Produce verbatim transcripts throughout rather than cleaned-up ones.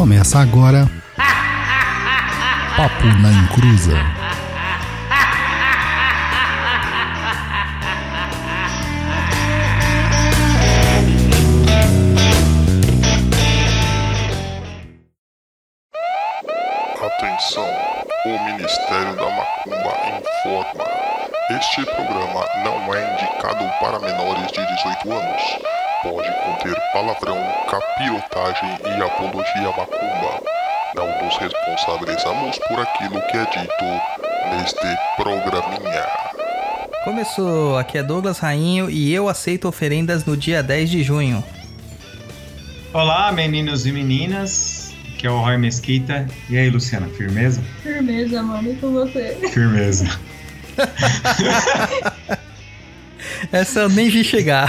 Começa agora Papo na Encruza. Atenção, o Ministério da Macumba informa. Este programa não é indicado para menores de dezoito anos. Pode conter palavrão, capirotagem e apologia à macumba. Não nos responsabilizamos por aquilo que é dito neste programinha. Começou, aqui é Douglas Rainho e eu aceito oferendas no dia dez de junho. Olá, meninos e meninas, aqui é o Roy Mesquita. E aí, Luciana, firmeza? Firmeza, mano, e com você? Firmeza. Essa eu nem vi chegar.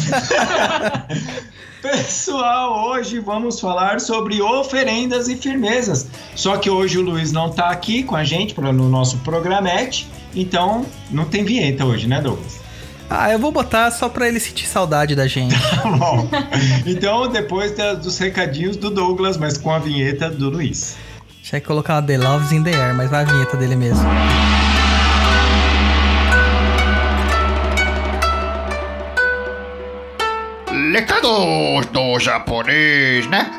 Pessoal, hoje vamos falar sobre oferendas e firmezas. Só que hoje o Luiz não tá aqui com a gente pra, no nosso programete, então não tem vinheta hoje, né, Douglas? Ah, eu vou botar só pra ele sentir saudade da gente. Bom, então depois da, dos recadinhos do Douglas, mas com a vinheta do Luiz. Tinha que colocar uma The Loves in the Air, mas vai a vinheta dele mesmo. Recados do japonês, né?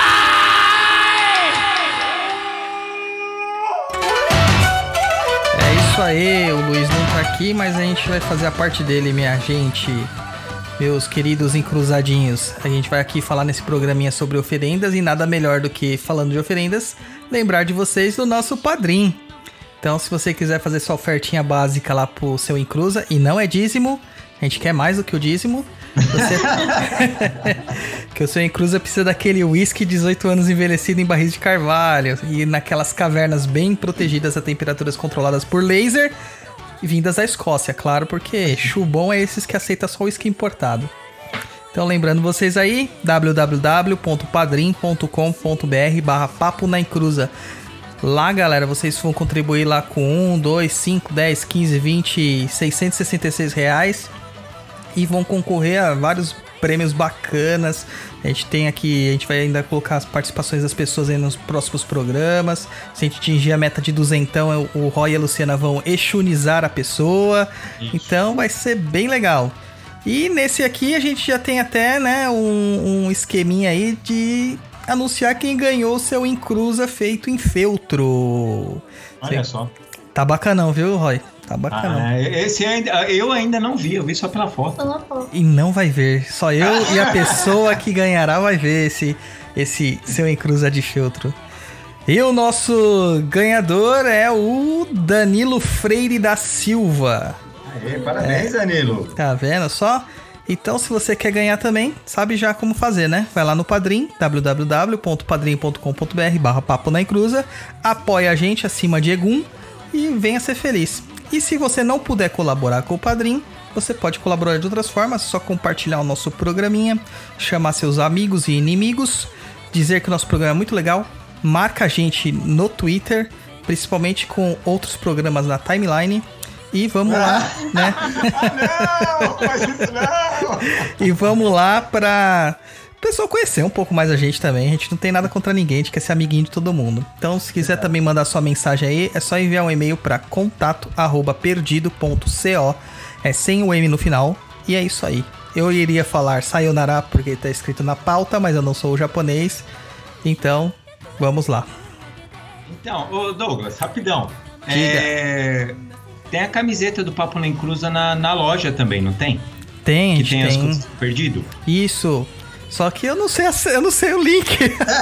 É isso aí, o Luiz não tá aqui, mas a gente vai fazer a parte dele, minha gente. Meus queridos encruzadinhos, a gente vai aqui falar nesse programinha sobre oferendas e nada melhor do que, falando de oferendas, lembrar de vocês do nosso Padrim. Então, se você quiser fazer sua ofertinha básica lá pro seu encruza, e não é dízimo, a gente quer mais do que o dízimo, você... que o seu encruza precisa daquele whisky dezoito anos envelhecido em barris de carvalho e naquelas cavernas bem protegidas a temperaturas controladas por laser, vindas da Escócia, claro, porque chubom é esses que aceita só whisky importado. Então, lembrando vocês aí, w w w ponto padrim ponto com ponto b r barra papo na encruza. Lá, galera, vocês vão contribuir lá com um, dois, cinco, dez, quinze, vinte, seiscentos e sessenta e seis reais e vão concorrer a vários prêmios bacanas. A gente tem aqui, a gente vai ainda colocar as participações das pessoas aí nos próximos programas. Se a gente atingir a meta de duzentão, o Roy e a Luciana vão exunizar a pessoa. Isso. Então vai ser bem legal. E nesse aqui a gente já tem até, né, um, um esqueminha aí de anunciar quem ganhou o seu encruza feito em feltro. Olha Sim. só. Tá bacanão, viu, Roy? Tá bacana. Ah, esse ainda, eu ainda não vi, eu vi só pela foto. Pela foto. E não vai ver. Só eu e a pessoa que ganhará vai ver esse, esse seu encruza de feltro. E o nosso ganhador é o Danilo Freire da Silva. Aê, parabéns, é. Danilo. Tá vendo só? Então, se você quer ganhar também, sabe já como fazer, né? Vai lá no Padrim, w w w ponto padrim ponto com ponto b r barra papo na encruza, apoia a gente acima de Egum e venha ser feliz. E se você não puder colaborar com o Padrim, você pode colaborar de outras formas, só compartilhar o nosso programinha, chamar seus amigos e inimigos, dizer que o nosso programa é muito legal, marca a gente no Twitter, principalmente com outros programas na timeline, e vamos lá, né? Ah, não, faz isso não! E vamos lá pra o pessoal conhecer um pouco mais a gente também. A gente não tem nada contra ninguém, a gente quer ser amiguinho de todo mundo. Então, se quiser também mandar sua mensagem aí, é só enviar um e-mail para contato arroba perdido ponto co, é sem o M no final, e é isso aí. Eu iria falar sayonara porque tá escrito na pauta, mas eu não sou o japonês, então vamos lá. Então, ô Douglas, rapidão. Diga. É... Tem a camiseta do Papo na Encruza na, na loja também, não tem? Tem, a que gente tem. tem. As coisas perdido? Isso. Só que eu não sei, eu não sei o link.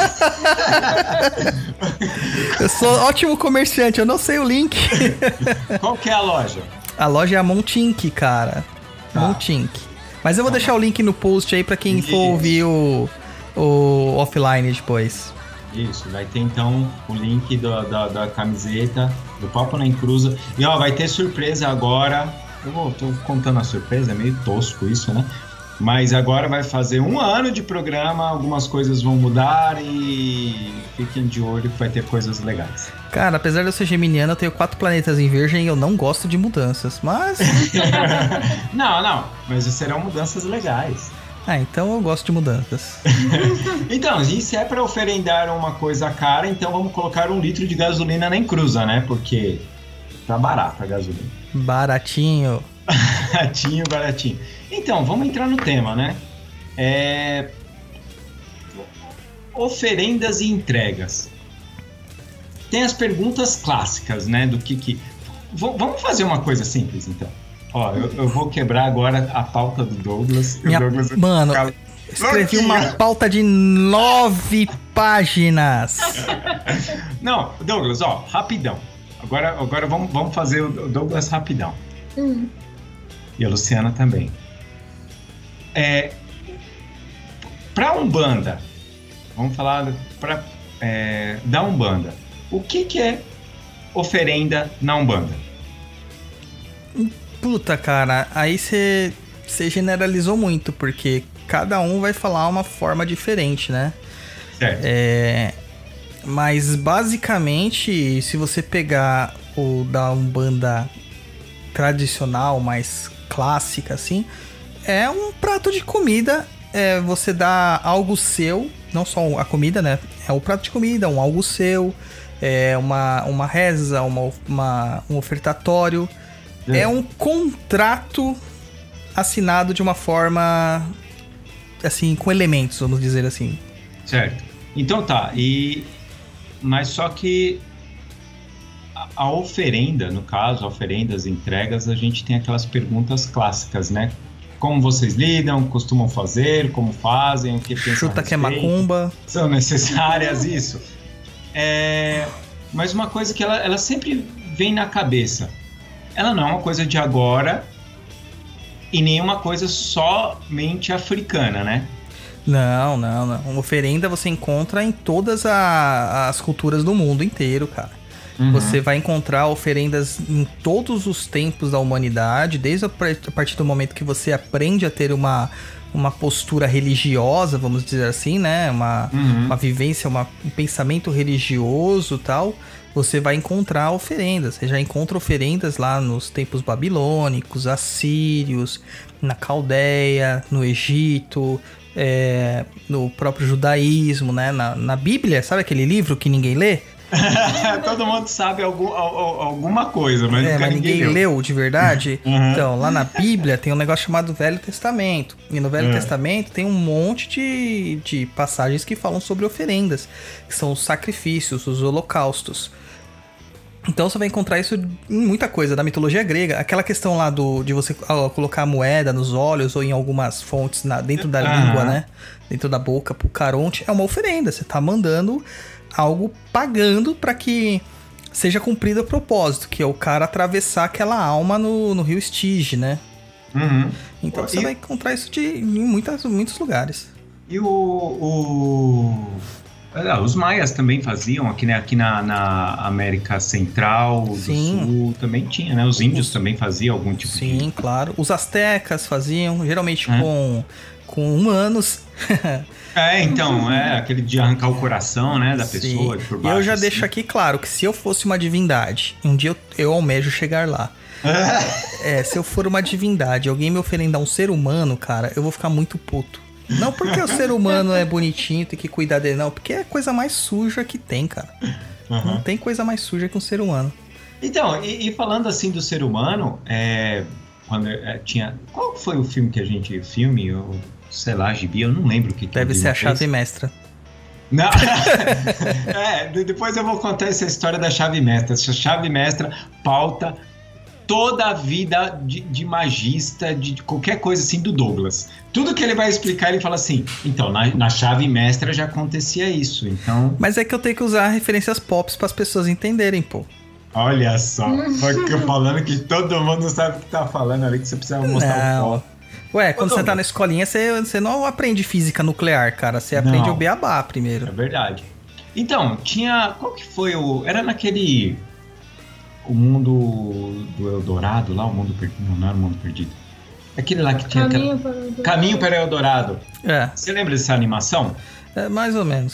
Eu sou ótimo comerciante, eu não sei o link. Qual que é a loja? A loja é a Montink, cara. Tá. Montink. Mas eu vou tá. deixar o link no post aí pra quem Isso. for ouvir o, o offline depois. Isso, vai ter então o link do, da, da camiseta do Papo na Encruza. E ó, vai ter surpresa agora. Eu vou, tô contando a surpresa, é meio tosco isso, né? Mas agora vai fazer um ano de programa, algumas coisas vão mudar e fiquem de olho que vai ter coisas legais. Cara, apesar de eu ser geminiano, eu tenho quatro planetas em virgem e eu não gosto de mudanças, mas... Não, não, mas serão mudanças legais. Ah, então eu gosto de mudanças. Então, e se é para oferendar uma coisa cara, então vamos colocar um litro de gasolina na encruza, né? Porque tá barata a gasolina. Baratinho. Baratinho, baratinho. Então, vamos entrar no tema, né? É... Oferendas e entregas. Tem as perguntas clássicas, né? Do que que... V- vamos fazer uma coisa simples, então. Ó, eu, eu vou quebrar agora a pauta do Douglas. Minha... Douglas... Mano, eu escrevi uma pauta de nove páginas. Não, Douglas, ó, rapidão. Agora, agora vamos, vamos fazer o Douglas rapidão. Hum. E a Luciana também. É, pra Umbanda, vamos falar pra, é, da Umbanda. O que, que é oferenda na Umbanda? Puta, cara, aí você generalizou muito, porque cada um vai falar uma forma diferente, né? Certo. É, mas basicamente, se você pegar o da Umbanda tradicional, mais clássica, assim, é um prato de comida. É, você dá algo seu, não só a comida, né? É um prato de comida, um algo seu, é uma, uma reza, uma, uma, um ofertatório. É. é um contrato assinado de uma forma, assim, com elementos, vamos dizer assim. Certo. Então tá, e... mas só que a, a oferenda, no caso, a oferenda, as entregas, a gente tem aquelas perguntas clássicas, né? Como vocês lidam, costumam fazer, como fazem, o que pensam Chuta a que é respeito, macumba. são necessárias, isso. É, mas uma coisa que ela, ela sempre vem na cabeça, ela não é uma coisa de agora e nem uma coisa somente africana, né? Não, não, não. Uma oferenda você encontra em todas a, as culturas do mundo inteiro, cara. Uhum. Você vai encontrar oferendas em todos os tempos da humanidade, desde a partir do momento que você aprende a ter uma, uma postura religiosa, vamos dizer assim, né? Uma, uhum. uma vivência, uma, um pensamento religioso e tal. Você vai encontrar oferendas. Você já encontra oferendas lá nos tempos babilônicos, assírios, na Caldeia, no Egito, é, no próprio judaísmo, né? Na, na Bíblia, sabe aquele livro que ninguém lê? Todo mundo sabe algum, alguma coisa, mas, é, mas ninguém, ninguém leu. leu de verdade. Uhum. Então, lá na Bíblia tem um negócio chamado Velho Testamento. E no Velho uhum. Testamento tem um monte de, de passagens que falam sobre oferendas, que são os sacrifícios, os holocaustos. Então você vai encontrar isso em muita coisa da mitologia grega. Aquela questão lá do, de você colocar a moeda nos olhos ou em algumas fontes na, dentro da uhum. língua, né? Dentro da boca, pro Caronte, é uma oferenda. Você tá mandando algo, pagando para que seja cumprido o propósito, que é o cara atravessar aquela alma no, no rio Estige, né? Uhum. Então você e... vai encontrar isso de, em muitas, muitos lugares. E o... o... Ah, os maias também faziam, aqui, né, aqui na, na América Central, do Sim. Sul, também tinha, né? Os índios os... também faziam algum tipo Sim, de... Sim, claro. Os astecas faziam, geralmente é. com, com humanos. É, então, é aquele de arrancar o coração, né, da Sim. pessoa de por baixo. E eu já assim. deixo aqui claro que se eu fosse uma divindade, um dia eu, eu almejo chegar lá. É, se eu for uma divindade, alguém me oferendar um ser humano, cara, eu vou ficar muito puto. Não porque o ser humano é bonitinho, tem que cuidar dele, não. Porque é a coisa mais suja que tem, cara. Uhum. Não tem coisa mais suja que um ser humano. Então, e, e falando assim do ser humano, é, quando é, tinha... Qual foi o filme que a gente... Filme, ou, sei lá, gibi, eu não lembro o que que Deve ser a fez. Chave Mestra. Não. É, depois eu vou contar essa história da Chave Mestra. Essa Chave Mestra pauta toda a vida de, de magista, de, de qualquer coisa assim do Douglas. Tudo que ele vai explicar, ele fala assim, então, na, na Chave Mestra já acontecia isso, então... Mas é que eu tenho que usar referências pop para as pessoas entenderem, pô. Olha só, eu falando que todo mundo sabe o que tá falando ali, que você precisa mostrar não. o pop. Ué, quando Ô, você tá na escolinha, você, você não aprende física nuclear, cara. Você aprende não. o beabá primeiro. É verdade. Então, tinha... Qual que foi o... Era naquele... O mundo do Eldorado lá, o mundo perdido. Não, não era o mundo perdido. Aquele lá que tinha... Caminho aquela... para o Eldorado. Caminho para o Eldorado. É. Você lembra dessa animação? É, mais ou menos.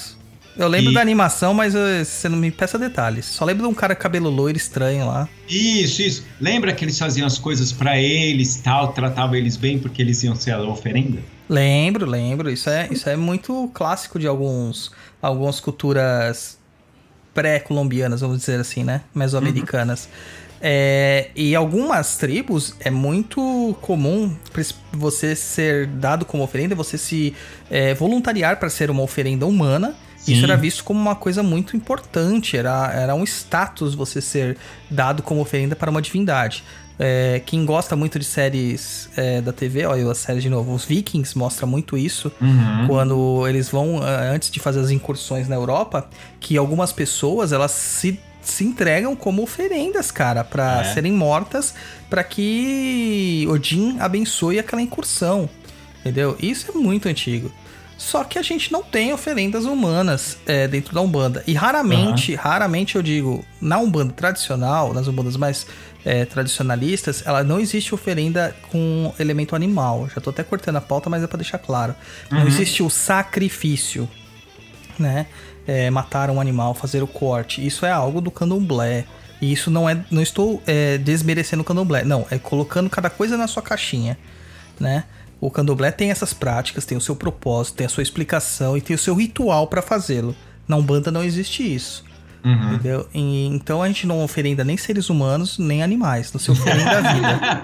Eu lembro E- da animação, mas eu- você não me peça detalhes. Só lembro de um cara com cabelo loiro estranho lá. Isso, isso. Lembra que eles faziam as coisas pra eles, tal, tratavam eles bem porque eles iam ser a oferenda? Lembro, lembro. Isso é, isso é muito clássico de alguns, algumas culturas pré-colombianas, vamos dizer assim, né? Mesoamericanas. É, e algumas tribos é muito comum pres- você ser dado como oferenda, você se é, voluntariar para ser uma oferenda humana. Sim. Isso era visto como uma coisa muito importante, era, era um status você ser dado como oferenda para uma divindade. É, quem gosta muito de séries é, da T V, olha a série de novo, os Vikings mostra muito isso, Uhum. quando eles vão, ah, antes de fazer as incursões na Europa, que algumas pessoas, elas se, se entregam como oferendas, cara, pra É. serem mortas, pra que Odin abençoe aquela incursão, entendeu? Isso é muito antigo. Só que a gente não tem oferendas humanas é, dentro da Umbanda. E raramente, raramente eu digo, na Umbanda tradicional, nas Umbandas mais é, tradicionalistas, ela não existe oferenda com elemento animal. Já tô até cortando a pauta, mas é pra deixar claro. Não Uhum. existe o sacrifício, né? É, matar um animal, fazer o corte. Isso é algo do candomblé. E isso não é. Não estou é, desmerecendo o candomblé. Não, é colocando cada coisa na sua caixinha, né? O candomblé tem essas práticas, tem o seu propósito, tem a sua explicação e tem o seu ritual pra fazê-lo. Na Umbanda não existe isso, Uhum. entendeu? E, então a gente não oferenda nem seres humanos, nem animais. Não se oferenda a vida.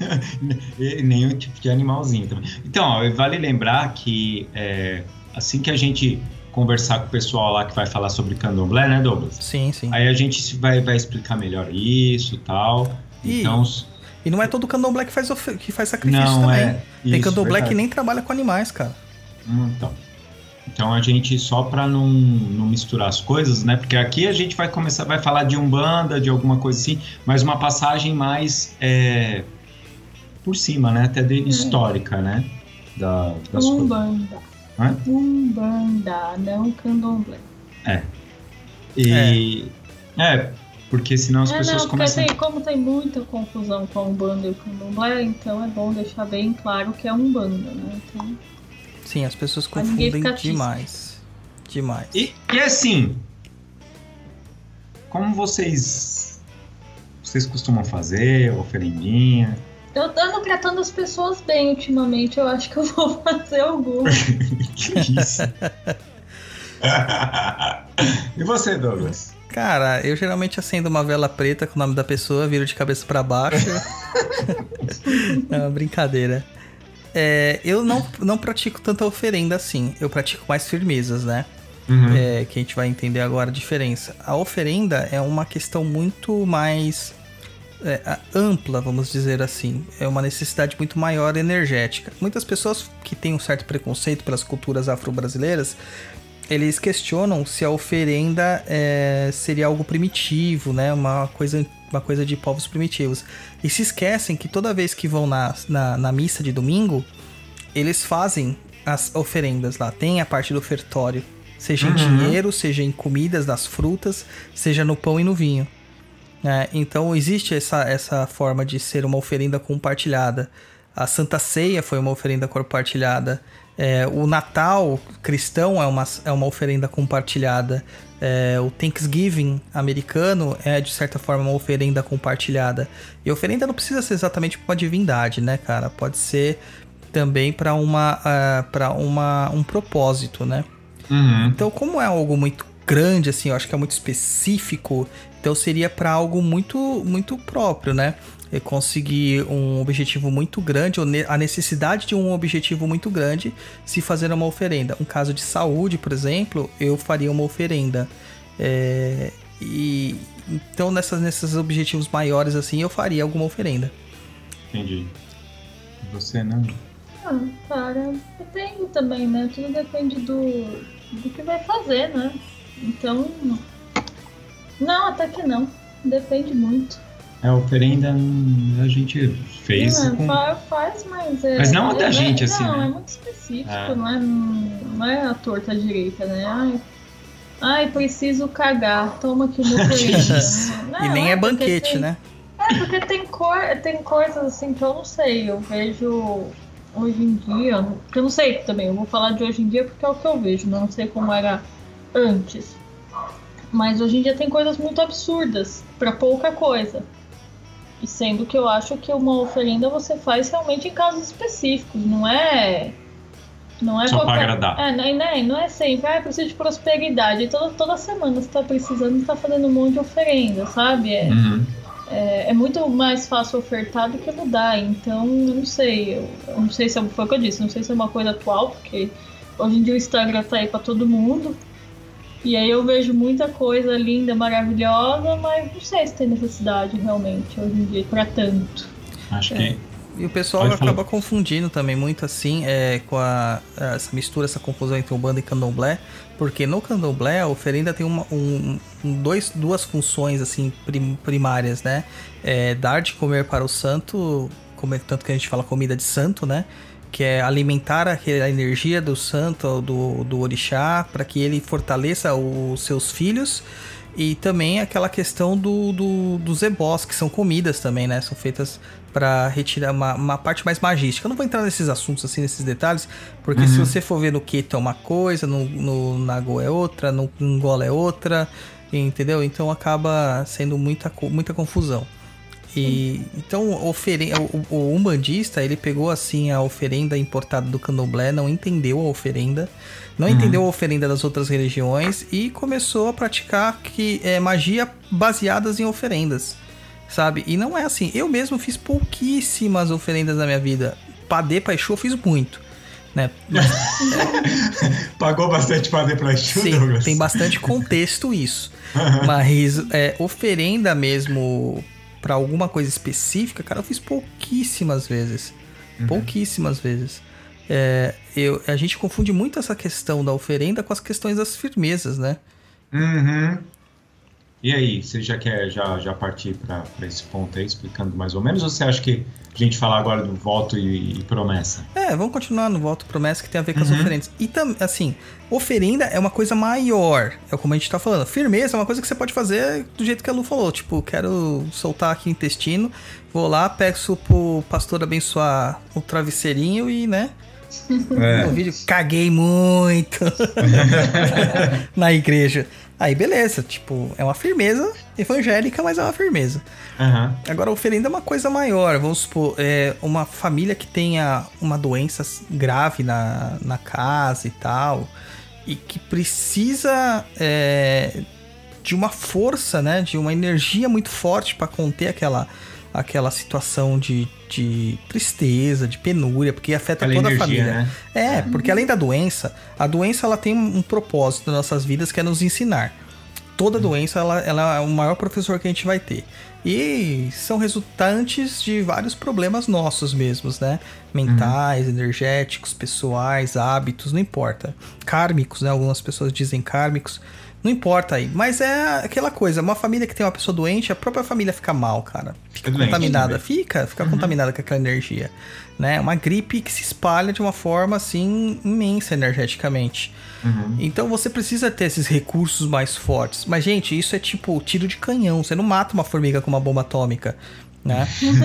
E nenhum tipo de animalzinho também. Então, ó, vale lembrar que é, assim que a gente conversar com o pessoal lá que vai falar sobre candomblé, né, Douglas? Sim, sim. Aí a gente vai, vai explicar melhor isso e tal. E- Então, E não é todo candomblé que faz, ofe- que faz sacrifício não também. é. Tem isso, candomblé verdade. que nem trabalha com animais, cara. Hum, Então, então a gente, só para não, não misturar as coisas, né? Porque aqui a gente vai começar, vai falar de Umbanda, de alguma coisa assim, mas uma passagem mais é, por cima, né? Até de, histórica, né? Da, das coisas. Umbanda. Hã? Umbanda, não candomblé. E é. porque senão as É, pessoas não, porque começam. tem, como tem muita confusão com a Umbanda e o candomblé, então é bom deixar bem claro que é Umbanda, né? Então, Sim, as pessoas Pra ninguém confundem ficar triste. demais. Demais. E, e assim, como vocês vocês costumam fazer, oferendinha? eu ando tratando as pessoas bem ultimamente, eu acho que eu vou fazer alguma. Que isso? E você, Douglas? Cara, eu geralmente acendo uma vela preta com o nome da pessoa, viro de cabeça pra baixo. É uma brincadeira. É, eu não, não pratico tanta oferenda assim. Eu pratico mais firmezas, né? Uhum. É, que a gente vai entender agora a diferença. A oferenda é uma questão muito mais é, a- ampla, vamos dizer assim. É uma necessidade muito maior energética. Muitas pessoas que têm um certo preconceito pelas culturas afro-brasileiras, eles questionam se a oferenda é, seria algo primitivo, né? Uma coisa, uma coisa de povos primitivos. E se esquecem que toda vez que vão na, na, na missa de domingo, eles fazem as oferendas lá. Tem a parte do ofertório. Seja em Uhum. dinheiro, seja em comidas, nas frutas, seja no pão e no vinho. É, então existe essa, essa forma de ser uma oferenda compartilhada. A Santa Ceia foi uma oferenda compartilhada. É, o Natal cristão é uma, é uma oferenda compartilhada. É, o Thanksgiving americano é, de certa forma, uma oferenda compartilhada. E oferenda não precisa ser exatamente para uma divindade, né, cara? Pode ser também para uma, uh, para uma, um propósito, né? Uhum. Então, como é algo muito grande, assim, eu acho que é muito específico, então seria para algo muito, muito próprio, né? É conseguir um objetivo muito grande, ou ne- a necessidade de um objetivo muito grande, se fazer uma oferenda. Um caso de saúde, por exemplo, eu faria uma oferenda. É, e então, nessas, nesses objetivos maiores, assim, eu faria alguma oferenda. Entendi. Você não? Ah, cara, depende também, né? Tudo depende do, do que vai fazer, né? Então. Não, até que não. Depende muito. É, oferenda hum, a gente fez Não, com... fa- faz, mas é. Mas não a da é- gente, é- assim, Não, né? é muito específico, É. não, é, não é a torta direita, né? Ai, ai preciso cagar, toma aqui uma oferenda. Não, e nem é porque banquete, tem- né? É, porque tem, cor, tem coisas assim que eu não sei, eu vejo hoje em dia, que eu não sei também, eu vou falar de hoje em dia porque é o que eu vejo, não sei como era antes. Mas hoje em dia tem coisas muito absurdas pra pouca coisa. E sendo que eu acho que uma oferenda você faz realmente em casos específicos, não é... Não é Só qualquer... pra agradar. É, não, é, não é sempre, ah, eu preciso de prosperidade. Toda, toda semana você tá precisando, você tá fazendo um monte de oferenda, sabe? É, Uhum. é, é muito mais fácil ofertar do que mudar. Então, eu não sei. Eu, eu não sei se é, foi o que eu disse, não sei se é uma coisa atual, porque hoje em dia o Instagram tá aí pra todo mundo. E aí eu vejo muita coisa linda, maravilhosa, mas não sei se tem necessidade realmente hoje em dia pra tanto. Acho É. que... E o pessoal Pode acaba falar. confundindo também muito assim, é, com a, essa mistura, essa confusão entre Umbanda e Candomblé, porque no Candomblé a oferenda tem uma, um, um, dois, duas funções assim prim, primárias, né? É, dar de comer para o santo, como, tanto que a gente fala comida de santo, né? Que é alimentar a, a energia do santo, do, do orixá, para que ele fortaleça os seus filhos. E também aquela questão do, do, dos ebós, que são comidas também, né? São feitas para retirar uma, uma parte mais magística. Eu não vou entrar nesses assuntos, assim, nesses detalhes, porque uhum. se você for ver no Keto é uma coisa, no, no Nagô é outra, no Angola é outra, entendeu? Então acaba sendo muita, muita confusão. E, então oferen- o, o umbandista, ele pegou assim a oferenda importada do candomblé, não entendeu a oferenda, não uhum. entendeu a oferenda das outras religiões e começou a praticar que, é, magia baseadas em oferendas, sabe? E não é assim, eu mesmo fiz pouquíssimas oferendas na minha vida. Padê pra Exu eu fiz muito, né? Mas, é... Pagou bastante padê pra Exu, sim, Douglas? tem bastante contexto isso. Uhum. Mas é, oferenda mesmo pra alguma coisa específica, cara, eu fiz pouquíssimas vezes. Uhum. Pouquíssimas vezes. É, eu, a gente confunde muito essa questão da oferenda com as questões das firmezas, né? Uhum. E aí, você já quer já, já partir para esse ponto aí, explicando mais ou menos, ou você acha que a gente falar agora do voto e, e promessa? É, vamos continuar no voto e promessa, que tem a ver com uhum. as oferendas. E também, assim, oferenda é uma coisa maior, é como a gente tá falando. Firmeza é uma coisa que você pode fazer do jeito que a Lu falou, tipo, quero soltar aqui o intestino, vou lá, peço pro pastor abençoar o travesseirinho e, né... É. No vídeo, caguei muito na igreja. Aí beleza, tipo, é uma firmeza evangélica, mas é uma firmeza. Uhum. Agora, a oferenda é uma coisa maior. Vamos supor, é uma família que tenha uma doença grave na, na casa e tal, e que precisa é, de uma força, né, de uma energia muito forte para conter aquela, aquela situação de, de tristeza, de penúria, porque afeta aquela toda energia, a família. Né? É, porque além da doença, a doença ela tem um propósito nas nossas vidas que é nos ensinar. Toda doença ela, ela é o maior professor que a gente vai ter. E são resultantes de vários problemas nossos mesmos, né? Mentais, uhum. energéticos, pessoais, hábitos, não importa. Kármicos, né? Algumas pessoas dizem kármicos. Não importa aí. Mas é aquela coisa, uma família que tem uma pessoa doente, a própria família fica mal, cara. Fica doente, contaminada. Também. Fica, fica uhum. contaminada com aquela energia. Né? Uma gripe que se espalha de uma forma, assim, imensa energeticamente. Uhum. Então você precisa ter esses recursos mais fortes. Mas, gente, isso é tipo tiro de canhão. Você não mata uma formiga com uma bomba atômica, né?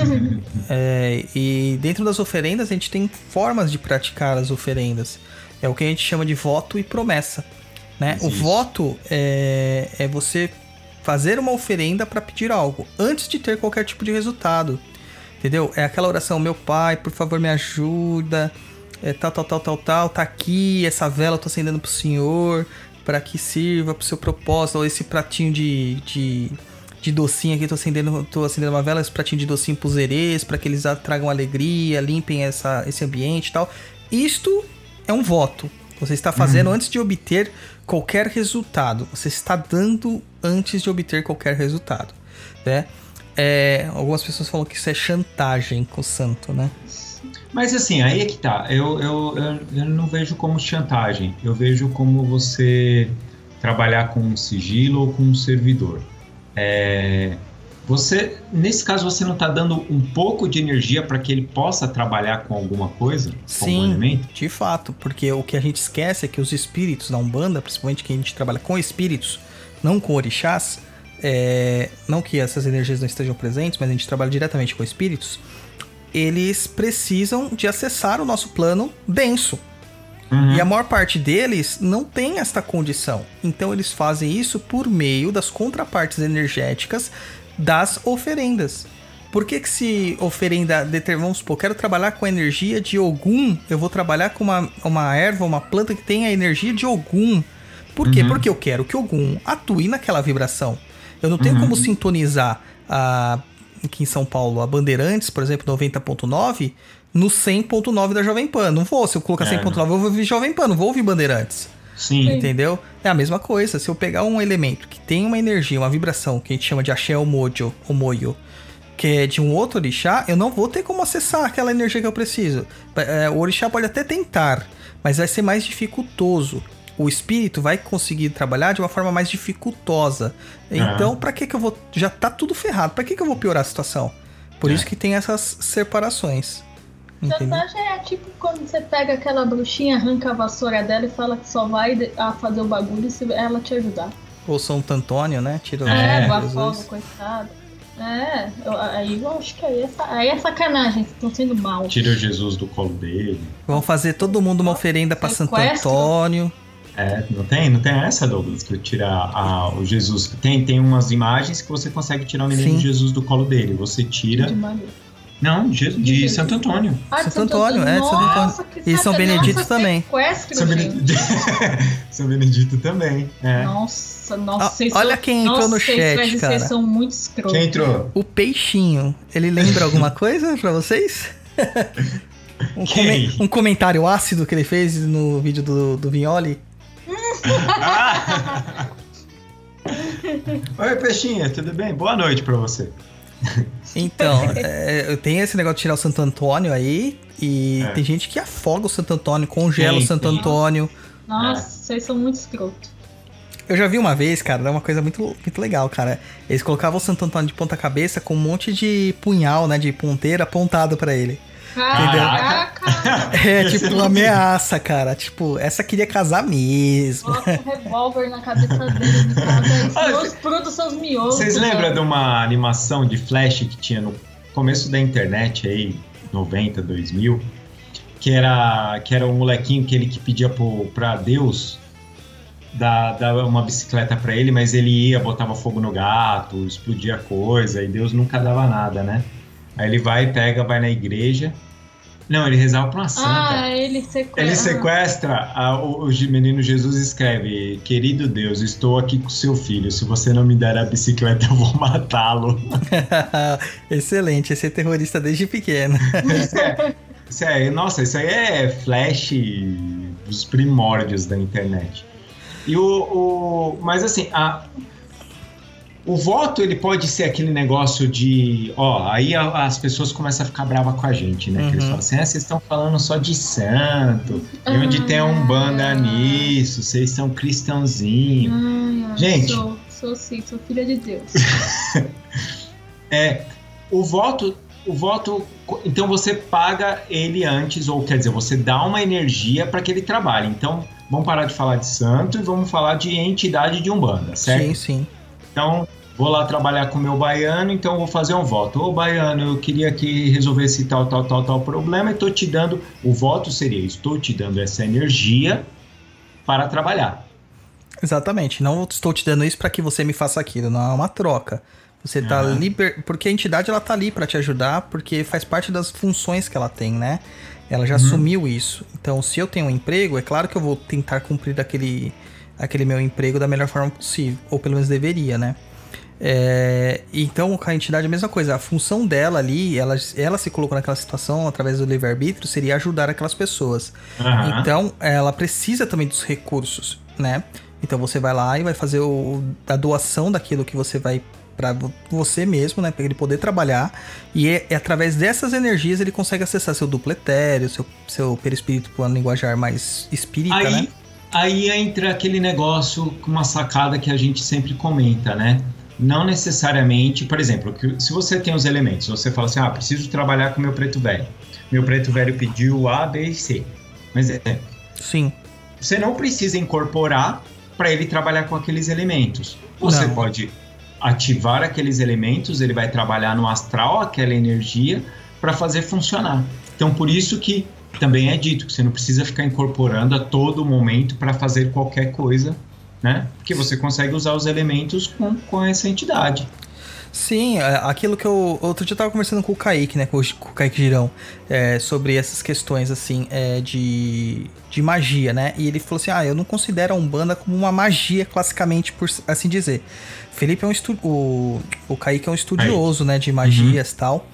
é, e dentro das oferendas, a gente tem formas de praticar as oferendas. É o que a gente chama de voto e promessa. Né? O voto é, é você fazer uma oferenda para pedir algo antes de ter qualquer tipo de resultado, entendeu? É aquela oração, meu pai, por favor me ajuda, é, tal, tal, tal, tal, tal, tá aqui, essa vela eu tô acendendo pro senhor, para que sirva pro seu propósito, ou esse pratinho de, de, de docinho aqui, tô acendendo, tô acendendo uma vela, esse pratinho de docinho pros herês, para que eles tragam alegria, limpem essa, esse ambiente e tal. Isto é um voto. Você está fazendo uhum. antes de obter qualquer resultado. Você está dando antes de obter qualquer resultado, né? É, algumas pessoas falam que isso é chantagem com o santo, né? Mas assim, aí é que tá. Eu, eu, eu, eu não vejo como chantagem. Eu vejo como você trabalhar com um sigilo ou com um servidor. É... Você, nesse caso, você não está dando um pouco de energia para que ele possa trabalhar com alguma coisa? Sim, com um elemento? De fato, porque o que a gente esquece é que os espíritos da Umbanda, principalmente que a gente trabalha com espíritos, não com orixás, é, não que essas energias não estejam presentes, mas a gente trabalha diretamente com espíritos, eles precisam de acessar o nosso plano denso, Uhum. E a maior parte deles não tem esta condição. Então eles fazem isso por meio das contrapartes energéticas das oferendas. Por que que se oferenda, vamos supor, quero trabalhar com a energia de Ogum, eu vou trabalhar com uma, uma erva, uma planta que tem a energia de Ogum. Por quê? Uhum. Porque eu quero que Ogum atue naquela vibração. Eu não tenho uhum. como sintonizar a, aqui em São Paulo a Bandeirantes, por exemplo, noventa ponto nove, no cem ponto nove da Jovem Pan. Não vou, se eu colocar é, cem ponto nove, eu vou ouvir Jovem Pan, não vou ouvir Bandeirantes. Sim. Entendeu? É a mesma coisa. Se eu pegar um elemento que tem uma energia, uma vibração, que a gente chama de Axé Omojo, Omoyo, que é de um outro orixá, eu não vou ter como acessar aquela energia que eu preciso. É, o orixá pode até tentar, mas vai ser mais dificultoso. O espírito vai conseguir trabalhar de uma forma mais dificultosa. Então, uhum. pra que que eu vou... Já tá tudo ferrado. Pra que que eu vou piorar a situação? Por é. isso que tem essas separações. Já tá, já é tipo quando você pega aquela bruxinha, arranca a vassoura dela e fala que só vai a fazer o bagulho se ela te ajudar. Ou São Antônio, né? Tira é, bafoga, coitado. É, eu, aí eu acho que aí é, aí é sacanagem, vocês estão sendo mal. Tira o Jesus do colo dele. Vão fazer todo mundo uma oferenda pra Santo Antônio. É, não tem, não tem essa, Douglas, que tira a, o Jesus. Tem, tem umas imagens que você consegue tirar o menino de Jesus do colo dele. Você tira. De Maria. Não, de, de, de Santo Antônio. Ah, Santo, Santo Antônio, Antônio, é, de Santo Antônio. E São Benedito nossa, também. São Benedito, São Benedito também. É. Nossa, nossa, vocês olha são, quem entrou nossa, no chat, vocês, cara. Vocês são muito escrotos. Quem entrou? O Peixinho. Ele lembra alguma coisa pra vocês? um, come, um comentário ácido que ele fez no vídeo do, do Vignoli. ah. Oi, Peixinha, tudo bem? Boa noite pra você. Então, é, tem esse negócio de tirar o Santo Antônio aí. E é. tem gente que afoga o Santo Antônio, congela sim, o Santo sim. Antônio. Nossa, é. vocês são muito escrotos. Eu já vi uma vez, cara, é uma coisa muito, muito legal, cara. Eles colocavam o Santo Antônio de ponta cabeça com um monte de punhal, né, de ponteira apontado pra ele. Caraca! É tipo uma ameaça, cara. Tipo, essa queria casar mesmo. Bota um revólver na cabeça dele, cara. Os produtos seus miolos. Vocês lembram de uma animação de Flash que tinha no começo da internet aí, noventa, dois mil? Que era, que era um molequinho que ele que pedia pro, pra Deus dar, dar uma bicicleta pra ele, mas ele ia, botava fogo no gato, explodia coisa, e Deus nunca dava nada, né? Aí ele vai, pega, vai na igreja. Não, ele rezava pra uma santa. Ah, ele sequestra. Ele sequestra. A, o, o menino Jesus escreve: querido Deus, estou aqui com seu filho. Se você não me der a bicicleta, eu vou matá-lo. Excelente, esse é terrorista desde pequeno. Isso é, isso é, nossa, isso aí é Flash dos primórdios da internet. E o, o, mas assim, a... O voto, ele pode ser aquele negócio de... Ó, aí a, as pessoas começam a ficar bravas com a gente, né? Uhum. Que eles falam assim, ah, vocês estão falando só de santo. E onde tem um banda nisso, vocês são cristãozinho. Ah, gente... Sou, sou sim, sou filha de Deus. é, o voto... O voto... Então você paga ele antes, ou quer dizer, você dá uma energia para que ele trabalhe. Então, vamos parar de falar de santo e vamos falar de entidade de umbanda, certo? Sim, sim. Então, vou lá trabalhar com o meu baiano, então vou fazer um voto. Ô, baiano, eu queria que resolvesse tal, tal, tal, tal problema e estou te dando... O voto seria, estou te dando essa energia para trabalhar. Exatamente. Não estou te dando isso para que você me faça aquilo. Não é uma troca. Você tá uhum. liber... Porque a entidade, ela tá ali para te ajudar, porque faz parte das funções que ela tem, né? Ela já uhum. assumiu isso. Então, se eu tenho um emprego, é claro que eu vou tentar cumprir aquele... aquele meu emprego da melhor forma possível, ou pelo menos deveria, né? É, então, com a entidade é a mesma coisa, a função dela ali, ela, ela se colocou naquela situação através do livre-arbítrio, seria ajudar aquelas pessoas. Uhum. Então, ela precisa também dos recursos, né? Então, você vai lá e vai fazer o, a doação daquilo que você vai para você mesmo, né? Para ele poder trabalhar, e é, é através dessas energias ele consegue acessar seu duplo etéreo, seu, seu perispírito com a linguajar mais espírita, Aí... né? Aí entra aquele negócio com uma sacada que a gente sempre comenta, né? Não necessariamente, por exemplo, que se você tem os elementos, você fala assim, ah, preciso trabalhar com meu preto velho. Meu preto velho pediu A, B e C. Mas é... Sim. Você não precisa incorporar para ele trabalhar com aqueles elementos. Você não. Pode ativar aqueles elementos, ele vai trabalhar no astral aquela energia para fazer funcionar. Então, por isso que também é dito que você não precisa ficar incorporando a todo momento para fazer qualquer coisa, né? Porque você consegue usar os elementos com, com essa entidade. Sim, aquilo que eu... Outro dia eu tava conversando com o Kaique, né? Com o, com o Kaique Girão. É, sobre essas questões, assim, é, de, de magia, né? E ele falou assim, ah, eu não considero a Umbanda como uma magia, classicamente, por assim dizer. Felipe é um estu... O, o Kaique é um estudioso, né? De magias e uhum. tal.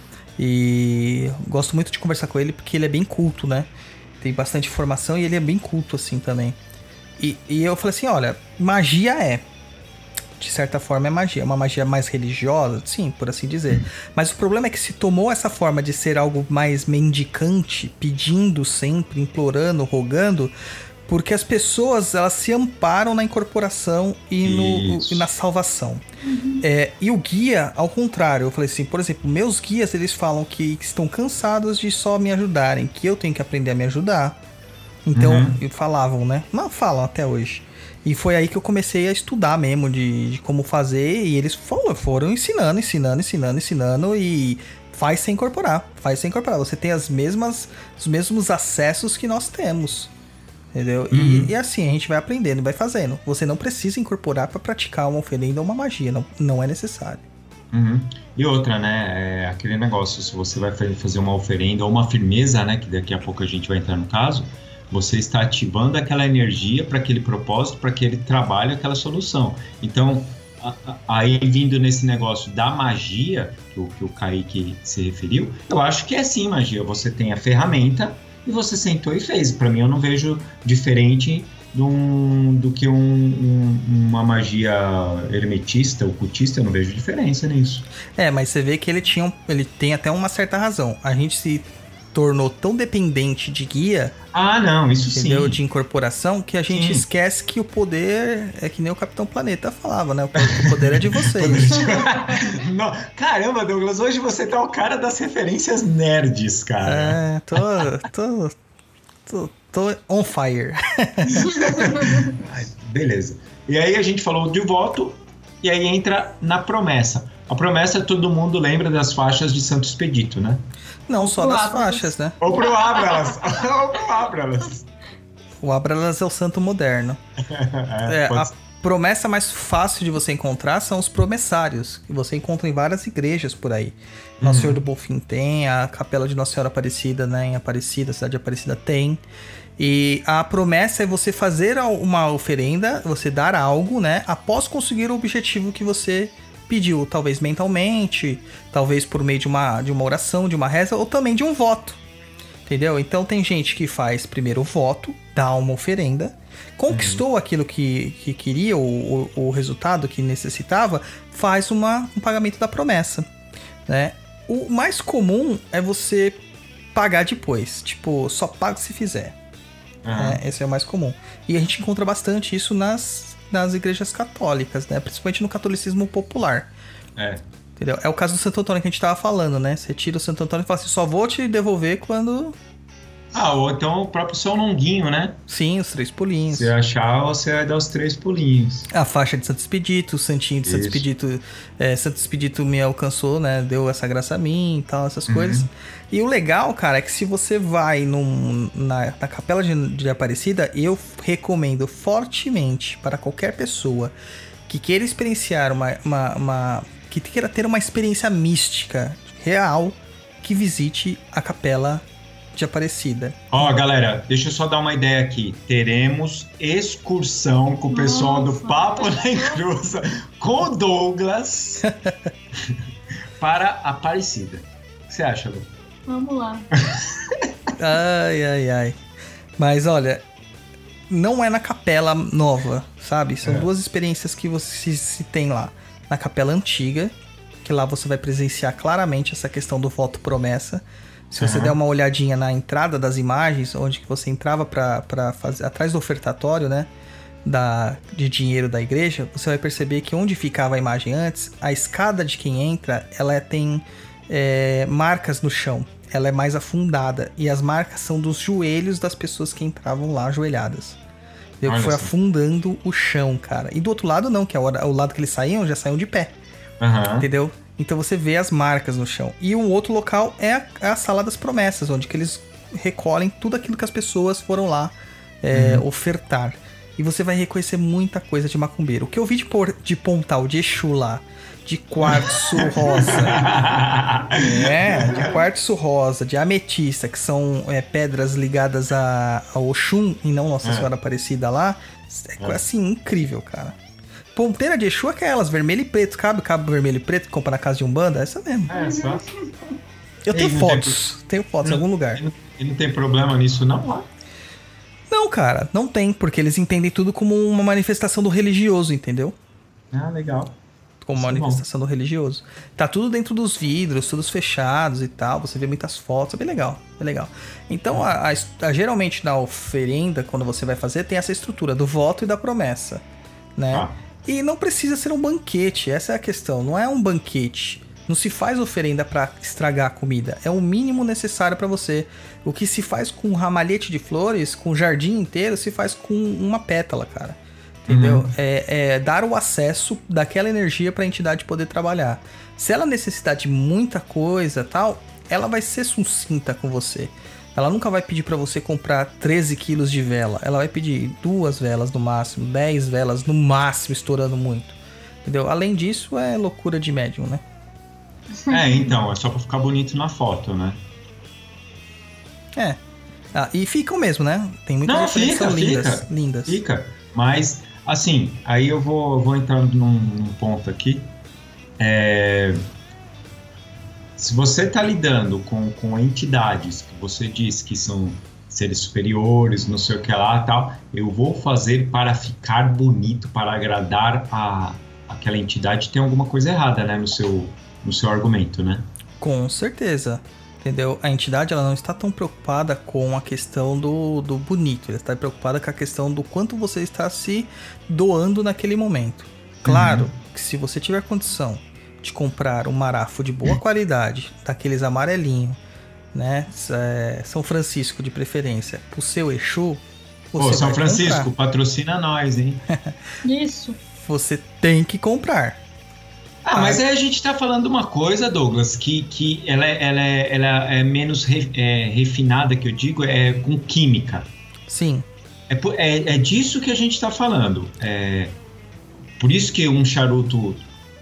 E gosto muito de conversar com ele, porque ele é bem culto, né? Tem bastante informação e ele é bem culto, assim, também. E, e eu falei assim, olha, magia é... De certa forma é magia, é uma magia mais religiosa, sim, por assim dizer. Mas o problema é que se tomou essa forma de ser algo mais mendicante, pedindo sempre, implorando, rogando, porque as pessoas, elas se amparam na incorporação e, no, e na salvação. Uhum. É, e o guia, ao contrário, eu falei assim, por exemplo, meus guias, eles falam que estão cansados de só me ajudarem, que eu tenho que aprender a me ajudar. Então, uhum. falavam, né? Não, falam até hoje. E foi aí que eu comecei a estudar mesmo de, de como fazer. E eles foram, foram ensinando, ensinando, ensinando, ensinando. E faz sem incorporar. Faz sem incorporar. Você tem as mesmas, os mesmos acessos que nós temos. Entendeu? Uhum. E, e assim, a gente vai aprendendo e vai fazendo. Você não precisa incorporar para praticar uma oferenda ou uma magia. Não, não é necessário. Uhum. E outra, né? É aquele negócio. Se você vai fazer uma oferenda ou uma firmeza, né? Que daqui a pouco a gente vai entrar no caso. Você está ativando aquela energia para aquele propósito, para que ele trabalhe aquela solução. Então, a, a, aí vindo nesse negócio da magia, que o, que o Kaique se referiu, eu acho que é sim magia. Você tem a ferramenta e você sentou e fez. Para mim, eu não vejo diferente do, um, do que um, um, uma magia hermetista ou cultista, eu não vejo diferença nisso. É, mas você vê que ele, tinha um, ele tem até uma certa razão. A gente se tornou tão dependente de guia, ah, não, isso entendeu? Sim. De incorporação, que a gente sim. esquece que o poder é que nem o Capitão Planeta falava, né? O poder é de vocês. Não, caramba, Douglas, hoje você tá o cara das referências nerds, cara. É, tô, tô, tô, tô on fire. Beleza. E aí a gente falou de voto, e aí entra na promessa. A promessa, todo mundo lembra das faixas de Santo Expedito, né? Não, só das faixas, né? Ou pro Abralas. Ou pro Abralas. O Abralas é o santo moderno. é, é, a promessa mais fácil de você encontrar são os promissários, que você encontra em várias igrejas por aí. Nosso uhum. Senhor do Bonfim tem, a Capela de Nossa Senhora Aparecida, né? Em Aparecida, a cidade de Aparecida tem. E a promessa é você fazer uma oferenda, você dar algo, né? Após conseguir o objetivo que você pediu, talvez mentalmente, talvez por meio de uma, de uma oração, de uma reza, ou também de um voto, entendeu? Então tem gente que faz primeiro o voto, dá uma oferenda, conquistou uhum. aquilo que, que queria, o, o, o resultado que necessitava, faz uma, um pagamento da promessa, né? O mais comum é você pagar depois, tipo, só pago se fizer. Uhum. Né? Esse é o mais comum. E a gente encontra bastante isso nas nas igrejas católicas, né? Principalmente no catolicismo popular. É. Entendeu? É o caso do Santo Antônio que a gente tava falando, né? Você tira o Santo Antônio e fala assim, só vou te devolver quando... Ah, ou então o próprio São Longuinho, né? Sim, os três pulinhos. Se achar, você vai dar os três pulinhos. A faixa de Santo Expedito, o santinho de Isso. Santo Expedito. É, Santo Expedito me alcançou, né? Deu essa graça a mim e tal, essas uhum. coisas. E o legal, cara, é que se você vai num, na, na Capela de, de Aparecida, eu recomendo fortemente para qualquer pessoa que queira experienciar uma... uma, uma que queira ter uma experiência mística real, que visite a Capela de Aparecida. Ó, oh, galera, deixa eu só dar uma ideia aqui. Teremos excursão com o pessoal Nossa. do Papo na Encruza com o Douglas para Aparecida. O que você acha, Lu? Vamos lá. Ai, ai, ai. Mas olha, não é na capela nova, sabe? São é. duas experiências que você se tem lá. Na capela antiga, que lá você vai presenciar claramente essa questão do voto promessa. Se você uhum. der uma olhadinha na entrada das imagens, onde que você entrava para fazer atrás do ofertatório, né, da, de dinheiro da igreja, você vai perceber que onde ficava a imagem antes, a escada de quem entra, ela é, tem é, marcas no chão. Ela é mais afundada. E as marcas são dos joelhos das pessoas que entravam lá ajoelhadas. Entendeu? Que foi afundando o chão, cara. E do outro lado não, que é o, o lado que eles saíam, já saíam de pé. Uhum. Entendeu? Então você vê as marcas no chão. E um outro local é a, a Sala das Promessas, onde que eles recolhem tudo aquilo que as pessoas foram lá é, uhum. ofertar. E você vai reconhecer muita coisa de macumbeiro. O que eu vi de, por, de pontal, de Exu lá, de quartzo rosa, é, de quartzo rosa, de ametista, que são é, pedras ligadas a, a Oxum e não Nossa é. Senhora Aparecida lá, é, é assim, incrível, cara. Ponteira de Exu é aquelas, vermelho e preto, cabe, cabe vermelho e preto, que compra na casa de Umbanda, é essa mesmo. É, só. Eu tenho fotos, tem... tenho fotos não, em algum lugar. E não, não tem problema nisso não, lá? Não, cara, não tem, porque eles entendem tudo como uma manifestação do religioso, entendeu? Ah, legal. Como uma manifestação do religioso. Tá tudo dentro dos vidros, todos fechados e tal. Você vê muitas fotos, é bem legal, é legal. Então, a, a, a, geralmente na oferenda, quando você vai fazer, tem essa estrutura do voto e da promessa, né? Ah. E não precisa ser um banquete, essa é a questão. Não é um banquete. Não se faz oferenda para estragar a comida. É o mínimo necessário para você. O que se faz com um ramalhete de flores, com o jardim inteiro, se faz com uma pétala, cara. Entendeu? Uhum. É, é dar o acesso daquela energia para a entidade poder trabalhar. Se ela necessitar de muita coisa tal, ela vai ser sucinta com você. Ela nunca vai pedir para você comprar treze quilos de vela. Ela vai pedir duas velas no máximo, dez velas no máximo, estourando muito. Entendeu? Além disso, é loucura de médium, né? É, então, é só pra ficar bonito na foto, né? É. Ah, e ficam mesmo, né? Tem muitas Não, referências fica, lindas, fica, lindas. Fica, mas, assim, aí eu vou, vou entrando num, num ponto aqui. É... Se você tá lidando com, com entidades que você diz que são seres superiores, não sei o que lá e tal, eu vou fazer para ficar bonito, para agradar a, aquela entidade, tem alguma coisa errada, né, no seu... no seu argumento, né? Com certeza, entendeu? A entidade ela não está tão preocupada com a questão do, do bonito, ela está preocupada com a questão do quanto você está se doando naquele momento. Claro uhum. que se você tiver condição de comprar um marafo de boa qualidade, daqueles amarelinhos, né? É, São Francisco de preferência, pro seu Exu, você Pô, São Francisco, comprar. Patrocina nós, hein? Isso. Você tem que comprar. Ah, mas aí a gente tá falando uma coisa, Douglas, que, que ela, é, ela, é, ela é menos re, é, refinada, que eu digo, é com química. Sim. É, é, é disso que a gente tá falando. É, por isso que um charuto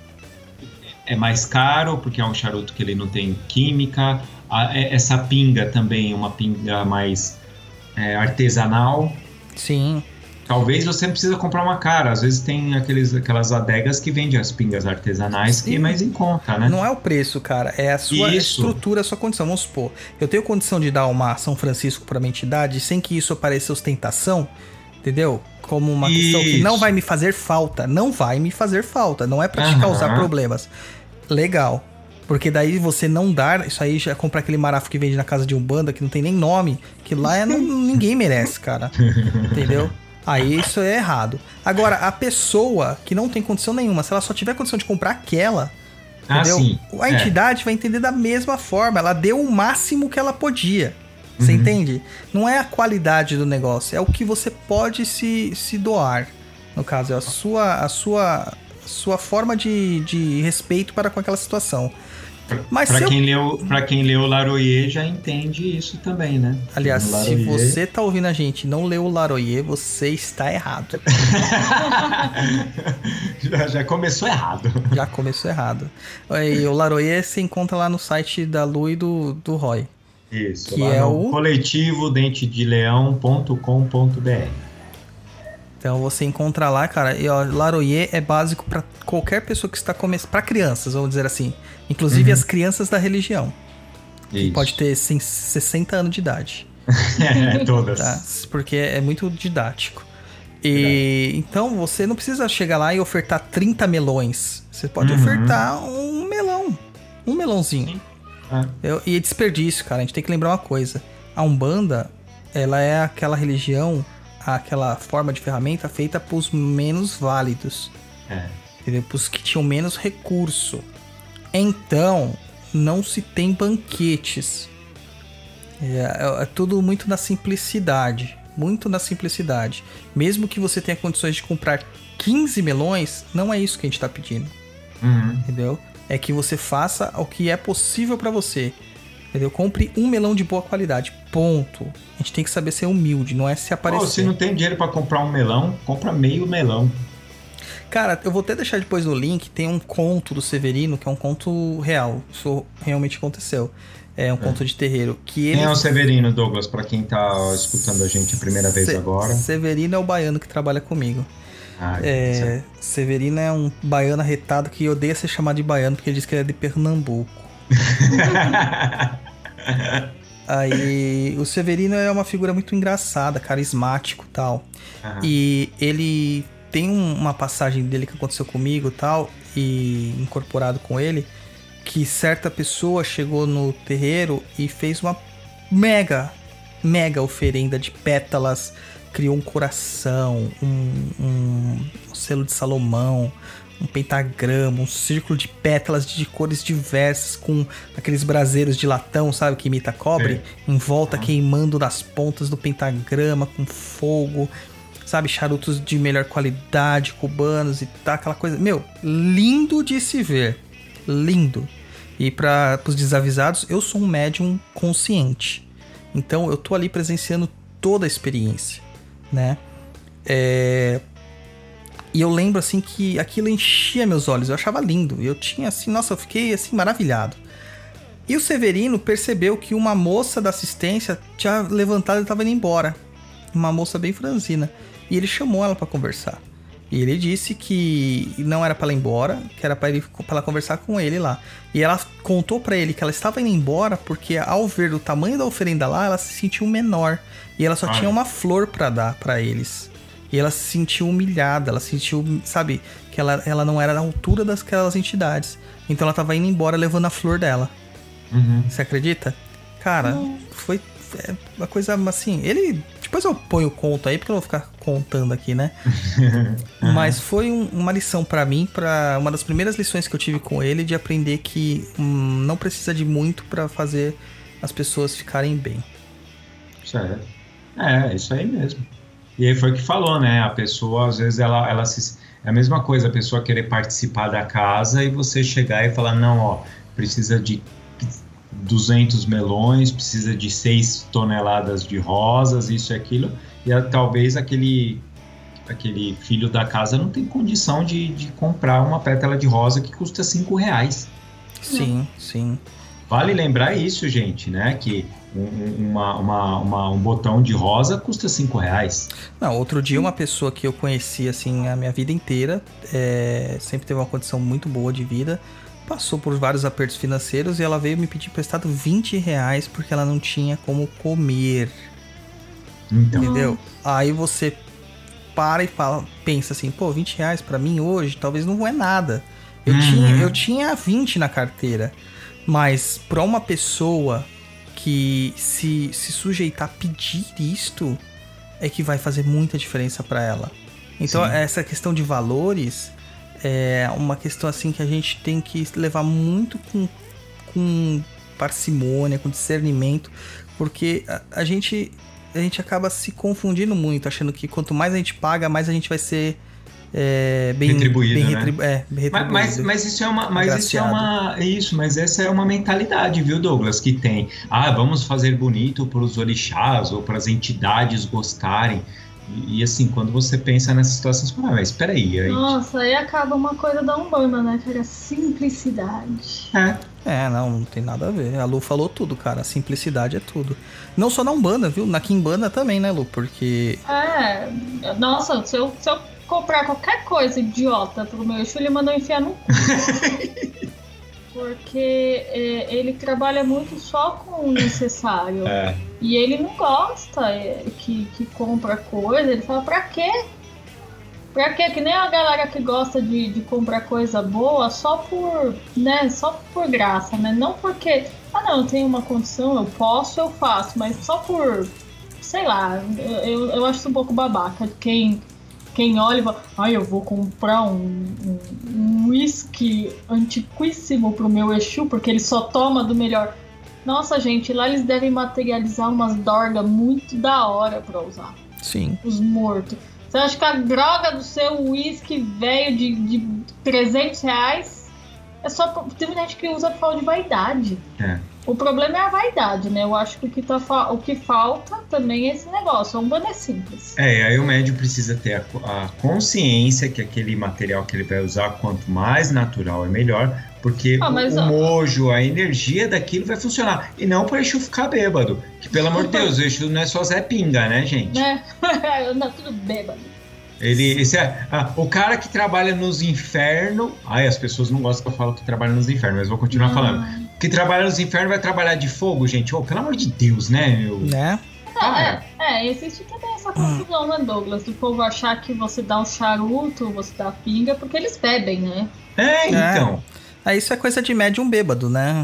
é mais caro, porque é um charuto que ele não tem química. A, essa pinga também é uma pinga mais é, artesanal. Sim. Talvez você não precisa comprar uma cara. Às vezes tem aqueles, aquelas adegas que vendem as pingas artesanais. Sim. Que é mais em conta, né? Não é o preço, cara. É a sua isso. estrutura, a sua condição. Vamos supor, eu tenho condição de dar uma São Francisco para minha entidade sem que isso pareça ostentação, entendeu? Como uma isso. questão que não vai me fazer falta. Não vai me fazer falta. Não é para te uhum. causar problemas. Legal. Porque daí você não dar, isso aí já compra aquele marafo que vende na casa de Umbanda, que não tem nem nome, que lá é, não, ninguém merece, cara. Entendeu? Aí isso é errado. Agora, a pessoa que não tem condição nenhuma, se ela só tiver condição de comprar aquela, ah, entendeu? Sim. A entidade é. vai entender da mesma forma. Ela deu o máximo que ela podia. Você uhum. entende? Não é a qualidade do negócio, é o que você pode se, se doar. No caso, é a sua, a sua, sua forma de, de respeito para com aquela situação. Mas pra, eu... quem leu, pra quem leu o Laroyer já entende isso também, né? Aliás, se você tá ouvindo a gente e não leu o Laroyer, você está errado. já, já começou errado. Já começou errado. E o Laroyer se encontra lá no site da Lu e do, do Roy. Isso, que é o coletivo dente de leão ponto com ponto b r. Então você encontra lá, cara, e ó, Laroyer é básico para qualquer pessoa que está começando, para crianças, vamos dizer assim, inclusive uhum. as crianças da religião, que Isso. pode ter assim, sessenta anos de idade. É, todas. Tá? Porque é muito didático. E então você não precisa chegar lá e ofertar trinta melões. Você pode uhum. ofertar um melão, um melãozinho. Sim. É. Eu, e é desperdício, cara. A gente tem que lembrar uma coisa: a Umbanda, ela é aquela religião, aquela forma de ferramenta feita para os menos válidos, é. entendeu? Para os que tinham menos recurso. Então, não se tem banquetes. É, é, é tudo muito na simplicidade. Muito na simplicidade. Mesmo que você tenha condições de comprar quinze melões, não é isso que a gente está pedindo. Uhum. Entendeu? É que você faça o que é possível para você. Entendeu? Compre um melão de boa qualidade. Ponto. A gente tem que saber ser humilde, não é se aparecer. Pô, se não tem dinheiro pra comprar um melão, compra meio melão. Cara, eu vou até deixar depois no link, tem um conto do Severino, que é um conto real. Isso realmente aconteceu. É um é. conto de terreiro. Que ele... Quem é o Severino, Douglas, pra quem tá escutando a gente a primeira vez Se- agora? Severino é o baiano que trabalha comigo. Ah, é, Severino é um baiano arretado que odeia ser chamado de baiano porque ele diz que ele é de Pernambuco. Aí o Severino é uma figura muito engraçada, carismático e tal. Uhum. E ele tem um, uma passagem dele que aconteceu comigo e tal, e incorporado com ele, que certa pessoa chegou no terreiro e fez uma mega, mega oferenda de pétalas, criou um coração, um, um, um selo de Salomão, um pentagrama, um círculo de pétalas de cores diversas, com aqueles braseiros de latão, sabe, que imita cobre, é. em volta uhum. queimando nas pontas do pentagrama, com fogo, sabe, charutos de melhor qualidade, cubanos e tal, aquela coisa, meu, lindo de se ver, lindo. E para os desavisados, eu sou um médium consciente, então eu tô ali presenciando toda a experiência, né, é... E eu lembro, assim, que aquilo enchia meus olhos. Eu achava lindo. Eu tinha, assim... Nossa, eu fiquei, assim, maravilhado. E o Severino percebeu que uma moça da assistência tinha levantado e estava indo embora. Uma moça bem franzina. E ele chamou ela para conversar. E ele disse que não era para ela ir embora, que era para ela conversar com ele lá. E ela contou para ele que ela estava indo embora porque, ao ver o tamanho da oferenda lá, ela se sentiu menor. E ela só Ai. tinha uma flor para dar para eles. E ela se sentiu humilhada, ela se sentiu, sabe, que ela, ela não era da altura daquelas entidades. Então ela tava indo embora levando a flor dela. Uhum. Você acredita? Cara, uhum. foi é, uma coisa assim... Ele... Depois eu ponho o conto aí, porque eu não vou ficar contando aqui, né? uhum. Mas foi um, uma lição pra mim, pra, uma das primeiras lições que eu tive com ele, de aprender que hum, não precisa de muito pra fazer as pessoas ficarem bem. Certo. É, isso aí mesmo. E aí foi o que falou, né? A pessoa, às vezes, ela, ela se... É a mesma coisa, a pessoa querer participar da casa e você chegar e falar, não, ó, precisa de duzentos melões, precisa de seis toneladas de rosas, isso e aquilo. E talvez aquele, aquele filho da casa não tem condição de, de comprar uma pétala de rosa que custa cinco reais. Sim, sim. Vale lembrar isso, gente, né? Que um, uma, uma, uma, um botão de rosa custa cinco reais. Não, outro dia uma pessoa que eu conheci, assim, a minha vida inteira, é, sempre teve uma condição muito boa de vida, passou por vários apertos financeiros e ela veio me pedir emprestado vinte reais porque ela não tinha como comer. Então. Entendeu? Aí você para e fala, pensa assim, pô, vinte reais pra mim hoje talvez não é nada. Eu, uhum. tinha, eu tinha vinte na carteira. Mas para uma pessoa que se, se sujeitar a pedir isto, é que vai fazer muita diferença para ela. Então, Sim. essa questão de valores é uma questão assim que a gente tem que levar muito com, com parcimônia, com discernimento, porque a, a, gente, a gente acaba se confundindo muito, achando que quanto mais a gente paga, mais a gente vai ser... É, bem retribuído, bem né? retribu- é, bem retribuído. Mas, mas isso é uma, mas isso é uma, isso, mas essa é uma mentalidade, viu, Douglas, que tem. Ah, vamos fazer bonito para os orixás ou para as entidades gostarem. E, e assim, quando você pensa nessa situação, você fala, ah, mas espera aí. aí Nossa, aí acaba uma coisa da Umbanda, né? Que era simplicidade. É. É, não, não tem nada a ver. A Lu falou tudo, cara. A simplicidade é tudo. Não só na Umbanda, viu? Na Quimbanda também, né, Lu? Porque... É, nossa, se eu... Se eu... comprar qualquer coisa idiota pro meu Exu, ele mandou enfiar no cu. Porque é, ele trabalha muito só com o necessário. É. E ele não gosta é, que, que compra coisa. Ele fala, pra quê? Pra quê? Que nem a galera que gosta de, de comprar coisa boa só por, né, só por graça, né? Não porque, ah não, eu tenho uma condição, eu posso, eu faço. Mas só por, sei lá, eu, eu acho isso um pouco babaca. Quem... Quem olha e fala, ai, eu vou comprar um whisky um, um antiquíssimo pro meu Exu, porque ele só toma do melhor. Nossa, gente, lá eles devem materializar umas dorgas muito da hora pra usar. Sim. Os mortos. Você acha que a droga do seu whisky velho de, de trezentos reais é só... Tem muita gente que usa por causa de vaidade. É. O problema é a vaidade, né? Eu acho que o que, tá fa- o que falta também é esse negócio. A Umbanda é simples. É, aí o médium precisa ter a, a consciência que aquele material que ele vai usar, quanto mais natural é melhor, porque Ah, mas, o, o ó, mojo, a energia daquilo vai funcionar. E não para o Exu ficar bêbado. Que, pelo amor de Deus, o Exu não é só Zé Pinga, né, gente? né? Não, tudo bêbado. Ele, esse é, ah, o cara que trabalha nos infernos. Ai, as pessoas não gostam que eu falo que trabalha nos infernos, mas vou continuar Não. falando. Que trabalha nos infernos vai trabalhar de fogo, gente. Oh, pelo amor de Deus, né? Meu? Né? Ah, é, é, existe também essa confusão, né, Douglas? Do povo achar que você dá um charuto, você dá pinga, porque eles bebem, né? É, então. É, isso é coisa de médium bêbado, né?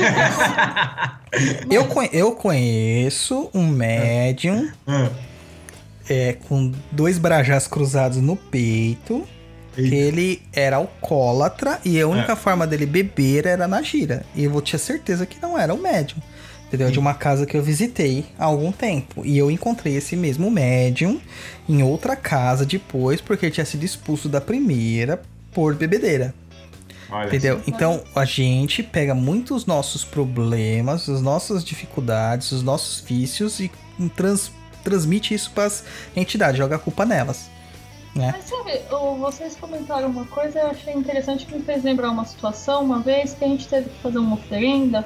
eu, conhe- eu conheço um médium Ah, é, com dois brajás cruzados no peito, que eita. ele era alcoólatra e a única É. forma dele beber era na gira. E eu vou ter certeza que não era o médium. Entendeu? De uma casa que eu visitei há algum tempo. E eu encontrei esse mesmo médium em outra casa depois, porque ele tinha sido expulso da primeira por bebedeira. Olha Entendeu? só. Então a gente pega muito os nossos problemas, as nossas dificuldades, os nossos vícios e trans- transmite isso para as entidades, joga a culpa nelas. Né? Mas sabe, o- vocês comentaram uma coisa, eu achei interessante, que me fez lembrar uma situação, uma vez que a gente teve que fazer uma oferenda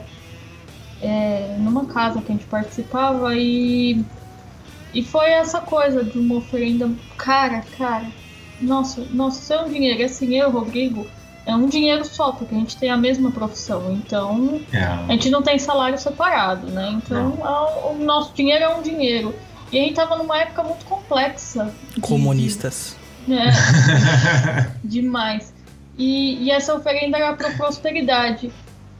é, numa casa que a gente participava e, e foi essa coisa de uma oferenda, cara, cara, nossa, nossa, isso é um dinheiro, assim, eu, Rodrigo, é um dinheiro só, porque a gente tem a mesma profissão, então a É. gente não tem salário separado, né? Então a- o nosso dinheiro é um dinheiro. E a gente tava numa época muito complexa. de- Comunistas. de- né? Demais. E, e essa oferenda era para prosperidade.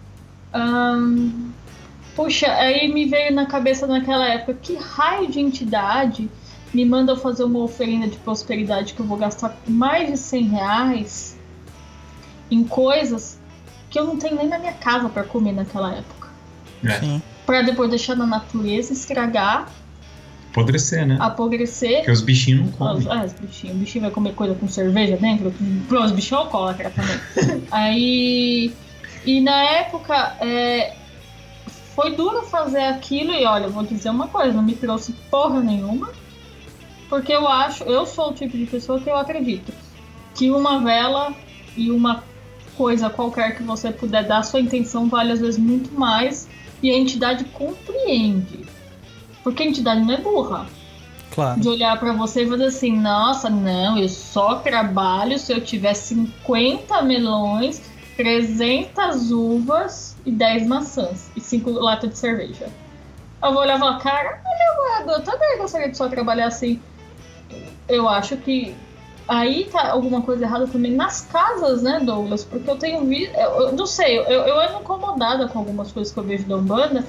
Ahn, puxa, aí me veio na cabeça naquela época, que raio de entidade me manda eu fazer uma oferenda de prosperidade que eu vou gastar mais de cem reais em coisas que eu não tenho nem na minha casa para comer naquela época. É. Sim. Para depois deixar na natureza, estragar, Apodrecer, né? apodrecer. Porque os bichinhos não comem. Ah, os bichinhos. O bichinho vai comer coisa com cerveja dentro? Pô, os bichinhos alcoólatras também. Aí. E na época, é, foi duro fazer aquilo. E olha, eu vou dizer uma coisa: não me trouxe porra nenhuma. Porque eu acho, eu sou o tipo de pessoa que eu acredito que uma vela e uma coisa qualquer que você puder dar, sua intenção vale às vezes muito mais. E a entidade compreende. Porque a entidade não é burra. Claro. De olhar pra você e fazer assim, nossa, não, eu só trabalho se eu tiver cinquenta melões, trezentas uvas e dez maçãs e cinco latas de cerveja. Eu vou olhar e falar, cara, olha, eu também gostaria de só trabalhar assim. Eu acho que aí tá alguma coisa errada também nas casas, né, Douglas? Porque eu tenho visto, eu, eu não sei, eu, eu ando incomodada com algumas coisas que eu vejo da Umbanda.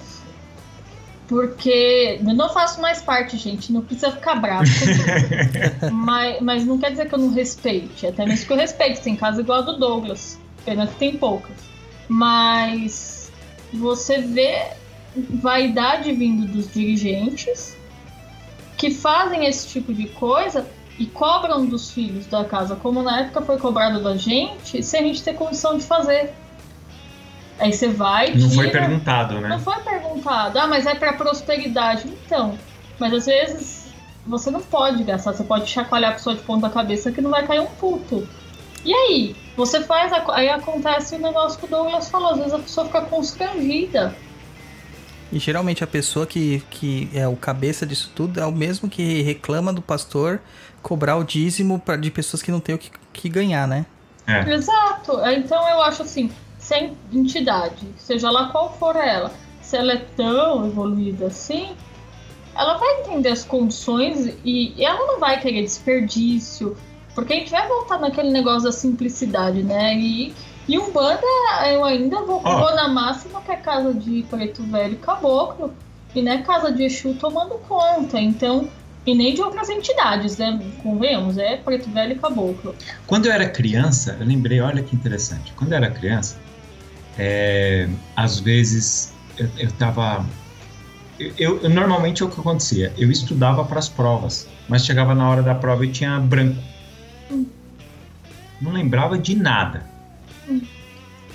Porque eu não faço mais parte, gente. Não precisa ficar bravo comigo. mas, mas não quer dizer que eu não respeite. Até mesmo que eu respeite. Tem casa igual a do Douglas. Pena que tem poucas. Mas você vê vaidade vindo dos dirigentes que fazem esse tipo de coisa e cobram dos filhos da casa, como na época foi cobrado da gente, sem a gente ter condição de fazer. Aí você vai, Não foi tira, perguntado, né? Não foi perguntado. Ah, mas é pra prosperidade. Então, mas às vezes você não pode gastar. Você pode chacoalhar a pessoa de ponta cabeça que não vai cair um puto. E aí? Você faz... A, aí acontece o negócio que o Douglas falou. Às vezes a pessoa fica constrangida. E geralmente a pessoa que, que é o cabeça disso tudo é o mesmo que reclama do pastor cobrar o dízimo pra, de pessoas que não têm o que, que ganhar, né? É. Exato. Então eu acho assim... Se a entidade, seja lá qual for ela, se ela é tão evoluída assim, ela vai entender as condições e ela não vai querer desperdício, porque a gente vai voltar naquele negócio da simplicidade, né? E, e Umbanda, eu ainda vou, Oh. vou na máxima que é casa de preto velho e caboclo, e não é casa de Exu tomando conta, então... E nem de outras entidades, né? Convenhamos, é preto velho e caboclo. Quando eu era criança, eu lembrei, olha que interessante. Quando eu era criança, é, às vezes eu, eu tava. Eu, eu, normalmente é o que acontecia. Eu estudava para as provas, mas chegava na hora da prova e tinha branco. Hum. Não lembrava de nada. Hum.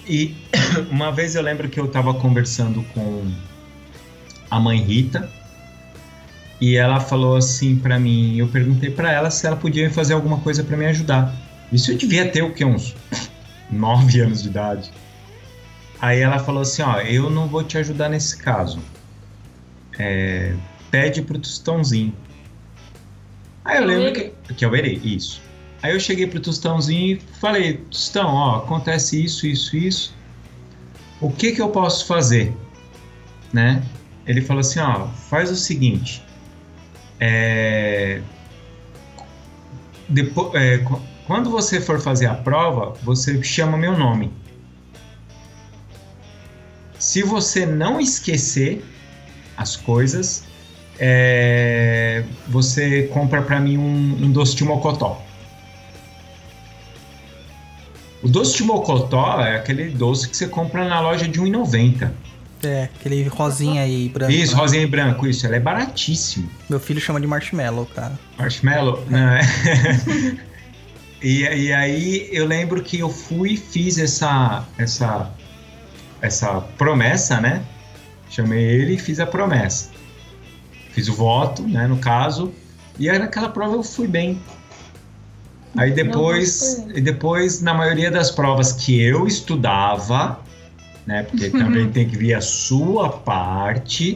E uma vez eu lembro que eu tava conversando com a mãe Rita e ela falou assim pra mim, eu perguntei pra ela se ela podia fazer alguma coisa pra me ajudar. Isso eu devia ter o quê? Uns nove anos de idade. Aí ela falou assim, ó, eu não vou te ajudar nesse caso. É, pede pro Tostãozinho. Aí eu lembro que, que eu verei, isso. Aí eu cheguei pro Tostãozinho e falei, Tostão, ó, acontece isso, isso, isso. O que que eu posso fazer? Né? Ele falou assim, ó, faz o seguinte. É, depois, é, quando você for fazer a prova, você chama meu nome. Se você não esquecer as coisas, é, você compra pra mim um, um doce de mocotó. O doce de mocotó é aquele doce que você compra na loja de um real e noventa centavos. É, aquele rosinha aí, branco. Isso, né? rosinha e branco, isso. Ele é baratíssimo. Meu filho chama de marshmallow, cara. Marshmallow? Não, é. e, e aí eu lembro que eu fui e fiz essa, essa, essa promessa, né? Chamei ele e fiz a promessa. Fiz o voto, né, no caso. E aí naquela prova eu fui bem. Aí depois, e depois, na maioria das provas que eu estudava, né, porque também tem que vir a sua parte,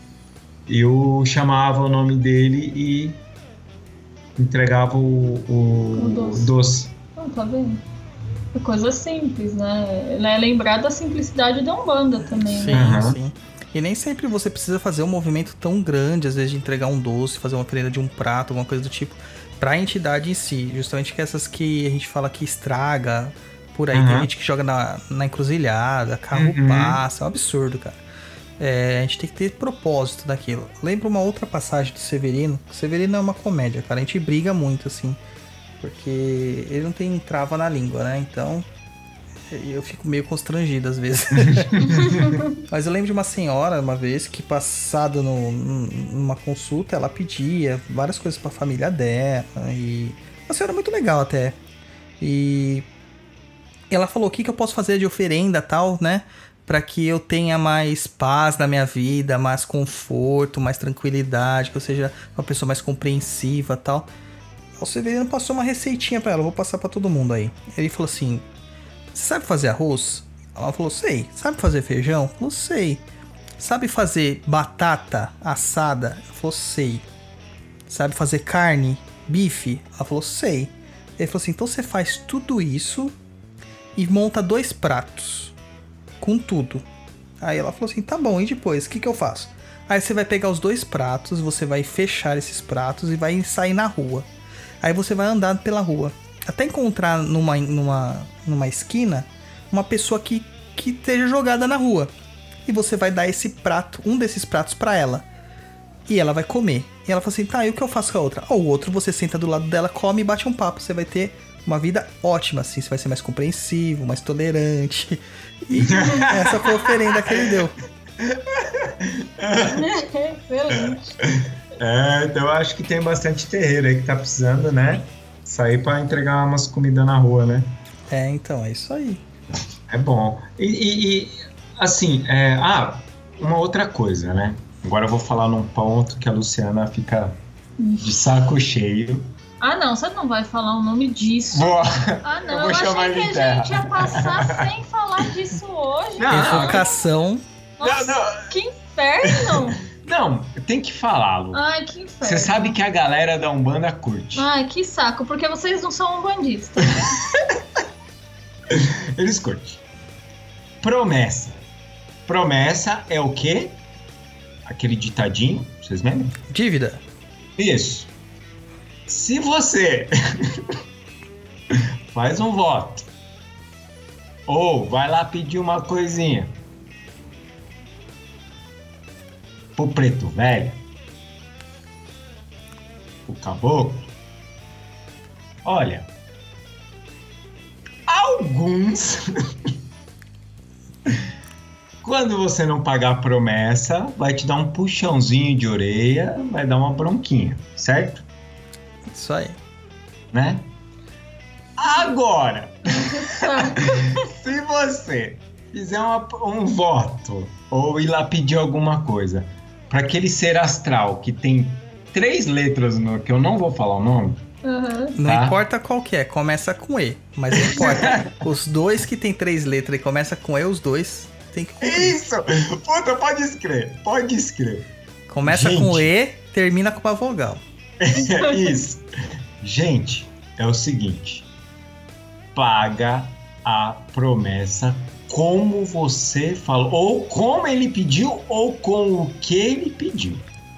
eu chamava o nome dele e entregava o, o, O doce. o doce. Não, tá vendo? É coisa simples, né? É lembrar da simplicidade da Umbanda também, Sim, né? Uhum. sim. E nem sempre você precisa fazer um movimento tão grande, às vezes de entregar um doce, fazer uma oferenda de um prato, alguma coisa do tipo, pra entidade em si. Justamente que essas que a gente fala que estraga por aí. Uhum. Tem gente que joga na, na encruzilhada, carro Uhum. passa, é um absurdo, cara. É, a gente tem que ter propósito daquilo. Lembra uma outra passagem do Severino? O Severino é uma comédia, cara. A gente briga muito, assim, porque ele não tem trava na língua, né? Então eu fico meio constrangido às vezes. Mas eu lembro de uma senhora, uma vez, que passada no, numa consulta, ela pedia várias coisas pra família dela. E uma senhora muito legal até. E ela falou: o que, que eu posso fazer de oferenda tal, né? Pra que eu tenha mais paz na minha vida, mais conforto, mais tranquilidade, que eu seja uma pessoa mais compreensiva tal. O Severino passou uma receitinha pra ela, eu vou passar pra todo mundo aí. Ele falou assim: você sabe fazer arroz? Ela falou: sei. Sabe fazer feijão? Falou: sei. Sabe fazer batata assada? Ela falou: sei. Sabe fazer carne, bife? Ela falou: sei. Ele falou assim: então você faz tudo isso e monta dois pratos com tudo. Aí ela falou assim: tá bom, e depois? O que que eu faço? Aí você vai pegar os dois pratos, você vai fechar esses pratos e vai sair na rua. Aí você vai andar pela rua até encontrar numa, numa, numa esquina uma pessoa que, que esteja jogada na rua. E você vai dar esse prato, um desses pratos pra ela. E ela vai comer. E ela fala assim: tá, e o que eu faço com a outra? Ou o outro você senta do lado dela, come e bate um papo. Você vai ter uma vida ótima, assim. Você vai ser mais compreensivo, mais tolerante. E essa foi a oferenda que ele deu. Excelente. É, então eu acho que tem bastante terreiro aí que tá precisando, né? Sair pra entregar umas comidas na rua, né? É, então, é isso aí. É bom. E, e- e, assim, é, ah, uma outra coisa, né? Agora eu vou falar num ponto que a Luciana fica de saco cheio. Ah, não, você não vai falar o nome disso. Vou, Ah, não, eu eu, vou chamar achei ele que de a terra. gente ia passar sem falar disso hoje. Não, cara. Evocação. Nossa, Não, não. que inferno! Não, tem que falar, Lu. Ai, que inferno. Você sabe que a galera da Umbanda curte. Ai, que saco, porque vocês não são umbandistas. Eles curtem. Promessa. Promessa é o quê? Aquele ditadinho, vocês lembram? Dívida. Isso. Se você faz um voto ou vai lá pedir uma coisinha pro preto velho, pro caboclo, olha, alguns quando você não pagar a promessa, vai te dar um puxãozinho de orelha, vai dar uma bronquinha, certo? Isso aí. Né? Agora, Se você fizer uma, um voto ou ir lá pedir alguma coisa para aquele ser astral que tem três letras no, que eu não vou falar o nome. Uhum. Não Tá. importa qual que é, começa com E. Mas não importa. Os dois que tem três letras e começa com E, os dois tem que cumprir. Isso! Puta, pode escrever, pode escrever. Começa Gente. com E, termina com uma vogal. Isso. Gente, é o seguinte. Paga a promessa como você falou. Ou como ele pediu, ou com o que ele pediu.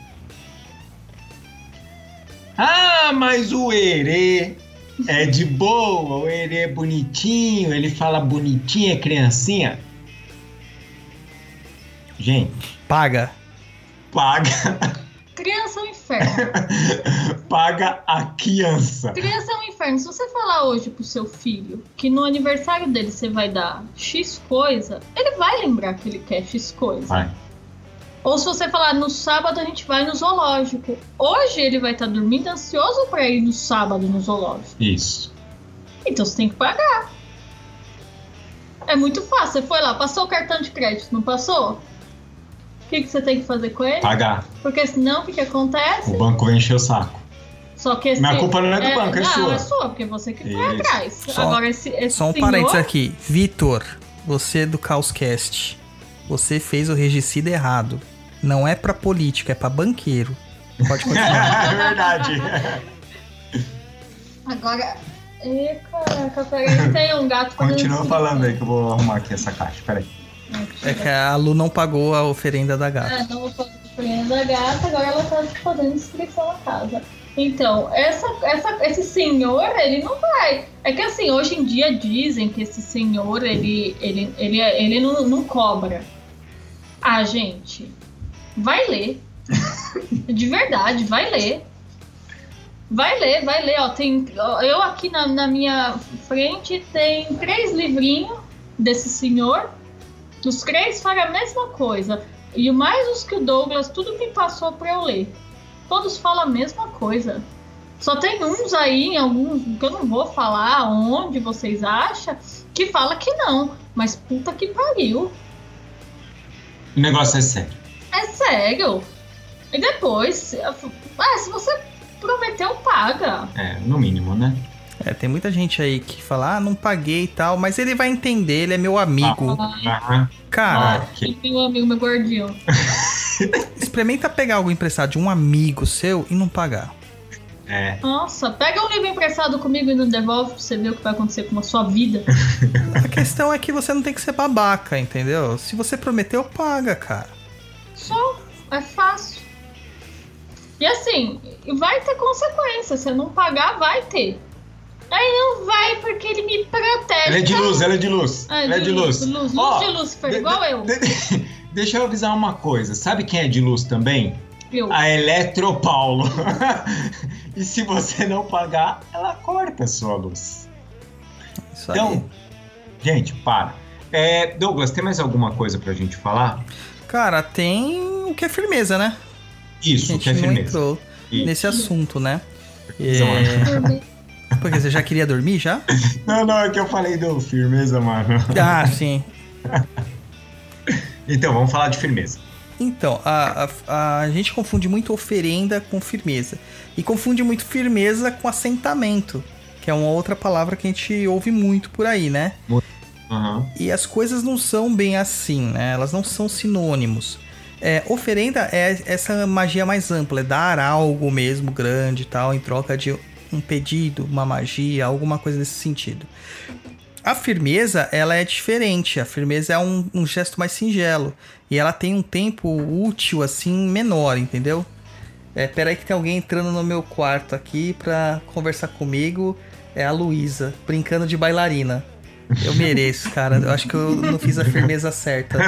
Ah, mas o Herê é de boa, o Herê é bonitinho, ele fala bonitinho, é criancinha. Gente, Paga. paga, Criança é um inferno. paga a criança. Criança é um inferno. Se você falar hoje pro seu filho que no aniversário dele você vai dar X coisa, ele vai lembrar que ele quer X coisa. Vai. Ou se você falar, no sábado a gente vai no zoológico. Hoje ele vai estar dormindo ansioso pra ir no sábado no zoológico. Isso. Então você tem que pagar. É muito fácil. Você foi lá, passou o cartão de crédito, não passou? O que, que você tem que fazer com ele? Pagar. Porque senão o que, que acontece? O banco vai encher o saco. Só que esse... Mas a culpa não é do banco, é não, sua. é sua, porque você que foi Isso. atrás. Só- Agora esse, esse Só um senhor... parênteses aqui. Vitor, você do Caoscast, você fez o regicida errado. Não é pra político, é pra banqueiro. Pode continuar. É verdade. Agora... Ê, caraca, peraí, tem um gato fazendo Continua assim. falando aí que eu vou arrumar aqui essa caixa. Peraí. É que a Lu não pagou a oferenda da gata. É, não vou fazer oferenda da gata, agora ela tá fazendo inscrição na casa. Então, essa, essa, esse senhor, ele não vai. É que assim, hoje em dia dizem que esse senhor, ele, ele, ele, ele não, não cobra. Ah, gente, vai ler. De verdade, vai ler. Vai ler, vai ler. Ó, tem, ó, eu aqui na, na minha frente tem três livrinhos desse senhor. Os três falam a mesma coisa. E mais os que o Douglas tudo me passou pra eu ler. Todos falam a mesma coisa. Só tem uns aí, em alguns, que eu não vou falar onde vocês acham, que fala que não. Mas puta que pariu. O negócio é sério. É sério. E depois, ah, se você prometeu, paga. É, no mínimo, né? É, tem muita gente aí que fala, ah, não paguei e tal, mas ele vai entender, ele é meu amigo. Ah, Cara, ok. E meu amigo, meu gordinho. experimenta pegar algo emprestado de um amigo seu e não pagar. É. Nossa, pega um livro emprestado comigo e não devolve pra você ver o que vai acontecer com a sua vida. A questão é que você não tem que ser babaca, entendeu? Se você prometeu, paga, cara. Só, é fácil. E assim, vai ter consequência. Se eu não pagar, vai ter. Aí não vai porque ele me protege. Ela é de tá? luz, ela é de luz. Ah, ela é de luz. Luz, luz Ó, de Lúcifer, de- igual de- eu. de- Deixa eu avisar uma coisa. Sabe quem é de luz também? Eu. A Eletropaulo. E se você não pagar, ela corta a sua luz. Isso aí. Então, gente, para. É, Douglas, tem mais alguma coisa pra gente falar? Cara, tem o que é firmeza, né? A Isso, gente que é não firmeza. entrou Isso. nesse assunto, né? Visão, É... Porque você já queria dormir, já? Não, não, é que eu falei do firmeza, mano. Ah, sim. Então, vamos falar de firmeza. Então, a, a, a gente confunde muito oferenda com firmeza. E confunde muito firmeza com assentamento, que é uma outra palavra que a gente ouve muito por aí, né? Uhum. E as coisas não são bem assim, né? Elas não são sinônimos. É, oferenda é essa magia mais ampla, é dar algo mesmo grande e tal, em troca de um pedido, uma magia, alguma coisa desse sentido. A firmeza, ela é diferente. A firmeza é um, um gesto mais singelo. E ela tem um tempo útil, assim, menor, entendeu? É, peraí que tem alguém entrando no meu quarto aqui pra conversar comigo. É a Luísa, brincando de bailarina. Eu mereço, cara. Eu acho que eu não fiz a firmeza certa.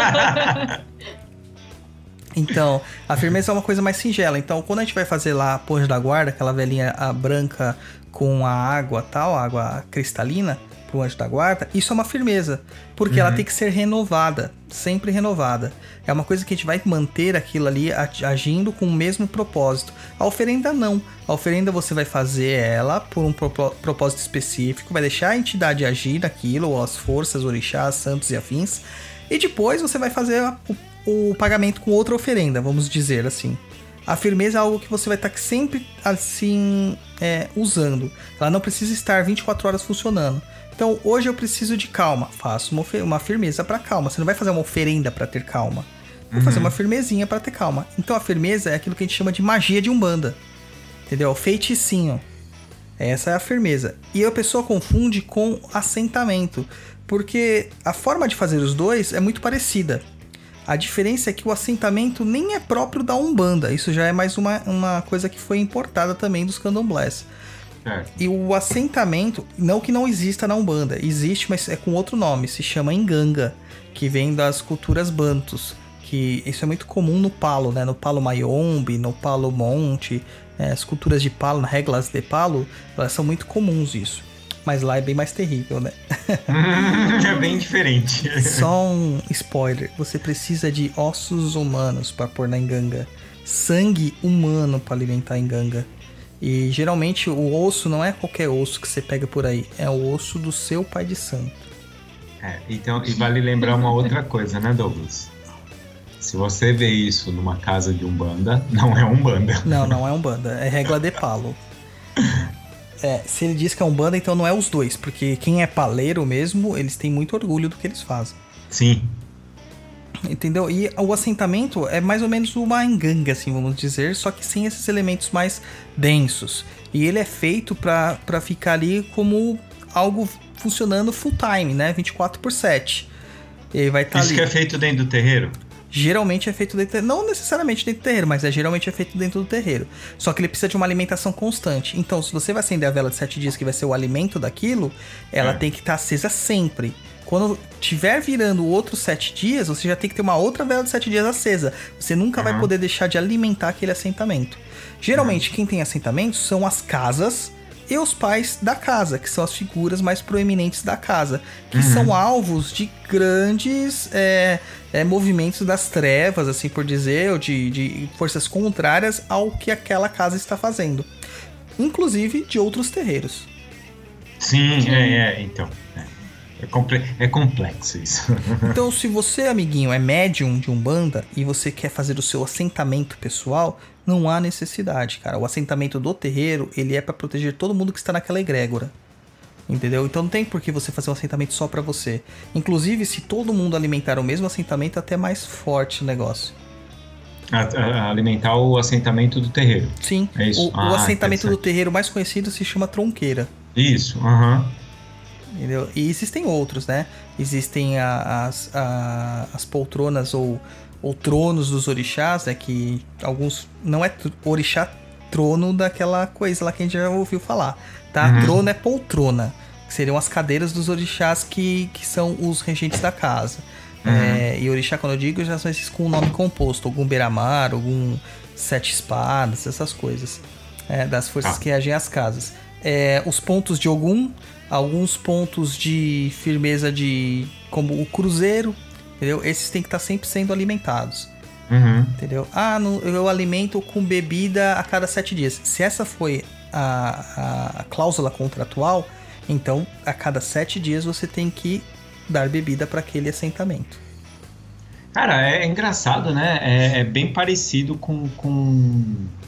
Então, a firmeza é uma coisa mais singela. Então, quando a gente vai fazer lá a Ponte da Guarda, aquela velhinha a branca com a água tal, água cristalina, pro anjo da guarda, isso é uma firmeza, porque uhum. ela tem que ser renovada, sempre renovada. É uma coisa que a gente vai manter aquilo ali agindo com o mesmo propósito. A oferenda não. A oferenda você vai fazer ela por um propósito específico, vai deixar a entidade agir naquilo, ou as forças, orixás, santos e afins, e depois você vai fazer o, o pagamento com outra oferenda, vamos dizer assim. A firmeza é algo que você vai estar sempre assim é, usando. Ela não precisa estar vinte e quatro horas funcionando. Então, hoje eu preciso de calma. Faço uma, uma firmeza para calma. Você não vai fazer uma oferenda para ter calma. Vai uhum. fazer uma firmezinha para ter calma. Então, a firmeza é aquilo que a gente chama de magia de Umbanda. Entendeu? O feiticinho. Essa é a firmeza. E a pessoa confunde com assentamento. Porque a forma de fazer os dois é muito parecida. A diferença é que o assentamento nem é próprio da Umbanda. Isso já é mais uma, uma coisa que foi importada também dos candomblés. É. E o assentamento, não que não exista na Umbanda, existe, mas é com outro nome, se chama Nganga, que vem das culturas bantus, que isso é muito comum no Palo, né? No Palo Mayombe, no Palo Monte, é, as culturas de Palo, regras de Palo, elas são muito comuns isso. Mas lá é bem mais terrível, né? É bem diferente. Só um spoiler, você precisa de ossos humanos para pôr na Nganga, sangue humano para alimentar a Nganga. E geralmente o osso não é qualquer osso que você pega por aí, é o osso do seu pai de santo. É, então, e vale lembrar uma outra coisa, né, Douglas? Se você vê isso numa casa de Umbanda, não é Umbanda. Não, não é Umbanda, é regra de Palo. É, se ele diz que é Umbanda, então não é os dois, porque quem é paleiro mesmo, eles têm muito orgulho do que eles fazem. Sim. Entendeu? E o assentamento é mais ou menos uma enganga, assim, vamos dizer, só que sem esses elementos mais densos. E ele é feito pra, pra ficar ali como algo funcionando full time, né? vinte e quatro por sete. Ele vai estar Isso ali. Que é feito dentro do terreiro? Geralmente é feito dentro, não necessariamente dentro do terreiro, mas é geralmente é feito dentro do terreiro. Só que ele precisa de uma alimentação constante. Então, se você vai acender a vela de sete dias, que vai ser o alimento daquilo, ela é. tem que estar acesa sempre. Quando tiver virando outros sete dias, você já tem que ter uma outra vela de sete dias acesa. Você nunca uhum. vai poder deixar de alimentar aquele assentamento. Geralmente, uhum. quem tem assentamentos são as casas e os pais da casa, que são as figuras mais proeminentes da casa, que uhum. são alvos de grandes é, é, movimentos das trevas, assim por dizer, ou de, de forças contrárias ao que aquela casa está fazendo. Inclusive de outros terreiros. Sim, é, é então... É. É, comple- é complexo isso. Então, se você, amiguinho, é médium de Umbanda e você quer fazer o seu assentamento pessoal, não há necessidade, cara. O assentamento do terreiro, ele é pra proteger todo mundo que está naquela egrégora. Entendeu? Então não tem por que você fazer um assentamento só pra você. Inclusive, se todo mundo alimentar o mesmo assentamento, é até mais forte o negócio. A, a, alimentar o assentamento do terreiro. Sim. É isso? O, ah, o assentamento do terreiro mais conhecido se chama tronqueira. Isso, aham. Uhum. Entendeu? E existem outros, né? Existem a, as, a, as poltronas ou, ou tronos dos orixás, né? Que alguns... Não é orixá trono daquela coisa lá que a gente já ouviu falar, tá? Uhum. Trono é poltrona, que seriam as cadeiras dos orixás que, que são os regentes da casa. Uhum. É, e orixá, quando eu digo, já são esses com nome composto. Algum Beramar, algum Sete Espadas, essas coisas. É, das forças ah. que regem as casas. É, os pontos de Ogum... Alguns pontos de firmeza de como o cruzeiro, entendeu? Esses tem que estar sempre sendo alimentados. Uhum. Entendeu? Ah, no, eu alimento com bebida a cada sete dias. Se essa foi a, a, a cláusula contratual, então a cada sete dias você tem que dar bebida para aquele assentamento. Cara, é engraçado, né? É, é bem parecido com, com,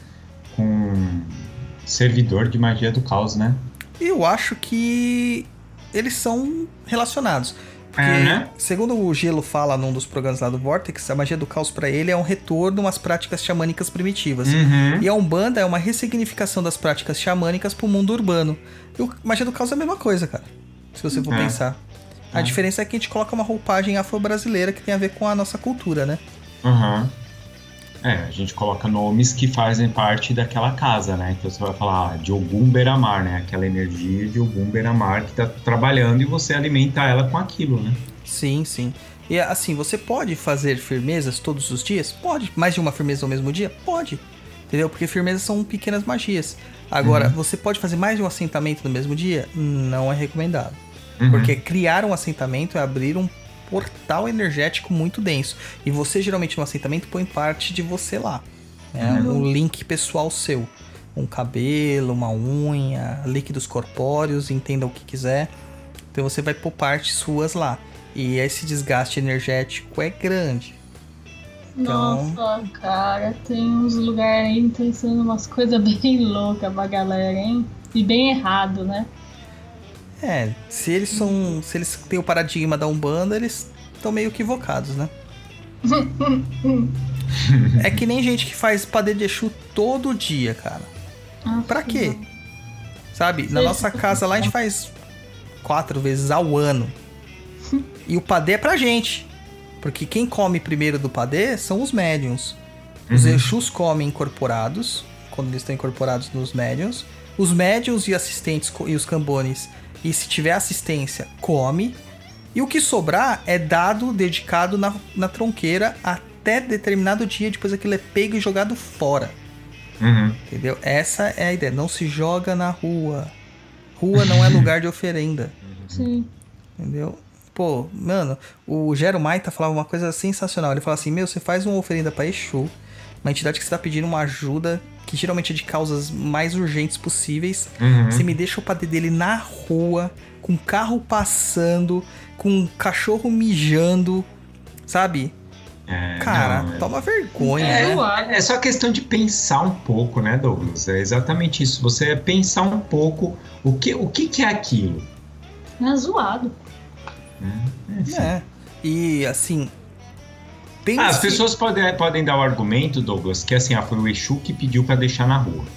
com servidor de magia do caos, né? Eu acho que eles são relacionados. Porque, é, né? segundo o Gelo fala num dos programas lá do Vortex, a magia do caos pra ele é um retorno às práticas xamânicas primitivas. Uhum. E a Umbanda é uma ressignificação das práticas xamânicas pro mundo urbano. E a magia do caos é a mesma coisa, cara. Se você for é. pensar. A é. diferença é que a gente coloca uma roupagem afro-brasileira que tem a ver com a nossa cultura, né? Aham. Uhum. É, a gente coloca nomes que fazem parte daquela casa, né? Então você vai falar ah, de Ogum Beramar, né? Aquela energia de Ogum Beramar que tá trabalhando e você alimenta ela com aquilo, né? Sim, sim. E assim, você pode fazer firmezas todos os dias? Pode. Mais de uma firmeza ao mesmo dia? Pode. Entendeu? Porque firmezas são pequenas magias. Agora, uhum. você pode fazer mais de um assentamento no mesmo dia? Não é recomendado. Uhum. Porque criar um assentamento é abrir um portal energético muito denso. E você, geralmente, no assentamento, põe parte de você lá. Né? Uhum. Um link pessoal seu. Um cabelo, uma unha, líquidos corpóreos, entenda o que quiser. Então você vai pôr partes suas lá. E esse desgaste energético é grande. Então... Nossa, cara, tem uns lugares aí pensando umas coisas bem loucas pra galera, hein? E bem errado, né? É, se eles são. Se eles têm o paradigma da Umbanda, eles estão meio equivocados, né? É que nem gente que faz padê de Exu todo dia, cara. Ah, Pra quê? não. Sabe? Na Sim. nossa casa lá a gente faz quatro vezes ao ano. E o padê é pra gente. Porque quem come primeiro do padê são os médiuns. Os Uhum. Exus comem incorporados, quando eles estão incorporados nos médiuns. Os médiuns e assistentes co- e os cambones, e se tiver assistência, come. E o que sobrar é dado, dedicado na, na tronqueira até determinado dia. Depois aquilo é pego e jogado fora. Uhum. Entendeu? Essa é a ideia. Não se joga na rua. Rua não é lugar de oferenda. Sim. Entendeu? Pô, mano, o Gero Maita falava uma coisa sensacional. Ele fala assim, meu, você faz uma oferenda pra Exu, uma entidade que você tá pedindo uma ajuda, que geralmente é de causas mais urgentes possíveis. Uhum. Você me deixa o padê dele na rua, com carro passando, com um cachorro mijando, sabe? É, Cara, não, é- toma vergonha, É, né? zoado. É só questão de pensar um pouco, né, Douglas? É exatamente isso. Você é pensar um pouco o que, o que, que é aquilo. É zoado. Enfim. É. E assim. Pense... Ah, as pessoas podem, podem dar o argumento, Douglas, que assim, ah, foi o Exu que pediu pra deixar na rua.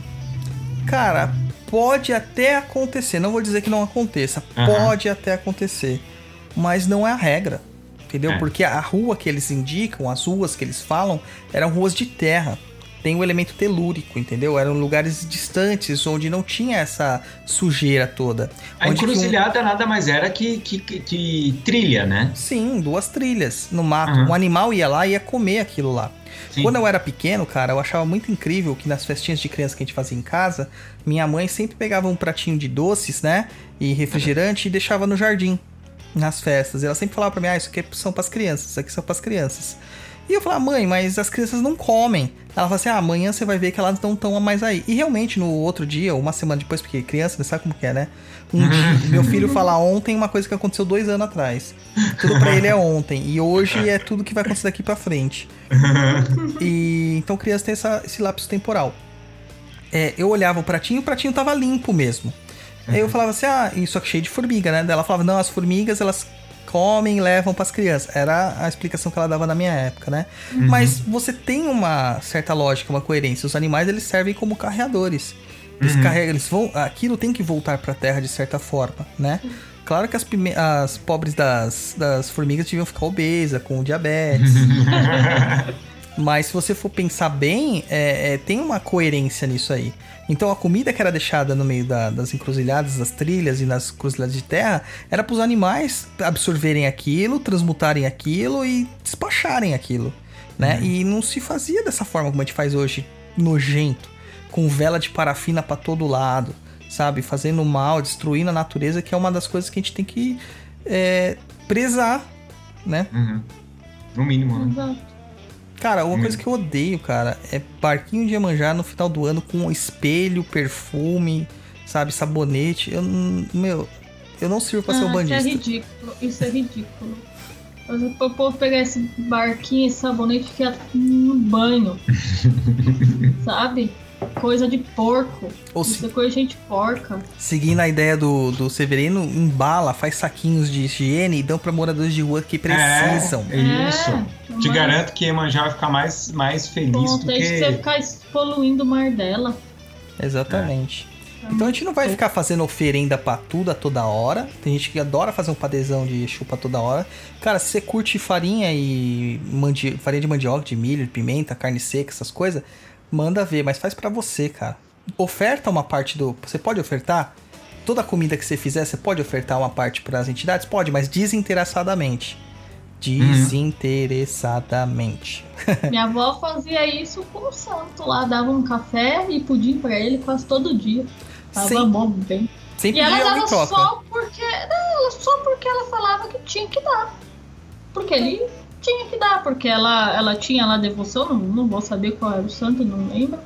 Cara, pode até acontecer. Não vou dizer que não aconteça. Aham. Pode até acontecer. Mas não é a regra. Entendeu? É. Porque a rua que eles indicam, as ruas que eles falam, eram ruas de terra. Tem o elemento telúrico, entendeu? Eram lugares distantes, onde não tinha essa sujeira toda. A Onde que um- encruzilhada nada mais era que, que, que- que trilha, né? Sim, duas trilhas no mato. Aham. Um animal ia lá e ia comer aquilo lá. Sim. Quando eu era pequeno, cara, eu achava muito incrível que nas festinhas de criança que a gente fazia em casa, minha mãe sempre pegava um pratinho de doces, né? E refrigerante e deixava no jardim, nas festas. E ela sempre falava pra mim, ah, isso aqui são pras crianças, isso aqui são pras crianças. E eu falava, mãe, mas as crianças não comem. Ela falava assim, ah, amanhã você vai ver que elas não estão mais aí. E realmente, no outro dia, uma semana depois, porque criança, você sabe como que é, né? Um dia, meu filho fala ontem uma coisa que aconteceu dois anos atrás. Tudo pra ele é ontem. E hoje é tudo que vai acontecer daqui pra frente. E então criança tem essa, esse lapso temporal. É, eu olhava o pratinho e o pratinho tava limpo mesmo. Aí eu falava assim, ah, isso aqui é cheio de formiga, né? Daí ela falava, não, as formigas, elas comem e levam pras crianças. Era a explicação que ela dava na minha época, né? Mas você tem uma certa lógica, uma coerência. Os animais, eles servem como carreadores. Eles Uhum. carregam, eles vão, aquilo tem que voltar pra terra de certa forma, né? Claro que as, prime- as pobres das, das formigas deviam ficar obesas, com diabetes. Mas se você for pensar bem, é, é, tem uma coerência nisso aí. Então a comida que era deixada no meio da- das encruzilhadas, das trilhas e nas encruzilhadas de terra, era para os animais absorverem aquilo, transmutarem aquilo e despacharem aquilo, né? E não se fazia dessa forma como a gente faz hoje, nojento, com vela de parafina para todo lado, sabe? Fazendo mal, destruindo a natureza, que é uma das coisas que a gente tem que é, prezar, né? Uhum. No mínimo, né? Exato. Cara, uma Hum. coisa que eu odeio, cara, é barquinho de Iemanjá no final do ano com espelho, perfume, sabe, sabonete. Eu, não- meu, eu não sirvo pra ser um Ah, isso é bandista. ridículo. Isso é ridículo. Mas o povo pegar esse barquinho, esse sabonete e ficar no banho. Sabe? Coisa de porco. Ou Isso se- é coisa de gente porca. Seguindo a ideia do, do Severino, embala, faz saquinhos de higiene e dão pra moradores de rua que precisam. É, é isso. É, Te mas- garanto que Iemanjá vai ficar mais, mais feliz Com do vontade de você que... ficar poluindo o mar dela. Exatamente. É Então a gente não vai muito ficar fazendo oferenda pra tudo a toda hora. Tem gente que adora fazer um padezão de Exu pra toda hora. Cara, se você curte farinha e mandi... farinha de mandioca, de milho, de pimenta, carne seca, essas coisas, manda ver, mas faz pra você, cara. Oferta uma parte do... Você pode ofertar? Toda a comida que você fizer, você pode ofertar uma parte pras entidades? Pode, mas desinteressadamente. Desinteressadamente. Minha avó fazia isso com o santo lá, dava um café e pudim pra ele quase todo dia. Tava Sim. bom, bem. Sempre E ela de algo dava em troca. só porque. Não, porque ela falava que tinha que dar. Porque ele tinha que dar, porque ela, ela tinha lá devoção, não, não vou saber qual era o santo, não lembro.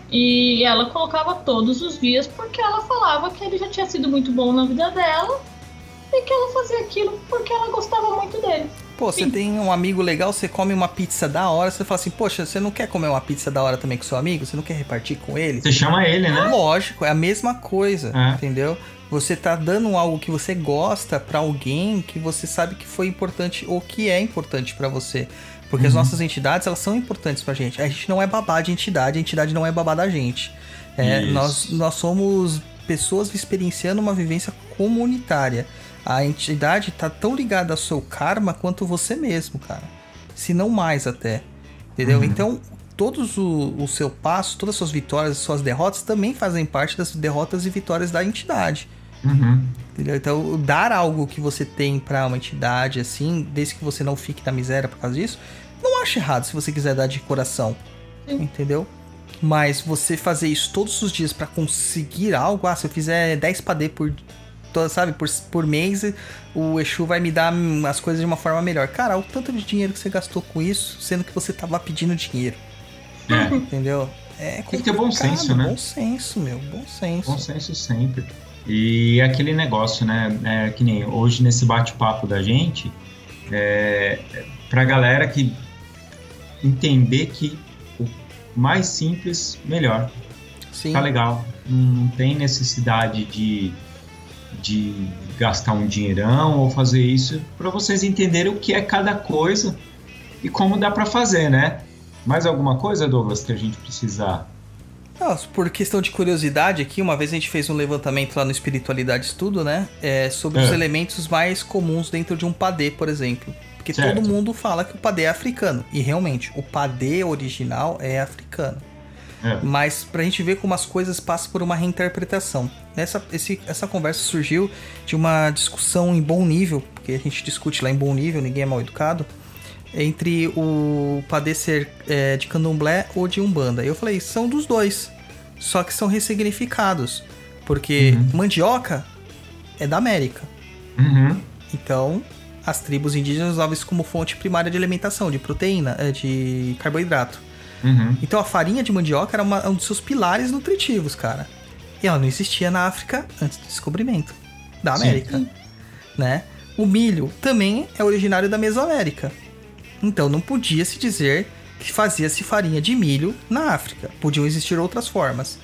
E ela colocava todos os dias porque ela falava que ele já tinha sido muito bom na vida dela e que ela fazia aquilo porque ela gostava muito dele. Pô, você tem um amigo legal, você come uma pizza da hora, você fala assim, poxa, você não quer comer uma pizza da hora também com seu amigo? Você não quer repartir com ele? Você chama ele, né? Lógico, é a mesma coisa, é. entendeu? Você tá dando algo que você gosta pra alguém que você sabe que foi importante ou que é importante pra você. Porque uhum. as nossas entidades, elas são importantes pra gente. A gente não é babá de entidade, a entidade não é babá da gente. É, nós, nós somos pessoas experienciando uma vivência comunitária. A entidade tá tão ligada ao seu karma quanto você mesmo, cara. Se não mais até. Entendeu? Uhum. Então, todos o, o seu passo, todas as suas vitórias, as suas derrotas também fazem parte das derrotas e vitórias da entidade. Uhum. Entendeu? Então, dar algo que você tem pra uma entidade, assim, desde que você não fique na miséria por causa disso, não acho errado se você quiser dar de coração. Sim. Entendeu? Mas você fazer isso todos os dias pra conseguir algo, ah, se eu fizer dez padê por, sabe, por, por mês, o Exu vai me dar as coisas de uma forma melhor. Cara, o tanto de dinheiro que você gastou com isso, sendo que você tava pedindo dinheiro. É. Entendeu? É tem que ter bom senso, né? Bom senso, meu. Bom senso. Bom senso sempre. E aquele negócio, né? É, que nem hoje nesse bate-papo da gente, é, pra galera que entender que o mais simples, melhor. Sim. Tá legal. Não, não tem necessidade de, de gastar um dinheirão ou fazer isso, pra vocês entenderem o que é cada coisa e como dá pra fazer, né? Mais alguma coisa, Douglas, que a gente precisar? Não, por questão de curiosidade aqui, uma vez a gente fez um levantamento lá no Espiritualidade Estudo, né? É, sobre é. os elementos mais comuns dentro de um padê, por exemplo. Porque certo. todo mundo fala que o padê é africano. E realmente, o padê original é africano. É. Mas pra gente ver como as coisas passam por uma reinterpretação. Essa, esse, essa conversa surgiu de uma discussão em bom nível, porque a gente discute lá em bom nível, ninguém é mal educado, entre o padê ser é, de candomblé ou de umbanda. Eu falei, são dos dois, só que são ressignificados, porque uhum. mandioca é da América. Uhum. Então, as tribos indígenas usavam isso como fonte primária de alimentação, de proteína, de carboidrato. Uhum. Então, a farinha de mandioca era uma, um dos seus pilares nutritivos, cara. E ela não existia na África antes do descobrimento da América, Sim. né? O milho também é originário da Mesoamérica. Então não podia se dizer que fazia-se farinha de milho na África. Podiam existir outras formas.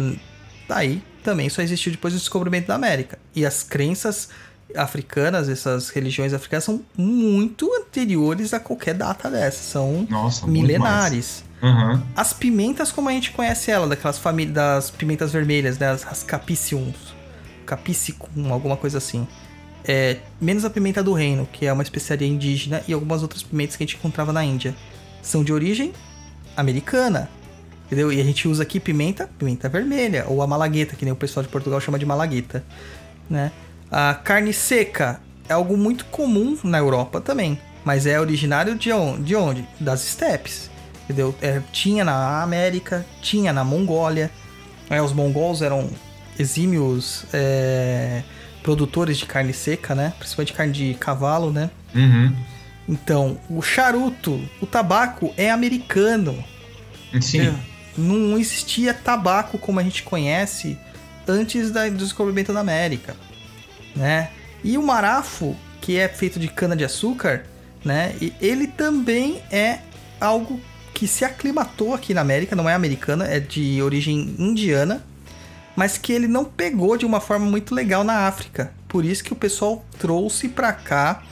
Daí também só existiu depois do descobrimento da América. E as crenças africanas, essas religiões africanas, são muito anteriores a qualquer data dessa. São Nossa, milenares. Uhum. As pimentas, como a gente conhece ela, daquelas famílias das pimentas vermelhas, né? As, as capiciums. Capsicum, alguma coisa assim. É, menos a pimenta do reino, que é uma especiaria indígena, e algumas outras pimentas que a gente encontrava na Índia. São de origem americana, entendeu? E a gente usa aqui pimenta, pimenta vermelha, ou a malagueta, que nem o pessoal de Portugal chama de malagueta, né? A carne seca é algo muito comum na Europa também, mas é originário de onde? De onde? Das estepes, entendeu? É, tinha na América, tinha na Mongólia, é, os mongols eram exímios... É, produtores de carne seca, né? Principalmente carne de cavalo, né? Uhum. Então, o charuto, o tabaco é americano. Sim. Não existia tabaco como a gente conhece antes da, do descobrimento da América, né? E o marafo, que é feito de cana-de-açúcar, né? E ele também é algo que se aclimatou aqui na América, não é americana, é de origem indiana, mas que ele não pegou de uma forma muito legal na África. Por isso que o pessoal trouxe pra cá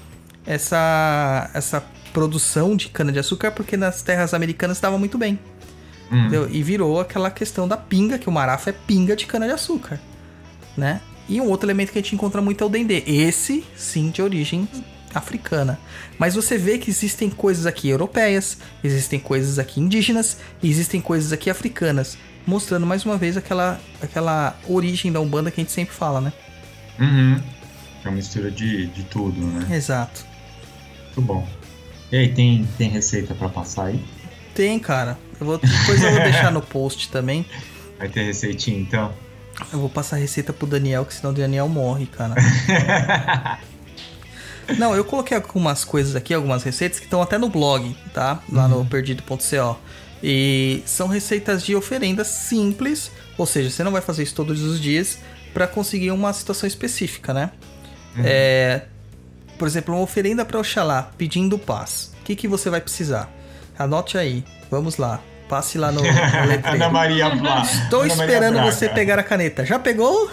essa, essa produção de cana-de-açúcar, porque nas terras americanas estava muito bem. Hum. Entendeu? E virou aquela questão da pinga, que o marafo é pinga de cana-de-açúcar, né? E um outro elemento que a gente encontra muito é o dendê. Esse, sim, de origem africana. Mas você vê que existem coisas aqui europeias, existem coisas aqui indígenas, e existem coisas aqui africanas, mostrando mais uma vez aquela, aquela origem da Umbanda que a gente sempre fala, né? Uhum. É uma mistura de, de tudo, né? Exato. Muito bom. E aí, tem, tem receita pra passar aí? Tem, cara. Eu vou, depois eu vou deixar no post também. Vai ter receitinha, então? Eu vou passar a receita pro Daniel, que senão o Daniel morre, cara. Não, eu coloquei algumas coisas aqui, algumas receitas que estão até no blog, tá? Lá uhum. no perdido ponto co. E são receitas de oferendas simples, ou seja, você não vai fazer isso todos os dias para conseguir uma situação específica, né? Uhum. É, por exemplo, uma oferenda para Oxalá pedindo paz. O que, que você vai precisar? Anote aí, vamos lá. Passe lá no, no letreiro. Ana Maria Blá. Estou Ana esperando Maria você pegar a caneta. Já pegou?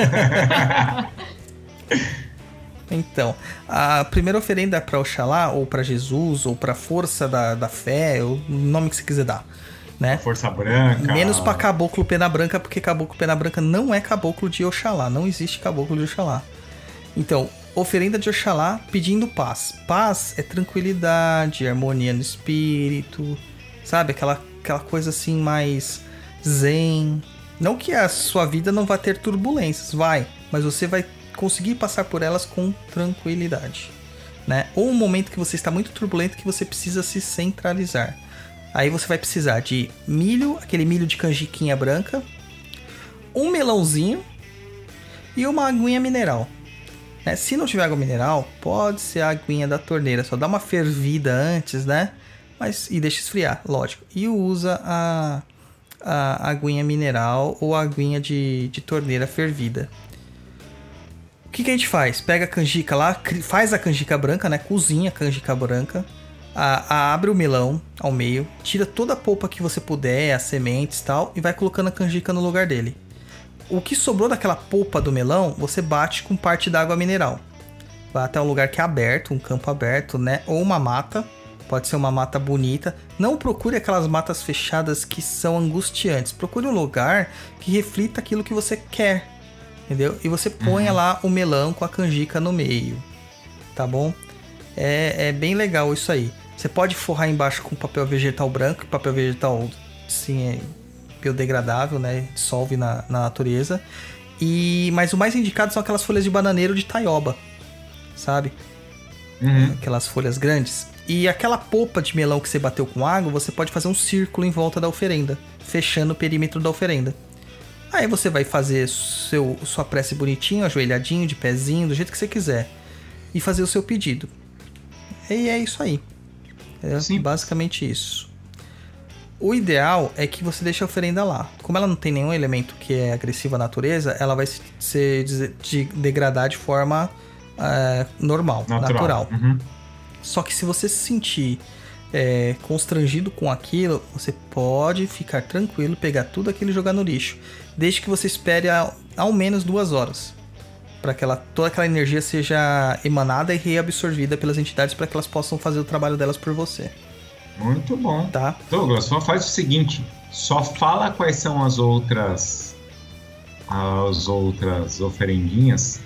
Então, a primeira oferenda para Oxalá, ou para Jesus, ou para força da, da fé, o nome que você quiser dar, né? Força branca. Menos para caboclo pena branca, porque caboclo pena branca não é caboclo de Oxalá. Não existe caboclo de Oxalá. Então, oferenda de Oxalá pedindo paz. Paz é tranquilidade, harmonia no espírito, sabe? Aquela, aquela coisa assim mais zen. Não que a sua vida não vá ter turbulências, vai. Mas você vai conseguir passar por elas com tranquilidade, né? Ou um momento que você está muito turbulento que você precisa se centralizar. Aí você vai precisar de milho, aquele milho de canjiquinha branca, um melãozinho e uma aguinha mineral, né? Se não tiver água mineral, pode ser a aguinha da torneira, só dá uma fervida antes, né? Mas, e deixa esfriar, lógico. E usa a, a aguinha mineral ou a aguinha de, de torneira fervida. O que, que a gente faz? Pega a canjica lá, faz a canjica branca, né? Cozinha a canjica branca, a, a, abre o melão ao meio, tira toda a polpa que você puder, as sementes e tal, e vai colocando a canjica no lugar dele. O que sobrou daquela polpa do melão, você bate com parte da água mineral. Vai até um lugar que é aberto, um campo aberto, né? Ou uma mata, pode ser uma mata bonita. Não procure aquelas matas fechadas que são angustiantes. Procure um lugar que reflita aquilo que você quer. Entendeu? E você põe uhum. lá o melão com a canjica no meio, tá bom? É, é bem legal isso aí. Você pode forrar embaixo com papel vegetal branco, papel vegetal, sim, é biodegradável, né? Dissolve na, na natureza. E, mas o mais indicado são aquelas folhas de bananeiro de taioba, sabe? Uhum. Aquelas folhas grandes. E aquela polpa de melão que você bateu com água, você pode fazer um círculo em volta da oferenda, fechando o perímetro da oferenda. Aí você vai fazer seu, sua prece bonitinho, ajoelhadinho, de pezinho, do jeito que você quiser. E fazer o seu pedido. E é isso aí. É Sim. basicamente isso. O ideal é que você deixe a oferenda lá. Como ela não tem nenhum elemento que é agressivo à natureza, ela vai se de degradar de forma uh, normal, natural. natural. Uhum. Só que se você se sentir é, constrangido com aquilo, você pode ficar tranquilo, pegar tudo aquilo e jogar no lixo. Desde que você espere ao, ao menos duas horas. Para que ela, toda aquela energia seja emanada e reabsorvida pelas entidades para que elas possam fazer o trabalho delas por você. Muito bom. Tá? Douglas, só faz o seguinte, só fala quais são as outras as outras oferendinhas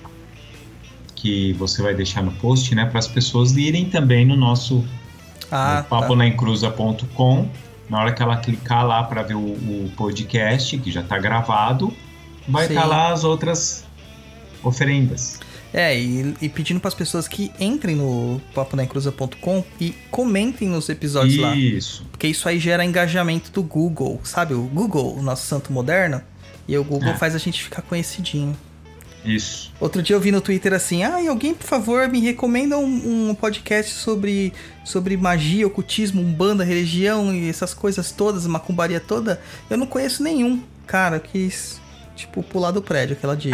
que você vai deixar no post, né? Para as pessoas irem também no nosso ah, no papo na encruza ponto com. Na hora que ela clicar lá para ver o, o podcast, que já está gravado, vai estar tá lá as outras oferendas. É, e, e pedindo para as pessoas que entrem no papo na encruza ponto com e comentem nos episódios isso. lá. Isso. Porque isso aí gera engajamento do Google, sabe? O Google, o nosso santo moderno, e o Google é. faz a gente ficar conhecidinho. Isso. Outro dia eu vi no Twitter assim, ah, alguém, por favor, me recomenda um, um podcast sobre, sobre magia, ocultismo, umbanda, religião e essas coisas todas, macumbaria toda. Eu não conheço nenhum. Cara, eu quis, tipo, pular do prédio aquela dia.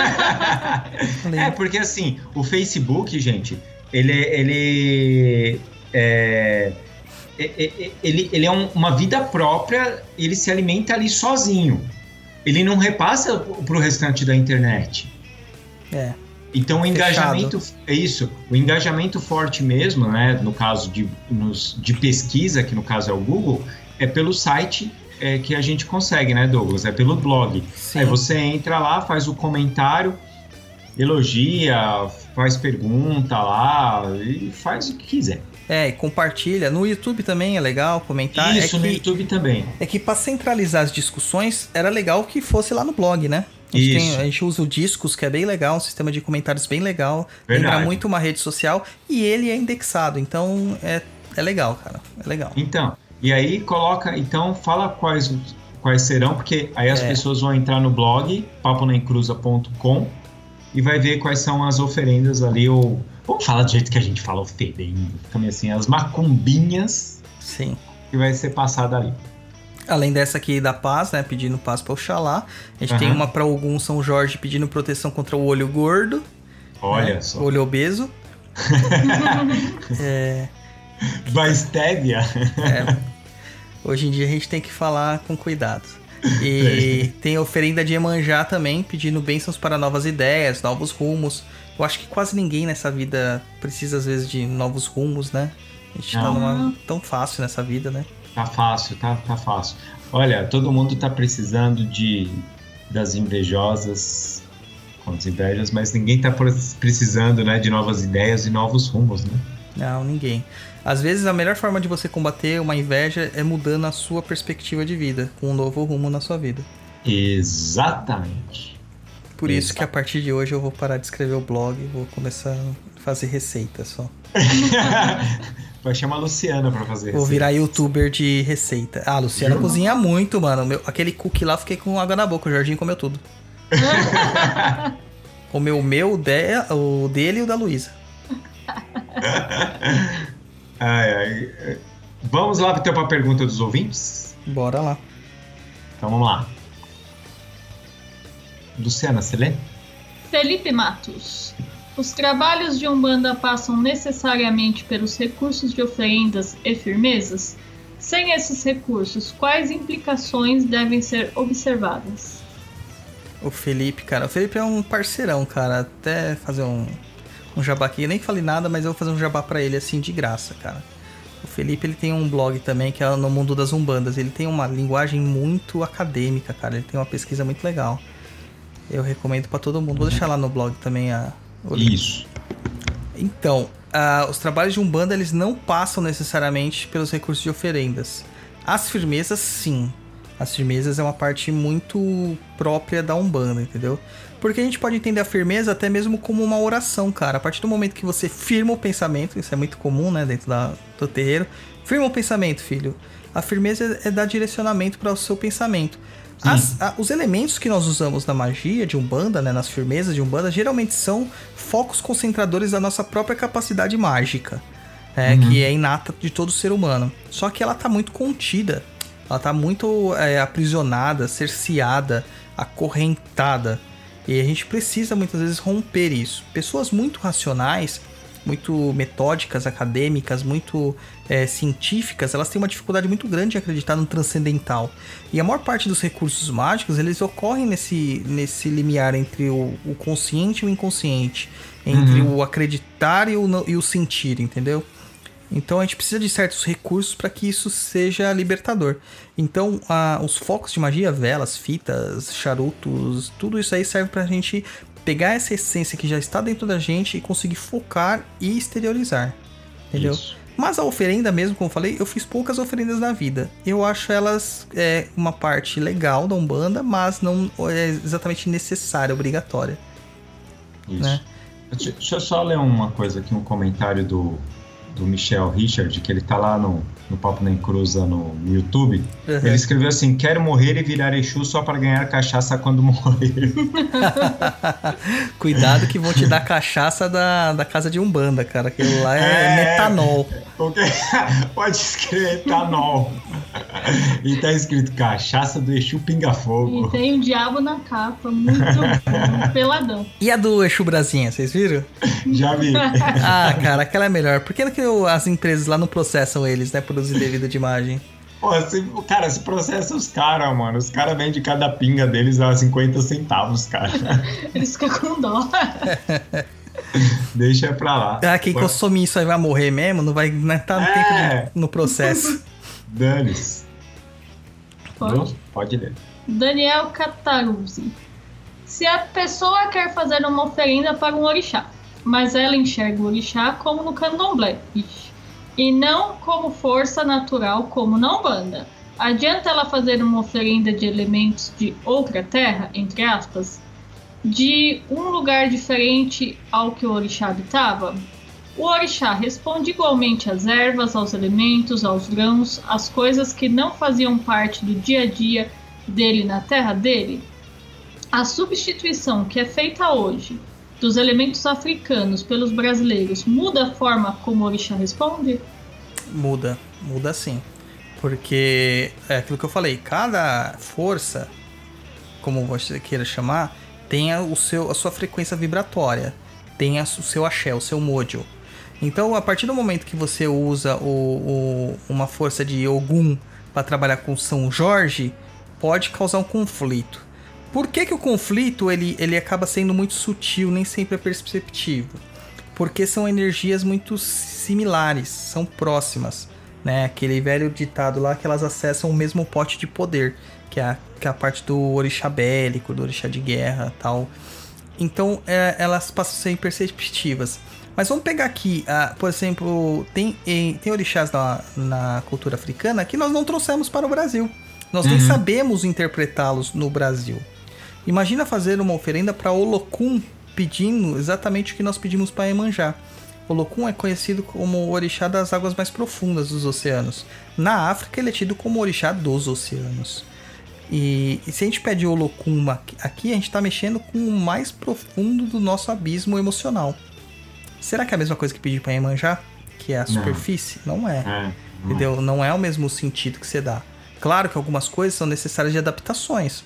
É, porque assim, o Facebook, gente, ele, ele, é, ele, ele é um, uma vida própria, ele se alimenta ali sozinho. Ele não repassa pro restante da internet. É. Então o Fechado. engajamento é isso, o engajamento forte mesmo, né, no caso de, nos, de pesquisa, que no caso é o Google, é pelo site é, que a gente consegue, né, Douglas? É pelo blog. Sim. Aí você entra lá, faz o comentário, elogia, faz pergunta lá e faz o que quiser. É, e compartilha. No YouTube também é legal comentar. Isso, é no que, YouTube também. É que para centralizar as discussões, era legal que fosse lá no blog, né? A gente, tem, a gente usa o Discos, que é bem legal, um sistema de comentários bem legal. Verdade. Lembra muito uma rede social e ele é indexado, então é, é legal, cara. É legal. Então, e aí coloca, então fala quais, quais serão, porque aí as é. pessoas vão entrar no blog, papo na encruza ponto com, e vai ver quais são as oferendas ali, ou vamos falar do jeito que a gente fala, oferenda, fica meio assim, as macumbinhas. Sim. Que vai ser passada ali. Além dessa aqui da paz, né, pedindo paz para Oxalá, a gente Uhum. tem uma para Ogum São Jorge pedindo proteção contra o olho gordo. Olha né, só. O olho obeso. é, Bastévia. é, hoje em dia a gente tem que falar com cuidado. E tem a oferenda de Iemanjá também, pedindo bênçãos para novas ideias, novos rumos. Eu acho que quase ninguém nessa vida precisa, às vezes, de novos rumos, né? A gente tá Não. numa, tão fácil nessa vida, né? Tá fácil, tá, tá fácil. Olha, todo mundo tá precisando de das invejosas com as invejas, mas ninguém tá precisando, né, de novas ideias e novos rumos, né? Não, ninguém. Às vezes a melhor forma de você combater uma inveja é mudando a sua perspectiva de vida, com um novo rumo na sua vida. Exatamente. Por isso Exato. que a partir de hoje eu vou parar de escrever o blog e vou começar a fazer receita só. Vai chamar a Luciana pra fazer Vou receita. virar youtuber de receita. Ah, a Luciana Viu? cozinha muito, mano. Meu, aquele cookie lá, eu fiquei com água na boca. O Jorginho comeu tudo. Comeu o meu, o, de, o dele e o da Luísa. Ai, ai. Vamos lá então para a pergunta dos ouvintes? Bora lá. Então vamos lá. Luciana, você lê? Felipe Matos. Os trabalhos de Umbanda passam necessariamente pelos recursos de oferendas e firmezas? Sem esses recursos, quais implicações devem ser observadas? O Felipe, cara. O Felipe é um parceirão, cara. Até fazer um, um jabá aqui. Eu nem falei nada, mas eu vou fazer um jabá pra ele, assim, de graça, cara. O Felipe, ele tem um blog também, que é no Mundo das Umbandas. Ele tem uma linguagem muito acadêmica, cara. Ele tem uma pesquisa muito legal. Eu recomendo pra todo mundo. Vou deixar lá no blog também a... o link. Isso. Então, uh, os trabalhos de Umbanda, eles não passam necessariamente pelos recursos de oferendas. As firmezas, sim. As firmezas é uma parte muito própria da Umbanda, entendeu? Porque a gente pode entender a firmeza até mesmo como uma oração, cara. A partir do momento que você firma o pensamento, isso é muito comum, né, dentro da, do terreiro. Firma o pensamento, filho. A firmeza é dar direcionamento para o seu pensamento. As, a, os elementos que nós usamos na magia de Umbanda, né, nas firmezas de Umbanda, geralmente são focos concentradores da nossa própria capacidade mágica, é, uhum. que é inata de todo ser humano. Só que ela tá muito contida, ela tá muito é, aprisionada, cerceada, acorrentada. E a gente precisa muitas vezes romper isso. Pessoas muito racionais, muito metódicas, acadêmicas, muito é, científicas, elas têm uma dificuldade muito grande de acreditar no transcendental. E a maior parte dos recursos mágicos, eles ocorrem nesse, nesse limiar entre o, o consciente e o inconsciente, entre uhum. o acreditar e o, e o sentir, entendeu? Então a gente precisa de certos recursos para que isso seja libertador. Então a, os focos de magia, velas, fitas, charutos, tudo isso aí serve para a gente pegar essa essência que já está dentro da gente e conseguir focar e exteriorizar, entendeu? Isso. Mas a oferenda mesmo, como eu falei, eu fiz poucas oferendas na vida. Eu acho elas é, uma parte legal da Umbanda, mas não é exatamente necessária, obrigatória. Isso. Né? Deixa eu só ler uma coisa aqui, um comentário do, do Michel Richard, que ele tá lá no, no Papo na Encruza no YouTube. Uhum. Ele escreveu assim: quero morrer e virar Exu só para ganhar cachaça quando morrer. Cuidado que vão te dar cachaça da, da casa de Umbanda, cara. Aquilo lá é, é metanol. Porque pode escrever etanol. E tá escrito cachaça do Exu Pinga-Fogo. E tem um diabo na capa, muito bom, peladão. E a do Exu Brasinha, vocês viram? Já vi. Ah, cara, aquela é melhor. Por que, que as empresas lá não processam eles, né, por uso indevido de imagem? Pô, se, cara, se processa os caras, mano. Os caras vendem cada pinga deles a cinquenta centavos, cara. Eles ficam com dó. Deixa pra lá. Ah, quem Pode... consumir isso aí vai morrer mesmo? Não vai estar tá no é. tempo de, no processo. Dane-se. Pode. Pode ler. Daniel Cataruzzi. Se a pessoa quer fazer uma oferenda para um orixá, mas ela enxerga o orixá como no candomblé, e não como força natural como na Umbanda, adianta ela fazer uma oferenda de elementos de outra terra, entre aspas, de um lugar diferente ao que o orixá habitava? O orixá responde igualmente às ervas, aos elementos, aos grãos, às coisas que não faziam parte do dia a dia dele na terra dele? A substituição que é feita hoje dos elementos africanos pelos brasileiros, muda a forma como o orixá responde? Muda, muda sim. Porque é aquilo que eu falei, cada força, como você queira chamar, tem a, o seu, a sua frequência vibratória, tem a, o seu axé, o seu mojo. Então, a partir do momento que você usa o, o, uma força de Ogum para trabalhar com São Jorge, pode causar um conflito. Por que que o conflito ele, ele acaba sendo muito sutil, nem sempre é perceptivo? Porque são energias muito similares, são próximas, né? Aquele velho ditado lá que elas acessam o mesmo pote de poder, que é a, que é a parte do orixá bélico, do orixá de guerra e tal. Então, é, elas passam a ser imperceptivas. Mas vamos pegar aqui, uh, por exemplo, tem, tem orixás na, na cultura africana que nós não trouxemos para o Brasil. Nós uhum. nem sabemos interpretá-los no Brasil. Imagina fazer uma oferenda para Olokun pedindo exatamente o que nós pedimos para Iemanjá. Olokun é conhecido como o orixá das águas mais profundas dos oceanos. Na África ele é tido como o orixá dos oceanos. E, e se a gente pede Olokun aqui, a gente está mexendo com o mais profundo do nosso abismo emocional. Será que é a mesma coisa que pedir para Iemanjá? Que é a superfície? Não, não é. é não. Entendeu? Não é o mesmo sentido que você dá. Claro que algumas coisas são necessárias de adaptações.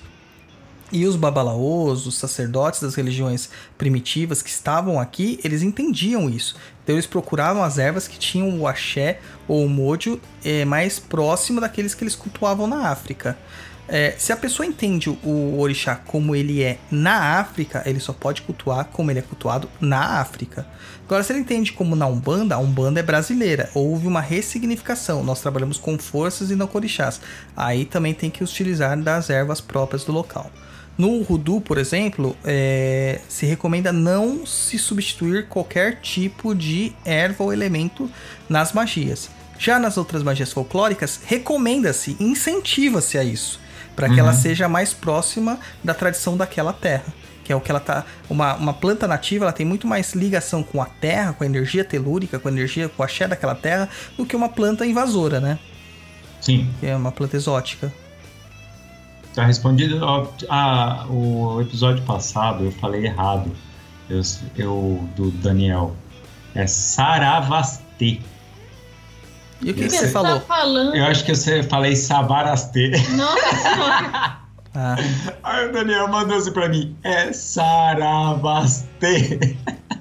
E os babalaôs, os sacerdotes das religiões primitivas que estavam aqui, eles entendiam isso. Então eles procuravam as ervas que tinham o axé ou o mojo é, mais próximo daqueles que eles cultuavam na África. É, se a pessoa entende o orixá como ele é na África, ele só pode cultuar como ele é cultuado na África. Agora, se ele entende como na Umbanda, a Umbanda é brasileira. Houve uma ressignificação. Nós trabalhamos com forças e não com orixás. Aí também tem que utilizar das ervas próprias do local. No Voodoo, por exemplo, é, se recomenda não se substituir qualquer tipo de erva ou elemento nas magias. Já nas outras magias folclóricas, recomenda-se, incentiva-se a isso, para que uhum. ela seja mais próxima da tradição daquela terra. Que é o que ela tá. Uma, uma planta nativa, ela tem muito mais ligação com a terra, com a energia telúrica, com a energia, com a axé daquela terra, do que uma planta invasora, né? Sim. Que é uma planta exótica. Tá respondido. Ah, o episódio passado eu falei errado. Eu, eu do Daniel. É Saravastê. E o que, que, que você falou? Tá falando? Eu acho que eu falei Savarastê. Nossa senhora. Ah. Aí o Daniel mandou assim pra mim. É Saravastê.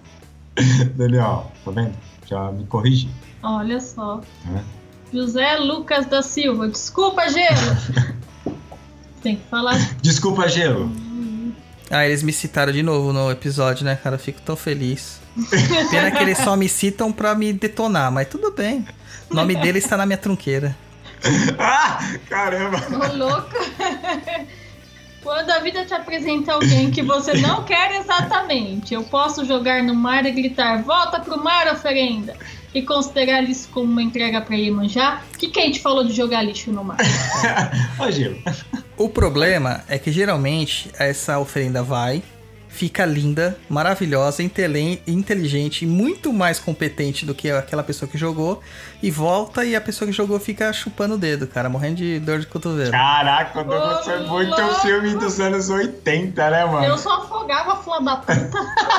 Daniel, tá vendo? Já me corrigi. Olha só. É. José Lucas da Silva. Desculpa, Gelo. Tem que falar. Desculpa, Gelo. Ah, eles me citaram de novo no episódio, né, cara? Eu fico tão feliz. Pena que eles só me citam pra me detonar, mas tudo bem. O nome dele está na minha trunqueira. Ah, caramba. Ô, louco. Quando a vida te apresenta alguém que você não quer exatamente, eu posso jogar no mar e gritar, volta pro mar, oferenda, e considerar isso como uma entrega pra Iemanjá? O que, que a gente falou de jogar lixo no mar? Ô, Gil. O problema é que geralmente essa oferenda vai, fica linda, maravilhosa, inteligente, muito mais competente do que aquela pessoa que jogou, e volta e a pessoa que jogou fica chupando o dedo, cara, morrendo de dor de cotovelo. Caraca, quando foi muito um filme dos anos oitenta, né, mano? Eu só afogava a flor da puta.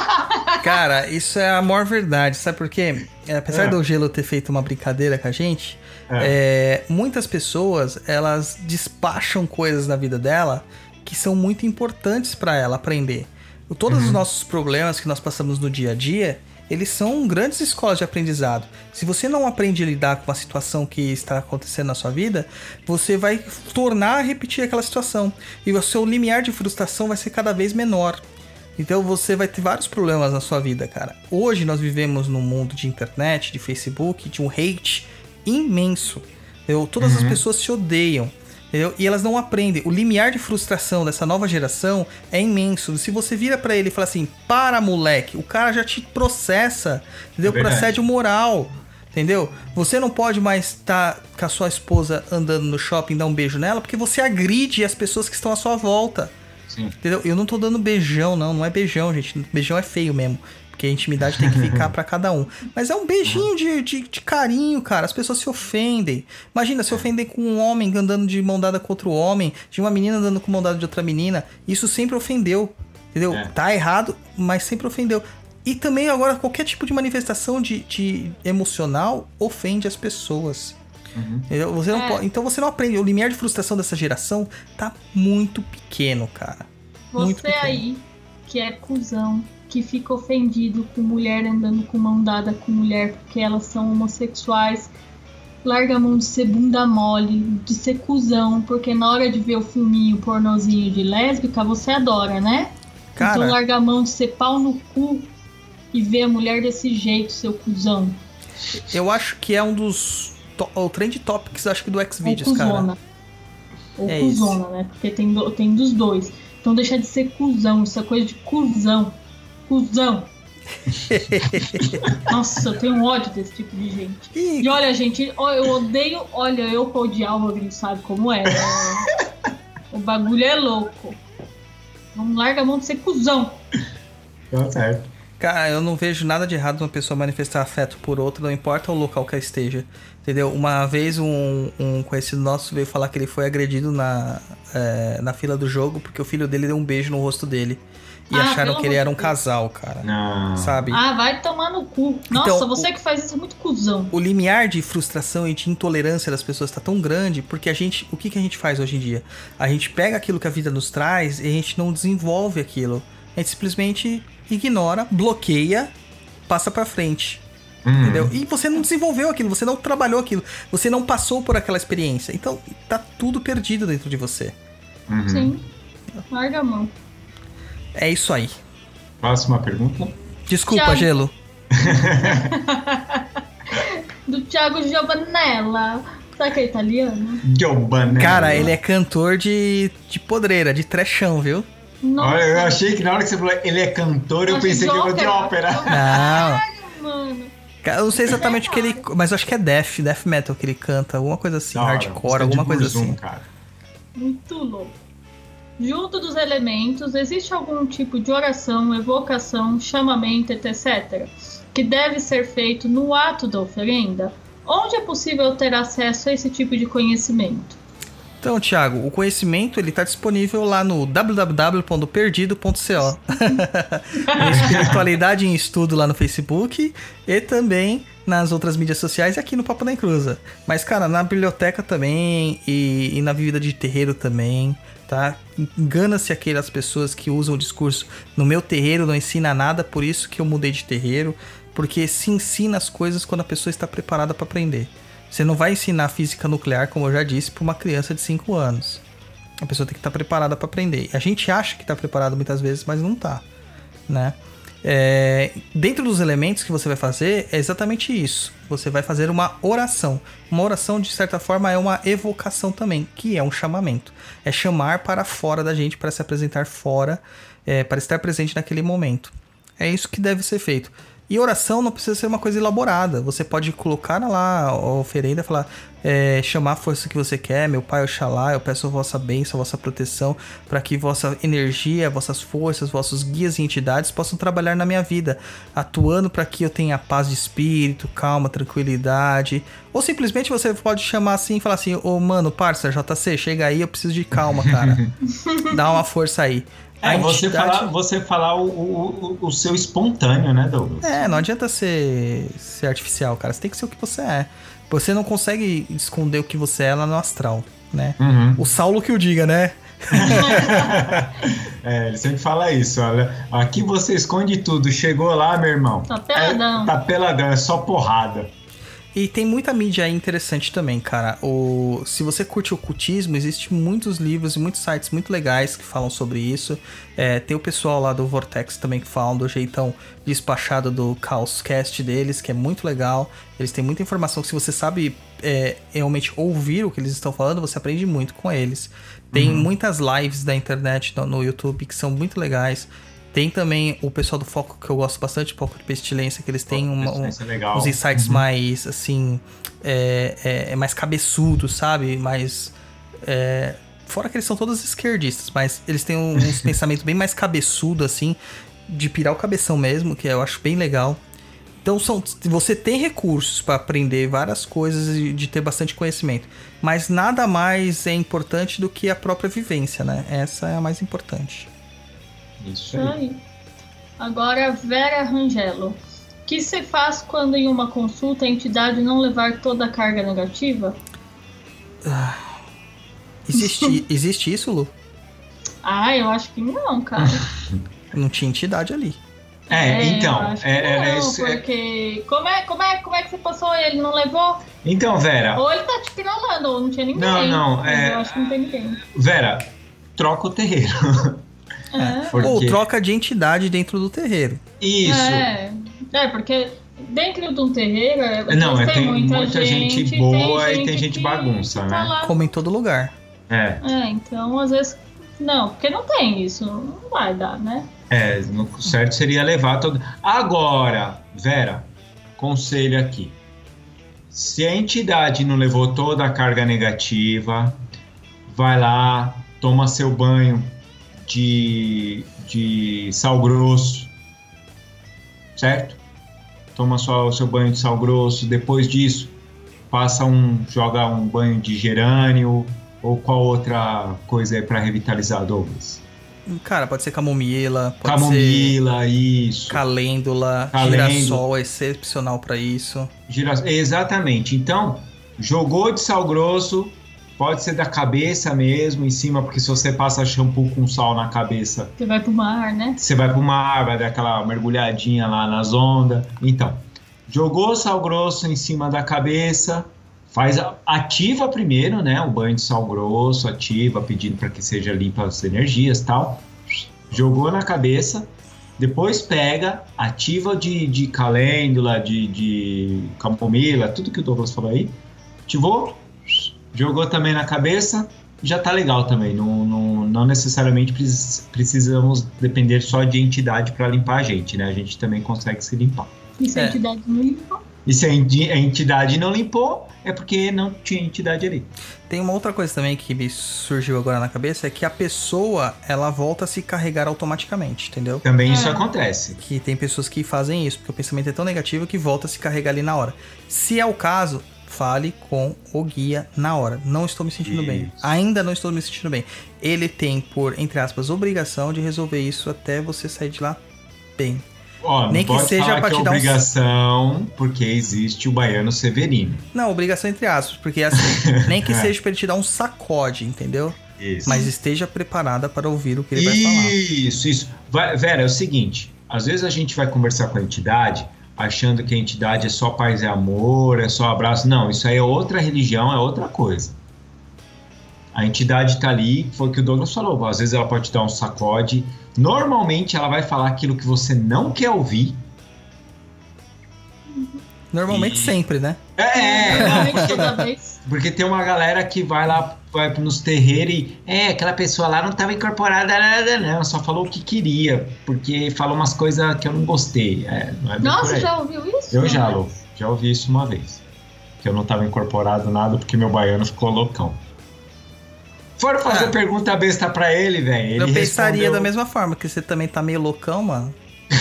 Cara, isso é a maior verdade, sabe por quê? Apesar é. do Gelo ter feito uma brincadeira com a gente, é. É, muitas pessoas, elas despacham coisas na vida dela que são muito importantes pra ela aprender. Todos uhum. os nossos problemas que nós passamos no dia a dia, eles são grandes escolas de aprendizado. Se você não aprende a lidar com a situação que está acontecendo na sua vida, você vai tornar a repetir aquela situação. E o seu limiar de frustração vai ser cada vez menor. Então você vai ter vários problemas na sua vida, cara. Hoje nós vivemos num mundo de internet, de Facebook, de um hate imenso. Eu, todas uhum. as pessoas se odeiam. Entendeu? E elas não aprendem. O limiar de frustração dessa nova geração é imenso. Se você vira pra ele e fala assim, para, moleque, o cara já te processa, entendeu? É por assédio moral, entendeu? Você não pode mais estar tá com a sua esposa andando no shopping e dar um beijo nela, porque você agride as pessoas que estão à sua volta. Sim. Entendeu? Eu não tô dando beijão, não. Não é beijão, gente. Beijão é feio mesmo. Porque a intimidade tem que ficar pra cada um. Mas é um beijinho de, de, de carinho, cara. As pessoas se ofendem. Imagina, se ofender com um homem andando de mão dada com outro homem, de uma menina andando com mão dada de outra menina. Isso sempre ofendeu. Entendeu? É. Tá errado, mas sempre ofendeu. E também agora qualquer tipo de manifestação de, de emocional ofende as pessoas. Uhum. Entendeu? Você não É. pode, então você não aprende. O limiar de frustração dessa geração tá muito pequeno, cara. Muito Você pequeno. aí, que é cuzão, que fica ofendido com mulher andando com mão dada com mulher porque elas são homossexuais, larga a mão de ser bunda mole, de ser cuzão, porque na hora de ver o filminho pornozinho de lésbica, você adora, né? Cara, Então larga a mão de ser pau no cu e ver a mulher desse jeito, seu cuzão. eu acho que é um dos. To- o trend topics, acho que do Ou Xvideos, cara. cuzona. Ou É cuzona, né? Porque tem, do- tem dos dois. Então deixa de ser cuzão, isso é coisa de cuzão. Cuzão. Nossa, eu tenho ódio desse tipo de gente. E, E olha, gente, ó, eu odeio. Olha, eu pra odiar, o Rodrigo sabe como é. Né? O bagulho é louco. Vamos larga a mão de ser cuzão. Tá certo. cara, eu não vejo nada de errado uma pessoa manifestar afeto por outra, não importa o local que ela esteja. Entendeu? Uma vez um, um conhecido nosso veio falar que ele foi agredido na, é, na fila do jogo porque o filho dele deu um beijo no rosto dele. E Ah, acharam pelo que ele amor era de um Deus. casal, cara. Não. Sabe? Ah, vai tomar no cu. Nossa, Então, você o- que faz isso é muito cuzão. O limiar de frustração e de intolerância das pessoas tá tão grande porque a gente, o que, que a gente faz hoje em dia? A gente pega aquilo que a vida nos traz e a gente não desenvolve aquilo. A gente simplesmente ignora, bloqueia, passa pra frente. Hum. Entendeu? E você não desenvolveu aquilo, você não trabalhou aquilo, você não passou por aquela experiência. Então tá tudo perdido dentro de você. Uhum. Sim. Larga a mão. É isso aí. Próxima pergunta. Desculpa, Thiago. Gelo. Do Thiago Giovanella. Será que é italiano? Giovanna. Cara, ele é cantor de, de podreira, de trechão, viu? Nossa. Olha, eu achei que na hora que você falou ele é cantor, eu Achei pensei que era de ópera. Não. Caralho, mano. Cara, eu não sei exatamente o que ele. Mas eu acho que é death, death metal que ele canta, alguma coisa assim, Da hora, hardcore, música alguma de coisa Burzum, assim. Cara. Muito louco. Junto dos elementos, existe algum tipo de oração, evocação, chamamento, etcétera, que deve ser feito no ato da oferenda? Onde é possível ter acesso a esse tipo de conhecimento? Então, Thiago, o conhecimento ele tá disponível lá no w w w ponto perdido ponto co. Espiritualidade em Estudo lá no Facebook e também nas outras mídias sociais e aqui no Papo da Encruza. Mas, cara, na biblioteca também e, e na Vida de Terreiro também, tá? Engana-se aquelas pessoas que usam o discurso no meu terreiro não ensina nada, por isso que eu mudei de terreiro, porque se ensina as coisas quando a pessoa está preparada para aprender. Você não vai ensinar física nuclear, como eu já disse, para uma criança de cinco anos. A pessoa tem que estar preparada para aprender. A gente acha que está preparado muitas vezes, mas não está, né? É, dentro dos elementos que você vai fazer, é exatamente isso. Você vai fazer uma oração. Uma oração, de certa forma, é uma evocação também, que é um chamamento. É chamar para fora da gente, para se apresentar fora, é, para estar presente naquele momento. É isso que deve ser feito. E oração não precisa ser uma coisa elaborada. Você pode colocar lá a oferenda e falar, é, chamar a força que você quer, meu Pai Oxalá, eu peço a vossa bênção, a vossa proteção, para que vossa energia, vossas forças, vossos guias e entidades possam trabalhar na minha vida, atuando para que eu tenha paz de espírito, calma, tranquilidade. Ou simplesmente você pode chamar assim e falar assim, ô mano, parça, J C, chega aí, eu preciso de calma, cara. Dá uma força aí. É, A você entidade- falar, você falar o, o, o, o seu espontâneo, né, Douglas? É, não adianta ser, ser artificial, cara. Você tem que ser o que você é. Você não consegue esconder o que você é lá no astral, né? Uhum. O Saulo que o diga, né? É, ele sempre fala isso, olha. Aqui você esconde tudo. Chegou lá, meu irmão. Tá peladão. É, tá peladão, é só porrada. E tem muita mídia aí interessante também, cara. O, se você curte ocultismo, existem muitos livros e muitos sites muito legais que falam sobre isso. É, tem o pessoal lá do Vortex também que falam do jeitão despachado do Caoscast deles, que é muito legal. Eles têm muita informação que se você sabe é, realmente ouvir o que eles estão falando, você aprende muito com eles. Tem Uhum. muitas lives da internet no, no YouTube que são muito legais. Tem também o pessoal do Foco, que eu gosto bastante, Foco de Pestilência, que eles têm Foco de uma, um, Pestilência é legal. uns insights Uhum. mais, assim, é, é, é mais cabeçudos, sabe? Mais... é, fora que eles são todos esquerdistas, mas eles têm um- uns pensamentos bem mais cabeçudo, assim, de pirar o cabeção mesmo, que eu acho bem legal. Então são, você tem recursos para aprender várias coisas e de ter bastante conhecimento, mas nada mais é importante do que a própria vivência, né? Essa é a mais importante. Isso Isso aí. aí. Agora, Vera Rangelo. O que se faz quando em uma consulta a entidade não levar toda a carga negativa? Existe, existe isso, Lu? Ah, eu acho que não, cara. Não tinha entidade ali. É, então, eu acho que é- era não, isso. é- porque como é, como, é, como é que você passou e ele não levou? Então, Vera, Ou ele tá te pirolando, ou não tinha ninguém. Não, não, Mas é- eu acho que não tem ninguém. Vera, troca o terreiro. É. Porque- Ou troca de entidade dentro do terreiro. Isso. É, é, porque dentro de um terreiro é, Não, é, tem, tem muita, muita gente, gente, boa tem e tem gente que bagunça, tá né? lá. Como em todo lugar. É, É, então às vezes. Não, porque não tem isso, não vai dar, né? é, no certo seria levar todo. Agora, Vera, conselho aqui. Se a entidade não levou toda a carga negativa, vai lá, toma seu banho de, de sal grosso, certo? Toma só o seu banho de sal grosso, depois disso passa um, joga um banho de gerânio ou qual outra coisa aí para revitalizar, Douglas? Cara, pode ser camomila, pode Camomila, ser isso. calêndula, Calêndula. girassol, é excepcional pra isso. Gira- Exatamente. Então, jogou de sal grosso, pode ser da cabeça mesmo, em cima, porque se você passa shampoo com sal na cabeça, Você vai pro mar, né? você vai pro mar, vai dar aquela mergulhadinha lá nas ondas. Então, jogou sal grosso em cima da cabeça, faz a- ativa primeiro, né? O banho de sal grosso, ativa, pedindo para que seja limpa as energias e tal. Jogou na cabeça, depois pega, ativa de, de calêndula, de, de camomila, tudo que o Douglas falou aí. Ativou, jogou também na cabeça, já tá legal também. Não, não, não necessariamente precis- precisamos depender só de entidade para limpar a gente, né? A gente também consegue se limpar. E se a É. entidade não limpa? E se a enti- a entidade não limpou, é porque não tinha entidade ali. Tem uma outra coisa também que me surgiu agora na cabeça, é que a pessoa, ela volta a se carregar automaticamente, entendeu? Também isso É. acontece. Que tem pessoas que fazem isso, porque o pensamento é tão negativo que volta a se carregar ali na hora. Se é o caso, fale com o guia na hora. Não estou me sentindo bem. Isso. Ainda não estou me sentindo bem. Ele tem, por, entre aspas, obrigação de resolver isso até você sair de lá bem. Ó, não Nem que pode seja falar pra que é te dar um- obrigação, porque existe o baiano severino. Não, obrigação entre aspas, porque assim, nem que seja pra ele te dar um sacode, entendeu? Isso. Mas esteja preparada para ouvir o que ele vai falar. Isso, isso. Vai- Vera, é o seguinte, às vezes a gente vai conversar com a entidade achando que a entidade é só paz e amor, é só abraço. Não, isso aí é outra religião, é outra coisa. A entidade tá ali, foi o que o Douglas falou, às vezes ela pode te dar um sacode. Normalmente ela vai falar aquilo que você não quer ouvir. Normalmente E- sempre, né? É, não, Normalmente porque, toda vez. porque tem uma galera que vai lá, vai nos terreiros e é, aquela pessoa lá não estava incorporada nada, não, só falou o que queria, porque falou umas coisas que eu não gostei. É, não é bem por Nossa, aí. já ouviu isso? Eu já, Lu, já ouvi isso uma vez. Que eu não estava incorporado nada porque meu baiano ficou loucão. Foram fazer Ah. pergunta besta pra ele, velho. Eu Ele pensaria respondeu- da mesma forma, que você também tá meio loucão, mano.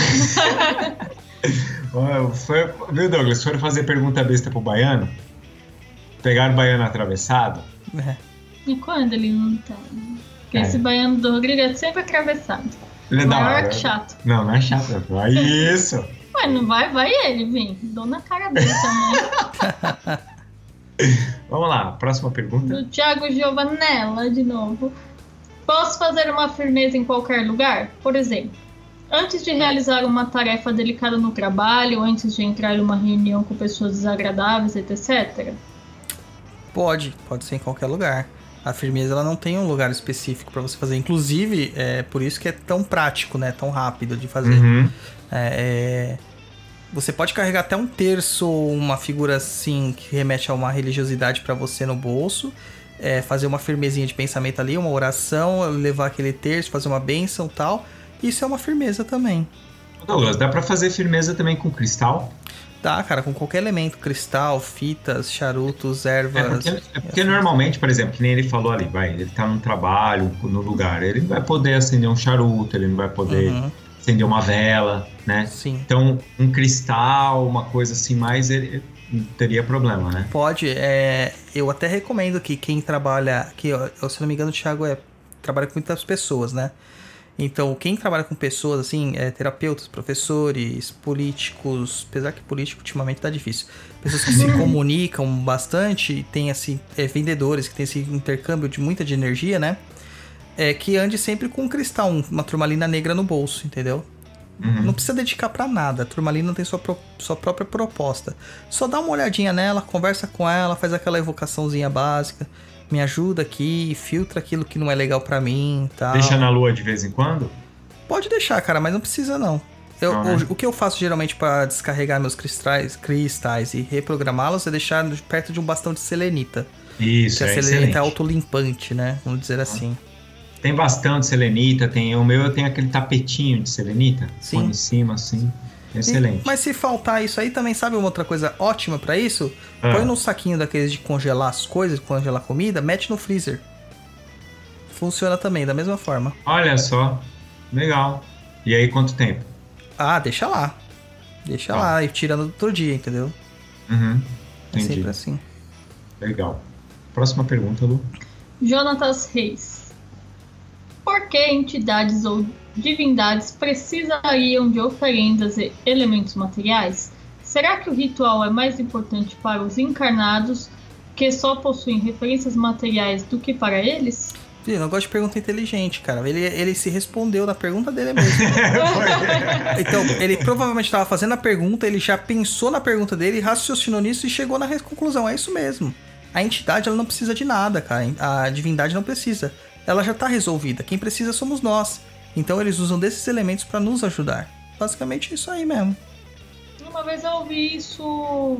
Ó, foi- Viu, Douglas? Foram fazer pergunta besta pro baiano? Pegaram o baiano atravessado? É. E quando ele não tá? Porque É. esse baiano do Rodrigo é sempre atravessado. Ele é da Maior hora. que chato. Não, não é chato. É isso. Mas não vai, vai ele, vem. Dou na cara dele também. Vamos lá, próxima pergunta. Do Thiago Giovanella, de novo. Posso fazer uma firmeza em qualquer lugar? Por exemplo, antes de realizar uma tarefa delicada no trabalho, antes de entrar em uma reunião com pessoas desagradáveis, etcétera. Pode, pode ser em qualquer lugar. A firmeza ela não tem um lugar específico pra você fazer. Inclusive, é por isso que é tão prático, né? Tão rápido de fazer. Uhum. É, é, Você pode carregar até um terço, uma figura assim que remete a uma religiosidade pra você no bolso. É, fazer uma firmezinha de pensamento ali, uma oração, levar aquele terço, fazer uma bênção e tal. Isso é uma firmeza também. Douglas, dá pra fazer firmeza também com cristal? Tá, cara, com qualquer elemento, cristal, fitas, charutos, ervas. É porque, é porque normalmente, por exemplo, que nem ele falou ali, vai, ele tá num trabalho, no lugar, ele não vai poder acender um charuto, ele não vai poder Uhum, acender uma vela, né? sim. Então, um cristal, uma coisa assim mais, ele não teria problema, né? Pode, é, eu até recomendo que quem trabalha, que eu, se não me engano o Thiago é, trabalha com muitas pessoas, né? Então, quem trabalha com pessoas, assim, é, terapeutas, professores, políticos, apesar que político ultimamente tá difícil, pessoas que se comunicam bastante, tem, assim, é, vendedores que tem esse intercâmbio de muita de energia, né? É que ande sempre com um cristal, uma turmalina negra no bolso, entendeu? Uhum. Não precisa dedicar pra nada, a turmalina tem sua, pro, sua própria proposta. Só dá uma olhadinha nela, conversa com ela, faz aquela evocaçãozinha básica. Me ajuda aqui, filtra aquilo que não é legal pra mim, tal. Deixa na lua de vez em quando? Pode deixar, cara, mas não precisa não. Eu, não, né? o, o que eu faço geralmente pra descarregar meus cristais, cristais e reprogramá-los é deixar perto de um bastão de selenita. Isso, que é a selenita excelente. é autolimpante, né? Vamos dizer assim. Tem bastante selenita, tem, o meu tem aquele tapetinho de selenita. Sim. Põe em cima, assim. Excelente. E, mas se faltar isso aí, também sabe uma outra coisa ótima pra isso? Ah. Põe num saquinho daqueles de congelar as coisas, congelar comida, mete no freezer. Funciona também, da mesma forma. Olha só, legal. E aí, quanto tempo? Ah, deixa lá. Deixa ah. lá, e tira no outro dia, entendeu? Uhum, é sempre assim. Legal. Próxima pergunta, Lu. Jonatas Reis. Por que entidades ou divindades precisariam de oferendas e elementos materiais? Será que o ritual é mais importante para os encarnados, que só possuem referências materiais, do que para eles? Eu não gosto de pergunta inteligente, cara. Ele, ele se respondeu na pergunta dele mesmo. Então, ele provavelmente estava fazendo a pergunta, ele já pensou na pergunta dele, raciocinou nisso e chegou na conclusão. É isso mesmo. A entidade, ela não precisa de nada, cara. A divindade não precisa. Ela já está resolvida. Quem precisa somos nós. Então eles usam desses elementos para nos ajudar. Basicamente isso aí mesmo. Uma vez eu ouvi isso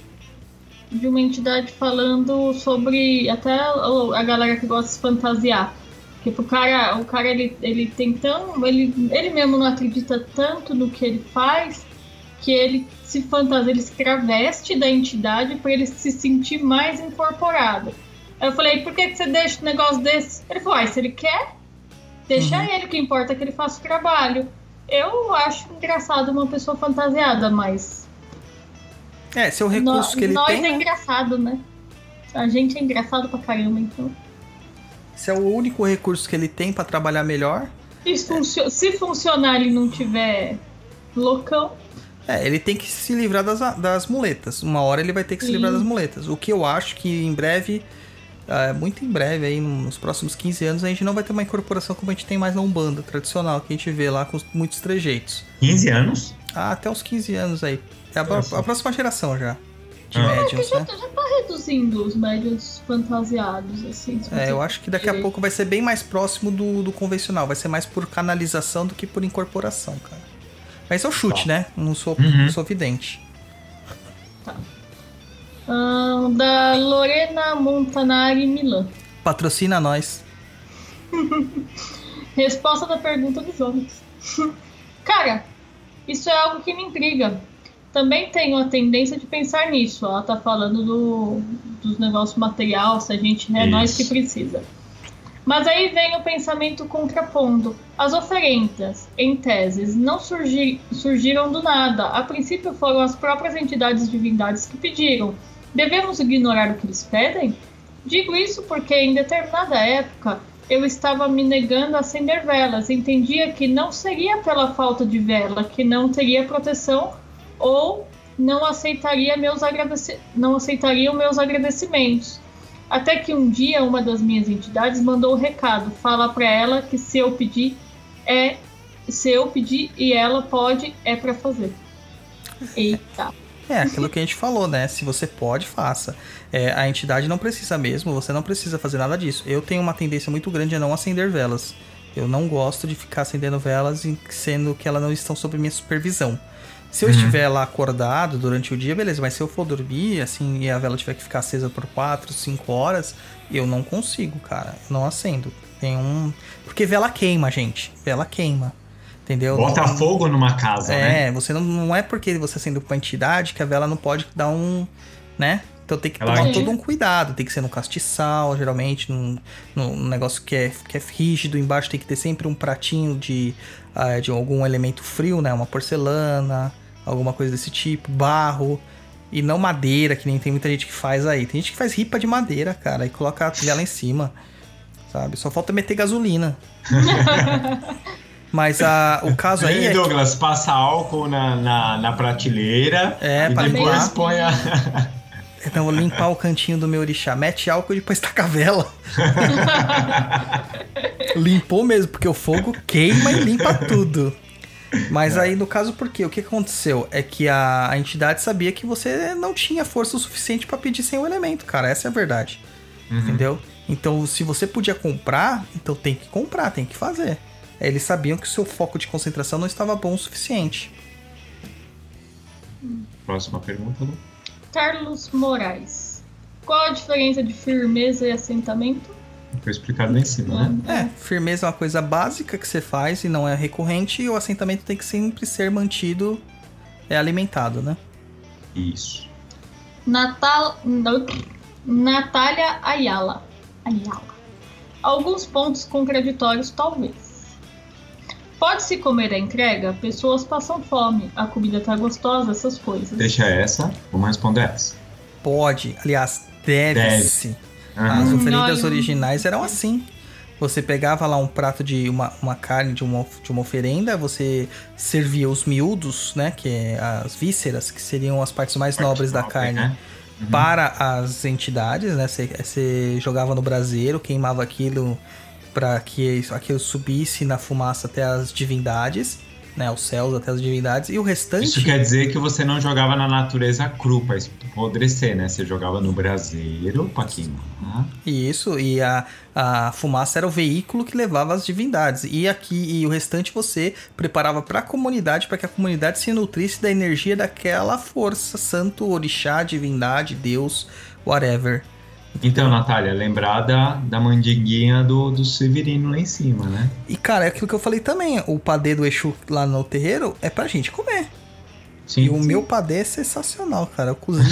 de uma entidade falando sobre até a galera que gosta de fantasiar. Porque o cara, o cara ele, ele tem tão. Ele, ele mesmo não acredita tanto no que ele faz que ele se fantasia, ele se traveste da entidade para ele se sentir mais incorporado. Aí eu falei, por que, que você deixa um negócio desse? Ele falou, ah, se ele quer, deixa uhum. ele, o que importa é que ele faça o trabalho. Eu acho engraçado uma pessoa fantasiada, mas... É, esse é o recurso nós, que ele nós tem, é né? engraçado, né? A gente é engraçado pra caramba, então... Esse é o único recurso que ele tem pra trabalhar melhor. E funcio- se funcionar e não tiver loucão... É, ele tem que se livrar das, das muletas. Uma hora ele vai ter que Sim. se livrar das muletas. O que eu acho que em breve... Uh, muito em breve, aí nos próximos quinze anos, a gente não vai ter uma incorporação como a gente tem mais na Umbanda tradicional, que a gente vê lá com muitos trejeitos. quinze anos? Ah, até uns quinze anos aí. É a, a, a próxima geração já. De ah, médiums, já, né? já tá reduzindo os médiums fantasiados, assim. É, eu acho que daqui a pouco vai ser bem mais próximo do, do convencional. Vai ser mais por canalização do que por incorporação, cara. Mas é o chute, tá. né? Não sou, uhum. não sou vidente. Tá. Uh, da Lorena Montanari Milan. Patrocina nós. Resposta da pergunta dos homens. Cara, isso é algo que me intriga. Também tenho a tendência de pensar nisso. Ela tá falando do, dos negócios material, se a gente é nós que precisa. Mas aí vem o pensamento contrapondo. As oferendas, em teses, não surgir, surgiram do nada. A princípio foram as próprias entidades divindades que pediram. Devemos ignorar o que eles pedem? Digo isso porque em determinada época eu estava me negando a acender velas. Entendia que não seria pela falta de vela, que não teria proteção ou não aceitaria meus agradeci- não aceitariam meus agradecimentos. Até que um dia uma das minhas entidades mandou o recado, fala para ela que se eu pedir é se eu pedir e ela pode é para fazer. Eita. É, aquilo que a gente falou, né? Se você pode, faça. É, a entidade não precisa mesmo, você não precisa fazer nada disso. Eu tenho uma tendência muito grande a não acender velas. Eu não gosto de ficar acendendo velas, sendo que elas não estão sob minha supervisão. Se eu uhum. estiver lá acordado durante o dia, beleza. Mas se eu for dormir, assim, e a vela tiver que ficar acesa por quatro, cinco horas, eu não consigo, cara. Eu não acendo. Tem um... Porque vela queima, gente. Vela queima. Entendeu? Bota não, fogo numa casa, é, né? É, você não, não é porque você acende com uma entidade que a vela não pode dar um... né? Então tem que Ela tomar é. todo um cuidado. Tem que ser no castiçal, geralmente, num, num negócio que é, que é rígido. Embaixo tem que ter sempre um pratinho de, uh, de algum elemento frio, né? Uma porcelana, alguma coisa desse tipo, barro. E não madeira, que nem tem muita gente que faz aí. Tem gente que faz ripa de madeira, cara, e coloca a vela em cima, sabe? Só falta meter gasolina. Mas a, o caso aí Ei, é que- Douglas, passa álcool na, na, na prateleira É, e pra depois limpar. põe a... Então, vou limpar o cantinho do meu orixá. Mete álcool e depois taca a vela. Limpou mesmo, porque o fogo queima e limpa tudo. Mas aí, no caso, por quê? O que aconteceu? É que a, a entidade sabia que você não tinha força o suficiente pra pedir sem o elemento, cara. Essa é a verdade. Uhum. Entendeu? Então, se você podia comprar, então tem que comprar, tem que fazer. Eles sabiam que o seu foco de concentração não estava bom o suficiente. Próxima pergunta, Lu. Carlos Moraes. Qual a diferença de firmeza e assentamento? Foi explicado lá em cima, né? É, firmeza é uma coisa básica que você faz e não é recorrente, e o assentamento tem que sempre ser mantido, é alimentado, né? Isso. Natal... não. Natália Ayala. Ayala. Alguns pontos contraditórios, talvez. Pode-se comer a entrega? Pessoas passam fome. A comida tá gostosa, essas coisas. Deixa essa, vamos responder essa. Pode, aliás, deve-se. Aham. As Hum, oferendas olha. originais eram assim. Você pegava lá um prato de uma, uma carne de uma, de uma oferenda, você servia os miúdos, né? Que é as vísceras, que seriam as partes mais Parte nobres da nobre, carne. né? Uhum. Para as entidades, né? Você, você jogava no braseiro, queimava aquilo para que aquilo subisse na fumaça até as divindades, né? Os céus até as divindades. E o restante... Isso quer dizer que você não jogava na natureza cru pra apodrecer, né? Você jogava no braseiro pra queimar. Isso, e a, a fumaça era o veículo que levava as divindades. E aqui e o restante você preparava para a comunidade, para que a comunidade se nutrisse da energia daquela força, santo, orixá, divindade, Deus, whatever. Então, Natália, lembrar da, da mandinguinha do, do Severino lá em cima, né? E cara, é aquilo que eu falei também, o padê do Exu lá no terreiro é pra gente comer. Sim. E o meu padê é sensacional, cara, eu cozinho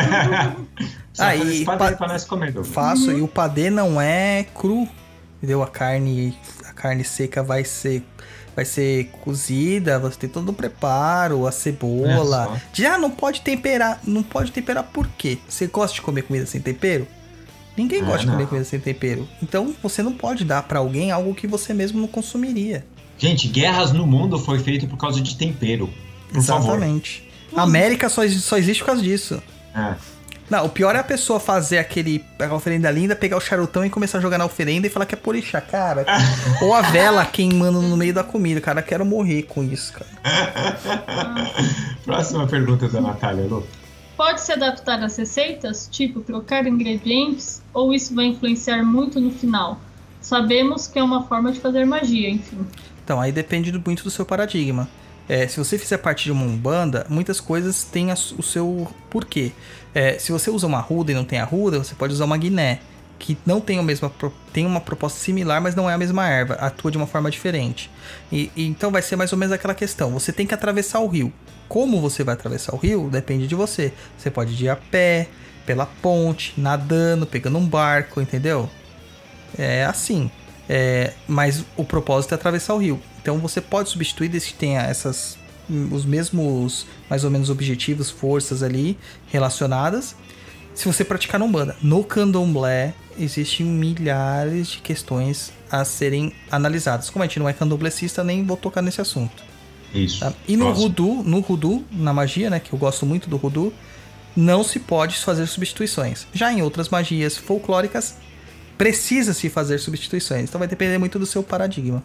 ele. Só Ah, faz e padê pa- pra nós comer, Douglas. Faço, e o padê não é cru, entendeu? A carne, a carne seca vai ser, vai ser cozida, você tem todo o preparo, a cebola. É só. Já não pode temperar, não pode temperar por quê? Você gosta de comer comida sem tempero? Ninguém Ah, gosta de não. comer comida sem tempero. Então você não pode dar pra alguém algo que você mesmo não consumiria. Gente, guerras no mundo foi feito por causa de tempero. Por Exatamente. A América só, exi- só existe por causa disso. favor. É. Não, o pior é a pessoa fazer aquele a oferenda linda, pegar o charutão e começar a jogar na oferenda e falar que é porixá, cara. Ou a vela queimando no meio da comida, cara. Quero morrer com isso, cara. Próxima pergunta da Natália, Lu. Pode se adaptar às receitas, tipo trocar ingredientes, ou isso vai influenciar muito no final? Sabemos que é uma forma de fazer magia, enfim. Então, aí depende do- muito do seu paradigma. É, se você fizer parte de uma umbanda, muitas coisas têm a s- o seu porquê. É, se você usa uma arruda e não tem arruda, você pode usar uma guiné, que não tem, a mesma, pro- tem uma proposta similar, mas não é a mesma erva, atua de uma forma diferente. E, e então vai ser mais ou menos aquela questão, você tem que atravessar o rio. Como você vai atravessar o rio, depende de você. Você pode ir a pé, pela ponte, nadando, pegando um barco, entendeu? É assim. É, mas o propósito é atravessar o rio. Então você pode substituir desde que tenha essas, os mesmos, mais ou menos, objetivos, forças ali relacionadas. Se você praticar na Umbanda. No Candomblé existem milhares de questões a serem analisadas. Como a gente não é candomblecista, nem vou tocar nesse assunto. Isso. Tá? E no Próximo. Voodoo, no Voodoo, na magia, né, que eu gosto muito do Voodoo, não se pode fazer substituições. Já em outras magias folclóricas, precisa-se fazer substituições. Então vai depender muito do seu paradigma.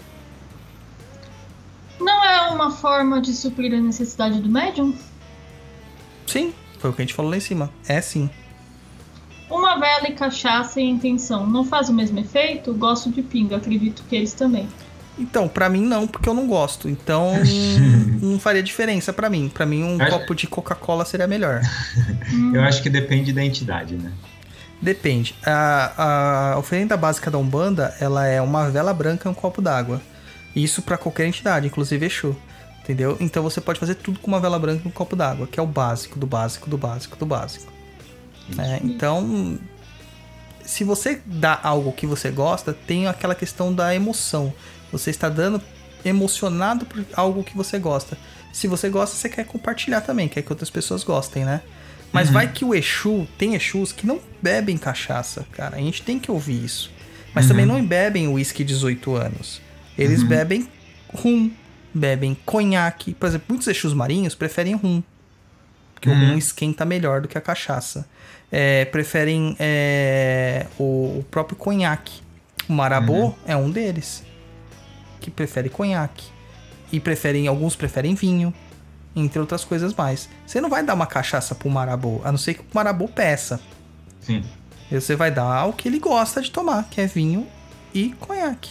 Não é uma forma de suprir a necessidade do médium? Sim, foi o que a gente falou lá em cima. É sim. Uma vela e cachaça e intenção não faz o mesmo efeito? Gosto de pinga, acredito que eles também. Então, pra mim não, porque eu não gosto. Então, não faria diferença pra mim. Pra mim, um Acho- copo de Coca-Cola seria melhor. Eu acho que depende da entidade, né? Depende. A, a oferenda básica da Umbanda, ela é uma vela branca e um copo d'água. Isso pra qualquer entidade, inclusive Exu. Entendeu? Então você pode fazer tudo com uma vela branca e um copo d'água, que é o básico, do básico, do básico, do básico. É, então, se você dá algo que você gosta, tem aquela questão da emoção. Você está dando emocionado por algo que você gosta. Se você gosta, você quer compartilhar também, quer que outras pessoas gostem, né? Mas Uhum. vai que o Exu, tem Exus que não bebem cachaça, cara. A gente tem que ouvir isso. Mas Uhum. também não bebem uísque dezoito anos. Eles Uhum. bebem rum, bebem conhaque. Por exemplo, muitos Exus marinhos preferem rum, porque Uhum. o rum esquenta melhor do que a cachaça. É, preferem é, o, o próprio conhaque. O marabô Uhum. é um deles, que prefere conhaque. E preferem, alguns preferem vinho, entre outras coisas mais. Você não vai dar uma cachaça pro marabô, a não ser que o marabô peça. Sim. E você vai dar o que ele gosta de tomar, que é vinho e conhaque.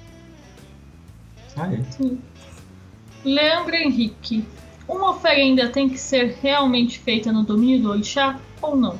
Aí. Leandro Henrique. Uma oferenda tem que ser realmente feita no domínio do orixá ou não?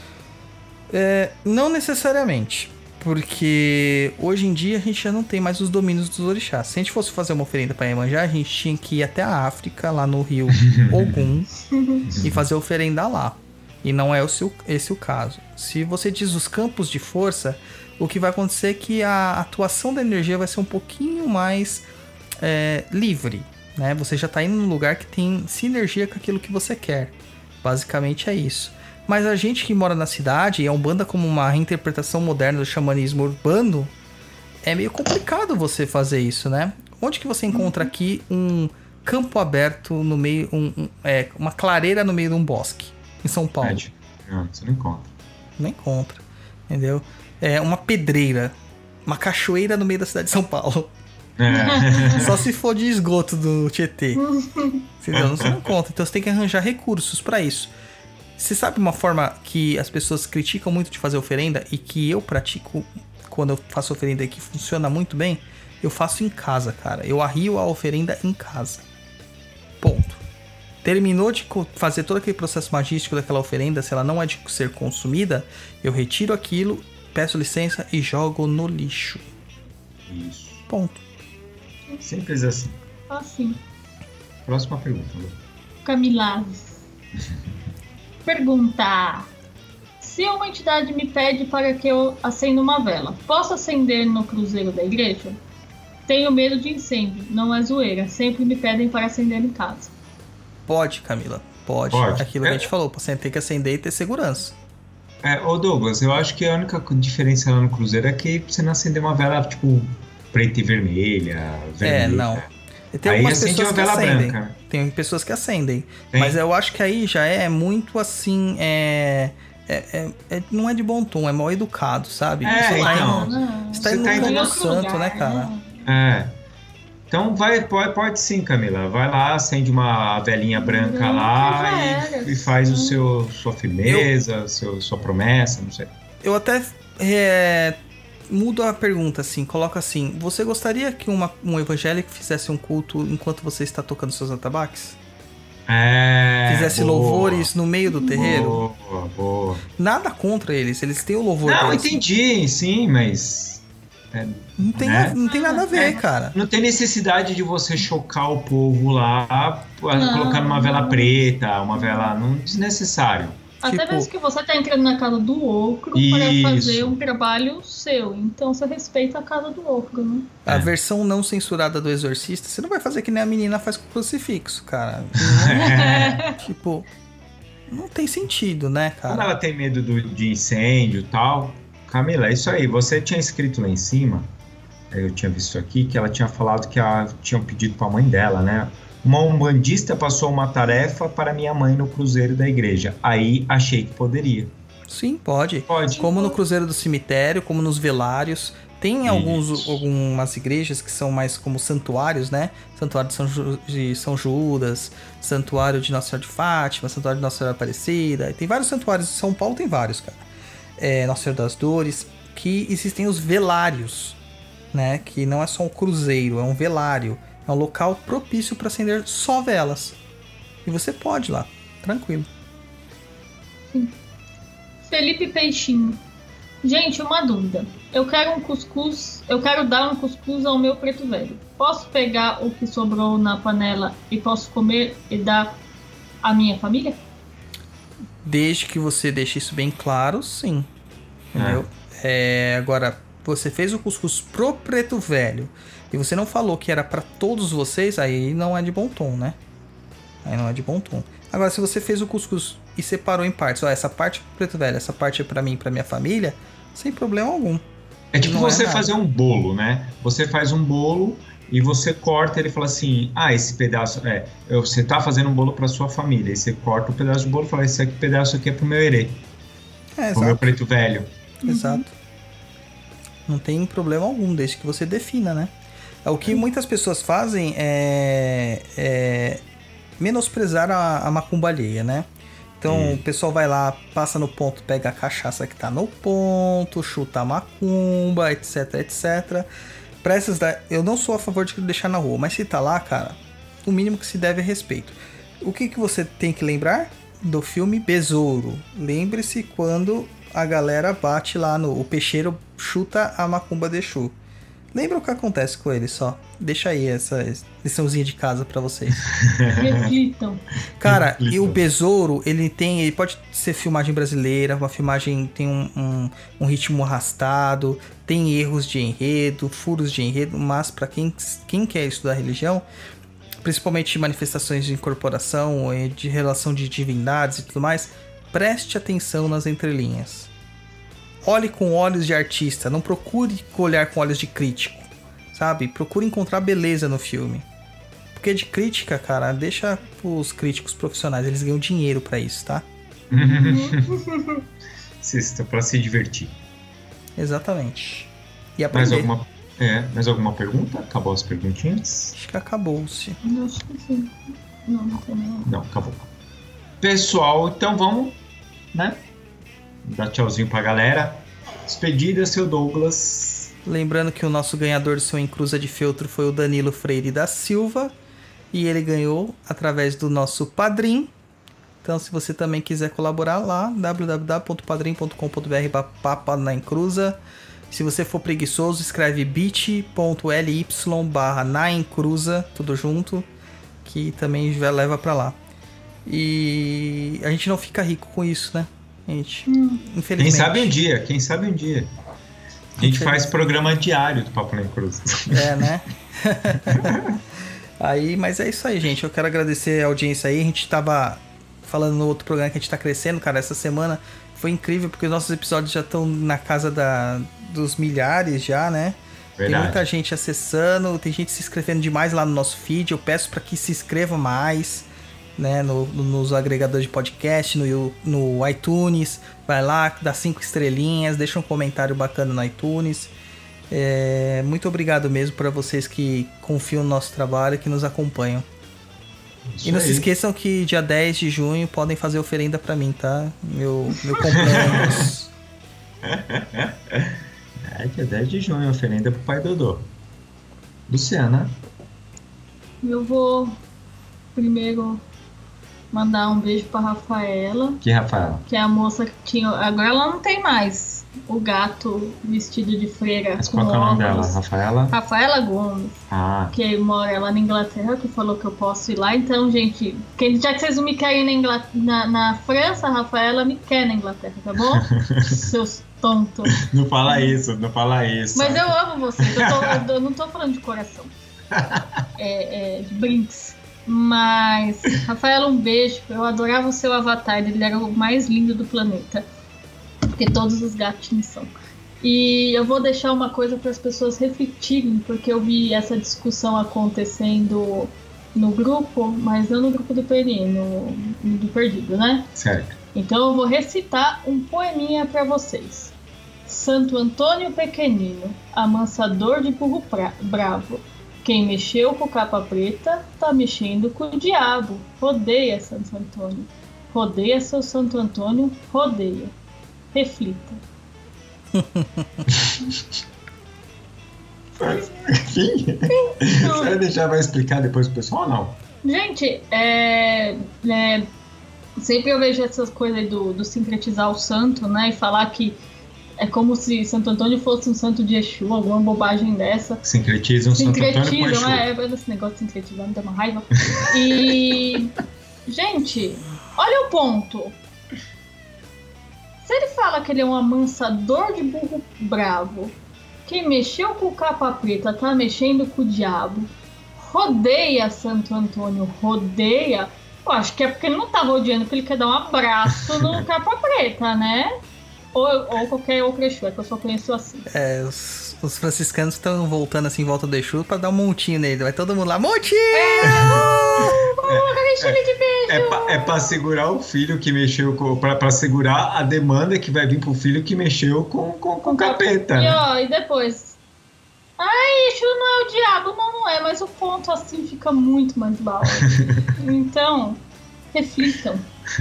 É, não necessariamente, porque hoje em dia a gente já não tem mais os domínios dos orixás. Se a gente fosse fazer uma oferenda para Iemanjá, a gente tinha que ir até a África, lá no rio Ogum, e fazer oferenda lá. E não é o seu, esse o caso. Se você diz os campos de força, o que vai acontecer é que a atuação da energia vai ser um pouquinho mais é, livre, né? Você já está indo num lugar que tem sinergia com aquilo que você quer. Basicamente é isso. Mas a gente que mora na cidade, e a Umbanda como uma reinterpretação moderna do xamanismo urbano, é meio complicado você fazer isso, né? Onde que você encontra aqui um campo aberto no meio, um, um, é, uma clareira no meio de um bosque, em São Paulo? É, não, você não encontra. Não encontra, entendeu? É uma pedreira, uma cachoeira no meio da cidade de São Paulo. É. Só se for de esgoto do Tietê. Entendeu? Você não encontra, então você tem que arranjar recursos pra isso. Você sabe uma forma que as pessoas criticam muito de fazer oferenda e que eu pratico quando eu faço oferenda e que funciona muito bem? Eu faço em casa, cara. Eu arrio a oferenda em casa. Ponto. Terminou de fazer todo aquele processo magístico daquela oferenda, se ela não é de ser consumida, eu retiro aquilo, peço licença e jogo no lixo. Isso. Ponto. Simples assim. Assim. Próxima pergunta. Lu. Camilaz. Pergunta: se uma entidade me pede para que eu acenda uma vela, posso acender no cruzeiro da igreja? Tenho medo de incêndio, não é zoeira. Sempre me pedem para acender em casa. Pode, Camila. Pode. Pode. Aquilo que É. a gente falou, você tem que acender e ter segurança. É, ô Douglas, eu acho que a única diferença lá no Cruzeiro é que você não acender uma vela, tipo, preta e vermelha, vermelha. É, não. Tem Aí algumas acende pessoas uma que vela acendem. branca. Tem pessoas que acendem. Tem. Mas eu acho que aí já é muito assim. É, é, é- é- não é de bom tom, é mal educado, sabe? É, Você tá então. indo, Não, você tá Você indo tá num indo em lugar outro santo, lugar, né, cara? É. Então vai, pode, pode sim, Camila. Vai lá, acende uma velinha branca Branca, lá já e, era. e faz o seu, sua firmeza, seu, sua promessa, não sei. Eu até é, mudo a pergunta assim, coloco assim: você gostaria que uma, um evangélico fizesse um culto enquanto você está tocando seus atabaques? É. Fizesse boa, louvores no meio do terreiro? Boa, boa. Nada contra eles, eles têm o louvor Não, deles. entendi, sim, mas. é, Não tem, né? na- não tem nada a ver, É. cara. Não tem necessidade de você chocar o povo lá, Não. colocando uma vela preta, uma vela. Não, desnecessário. Até Tipo- mesmo que você tá entrando na casa do ocro Isso. para fazer um trabalho seu. Então você respeita a casa do ocro, né? A É. versão não censurada do Exorcista, você não vai fazer que nem a menina faz com o crucifixo, cara. É. Tipo, não tem sentido, né, Quando cara? ela tem medo do- de incêndio e tal. Camila, é isso aí. Você tinha escrito lá em cima, eu tinha visto aqui, que ela tinha falado que ela tinha pedido pra mãe dela, né? Uma umbandista passou uma tarefa para minha mãe no cruzeiro da igreja. Aí achei que poderia. Sim, pode. Pode. Como no Cruzeiro do Cemitério, como nos velários. Tem alguns, Isso. algumas igrejas que são mais como santuários, né? Santuário de São, Ju- de São Judas, Santuário de Nossa Senhora de Fátima, Santuário de Nossa Senhora Aparecida. Tem vários santuários. Em São Paulo tem vários, cara. É, Nossa Senhora das Dores. Que existem os velários, né? Que não é só um cruzeiro, é um velário. É um local propício para acender só velas. E você pode ir lá, tranquilo. Felipe Peixinho. Gente, uma dúvida. Eu quero um cuscuz. Eu quero dar um cuscuz ao meu preto velho. Posso pegar o que sobrou na panela e posso comer e dar à minha família? Desde que você deixe isso bem claro, sim. Entendeu? É, agora, você fez o cuscuz pro preto velho e você não falou que era pra todos vocês, aí não é de bom tom, né? Aí não é de bom tom. Agora, se você fez o cuscuz e separou em partes, ó, essa parte é pro preto velho, essa parte é pra mim e pra minha família, sem problema algum. É tipo Não é você nada. fazer um bolo, né? Você faz um bolo e você corta, ele fala assim, ah, esse pedaço, é, você tá fazendo um bolo pra sua família, e você corta o um pedaço de bolo e fala, esse aqui, pedaço aqui é pro meu herê, É, pro meu preto velho. Exato. Não tem problema algum, desde que você defina, né? O que muitas pessoas fazem é, é menosprezar a, a macumba alheia, né? Então hum. o pessoal vai lá, passa no ponto, pega a cachaça que tá no ponto, chuta a macumba, etc, etcétera. Pra essas da... Eu não sou a favor de deixar na rua, mas se tá lá, cara, o mínimo que se deve é respeito. O que, que você tem que lembrar do filme Besouro? Lembre-se quando a galera bate lá no... O peixeiro chuta a macumba de Exu. Lembra o que acontece com ele só. Deixa aí essa liçãozinha de casa pra vocês. Reflitam. Cara, Reflitam. E o Besouro, ele tem... Ele pode ser filmagem brasileira, uma filmagem tem um, um, um ritmo arrastado, tem erros de enredo, furos de enredo, mas pra quem, quem quer estudar religião, principalmente manifestações de incorporação, de relação de divindades e tudo mais, preste atenção nas entrelinhas. Olhe com olhos de artista, não procure olhar com olhos de crítico, sabe? Procure encontrar beleza no filme. Porque de crítica, cara, deixa os críticos profissionais, eles ganham dinheiro pra isso, tá? Assista pra se divertir. Exatamente. E Mais aprender. alguma, é, mais alguma pergunta? Acabou as perguntinhas? Acho que acabou-se. Não, acho que sim. Não, não tem não. Não, acabou. Pessoal, então vamos, né? Dar tchauzinho pra galera. Despedida, seu Douglas. Lembrando que o nosso ganhador do seu Encruza de Feltro foi o Danilo Freire da Silva. E ele ganhou através do nosso Padrim. Então, se você também quiser colaborar lá, w w w ponto padrim ponto com ponto b r barra papo na encruza. Se você for preguiçoso, escreve bit.ly barra na encruza, tudo junto, que também já leva pra lá. E a gente não fica rico com isso, né? Gente, hum. infelizmente. Quem sabe um dia, quem sabe um dia. A gente faz programa diário do Papo na Encruza. É, né? Aí, mas é isso aí, gente. Eu quero agradecer a audiência aí. A gente tava falando no outro programa que a gente tá crescendo, cara. Essa semana foi incrível, porque os nossos episódios já estão na casa da, dos milhares já, né? Verdade. Tem muita gente acessando, tem gente se inscrevendo demais lá no nosso feed. Eu peço para que se inscreva mais, né? No, no, nos agregadores de podcast, no, no iTunes. Vai lá, dá cinco estrelinhas, deixa um comentário bacana no iTunes. É, muito obrigado mesmo para vocês que confiam no nosso trabalho e que nos acompanham. Isso e não aí. Se esqueçam que dia dez de junho podem fazer oferenda para mim, tá? Meu, meu cumpleaños. É, dia dez de junho, oferenda pro pai Dodô. Luciana. Eu vou primeiro mandar um beijo pra Rafaela. Que Rafaela? Que é a moça que tinha... Agora ela não tem mais o gato vestido de freira. Mas qual é o nome dela? Rafaela? Rafaela Gomes. Ah. Que mora lá na Inglaterra, que falou que eu posso ir lá. Então, gente, que, já que vocês não me querem na, Ingl... na, na França, a Rafaela me quer na Inglaterra, tá bom? Seus tontos. Não fala isso, não fala isso. Mas eu amo vocês. Eu, tô, eu não tô falando de coração. É, é de brinks. Mas, Rafaela, um beijo. Eu adorava o seu avatar, ele era o mais lindo do planeta. Porque todos os gatinhos são. E eu vou deixar uma coisa para as pessoas refletirem, porque eu vi essa discussão acontecendo no grupo, mas não no grupo do P N, no, no do Perdido, né? Certo. Então eu vou recitar um poeminha para vocês. Santo Antônio Pequenino, amansador de burro pra, bravo. Quem mexeu com capa preta, tá mexendo com o diabo. Rodeia, Santo Antônio. Rodeia, seu Santo Antônio, rodeia. Reflita. Enfim. Você vai deixar, vai explicar depois pro pessoal ou não? Gente, é, é, sempre eu vejo essas coisas aí do, do sincretizar o santo, né? E falar que é como se Santo Antônio fosse um santo de Exu, alguma bobagem dessa. Sincretizam um Santo Antônio com Exu. É, é esse negócio de sincretizar, me dá uma raiva. E, gente, olha o ponto. Se ele fala que ele é um amansador de burro bravo, quem mexeu com capa preta tá mexendo com o diabo, rodeia Santo Antônio, rodeia, eu acho que é porque ele não tá rodeando, porque ele quer dar um abraço no capa preta, né? Ou, ou qualquer outro Exu, é que eu só conheço assim. É, os, os franciscanos estão voltando assim em volta do Exu pra dar um montinho nele. Vai todo mundo lá, montinho! É, é, é, pra, é pra segurar o filho que mexeu com... Pra, pra segurar a demanda que vai vir pro filho que mexeu com, com, com capeta. E né? ó, e depois... Ai, Exu não é o diabo. Não, não é, mas o ponto assim fica muito mais baixo. Então, reflitam.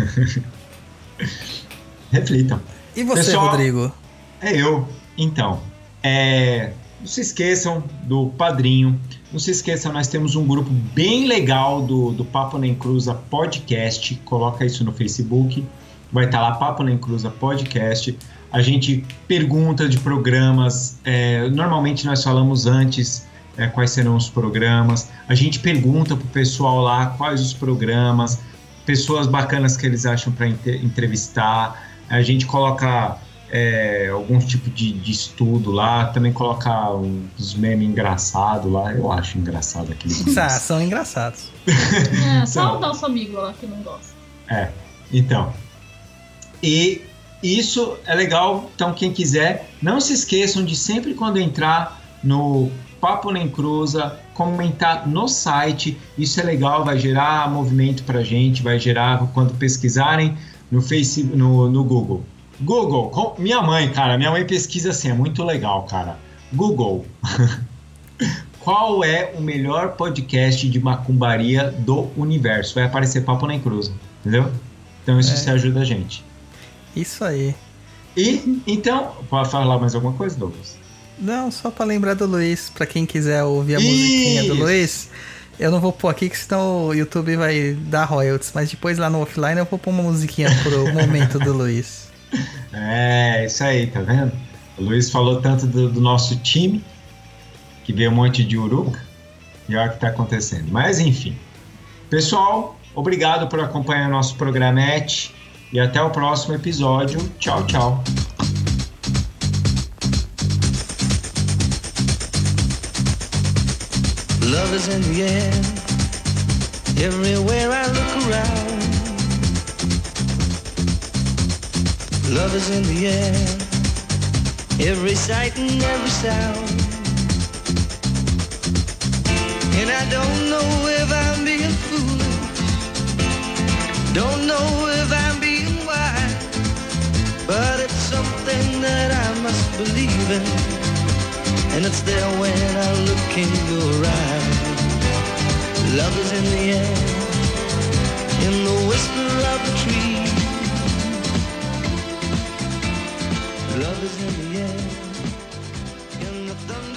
Reflitam. E você, Pessoal, Rodrigo? É eu. Então, é, não se esqueçam do Padrinho. Não se esqueçam, nós temos um grupo bem legal do, do Papo na Encruza Podcast. Coloca isso no Facebook. Vai estar lá, Papo na Encruza Podcast. A gente pergunta de programas. É, normalmente nós falamos antes é, quais serão os programas. A gente pergunta pro pessoal lá quais os programas, pessoas bacanas que eles acham para entrevistar. A gente coloca é, algum tipo de, de estudo lá, também coloca uns memes engraçados lá. Eu acho engraçado aqueles memes. Ah, são engraçados. É, só Então, o nosso amigo lá que não gosta. É, então. E isso é legal, então quem quiser, não se esqueçam de sempre quando entrar no Papo na Encruza, comentar no site. Isso é legal, vai gerar movimento pra gente, vai gerar quando pesquisarem no Facebook, no, no Google. Google, com, minha mãe, cara, minha mãe pesquisa assim, é muito legal, cara. Google, qual é o melhor podcast de macumbaria do universo? Vai aparecer Papo na Encruza, entendeu? Então isso É. se ajuda a gente. Isso aí. E, então, pode falar mais alguma coisa, Douglas? Não, só pra lembrar do Luiz, pra quem quiser ouvir a musiquinha do Isso. Luiz, eu não vou pôr aqui que senão o YouTube vai dar royalties, mas depois lá no offline eu vou pôr uma musiquinha pro momento do Luiz. É, isso aí, tá vendo? O Luiz falou tanto do, do nosso time, que veio um monte de uruca, e olha o que tá acontecendo. Mas, enfim. Pessoal, obrigado por acompanhar o nosso programete, e até o próximo episódio. Tchau, tchau. Love is in the air, everywhere I look around. Love is in the air, every sight and every sound. And I don't know if I'm being foolish, don't know if I'm being wise, but it's something that I must believe in. And it's there when I look in your eyes. Love is in the air, in the whisper of the tree. Love is in the air, in the thunder.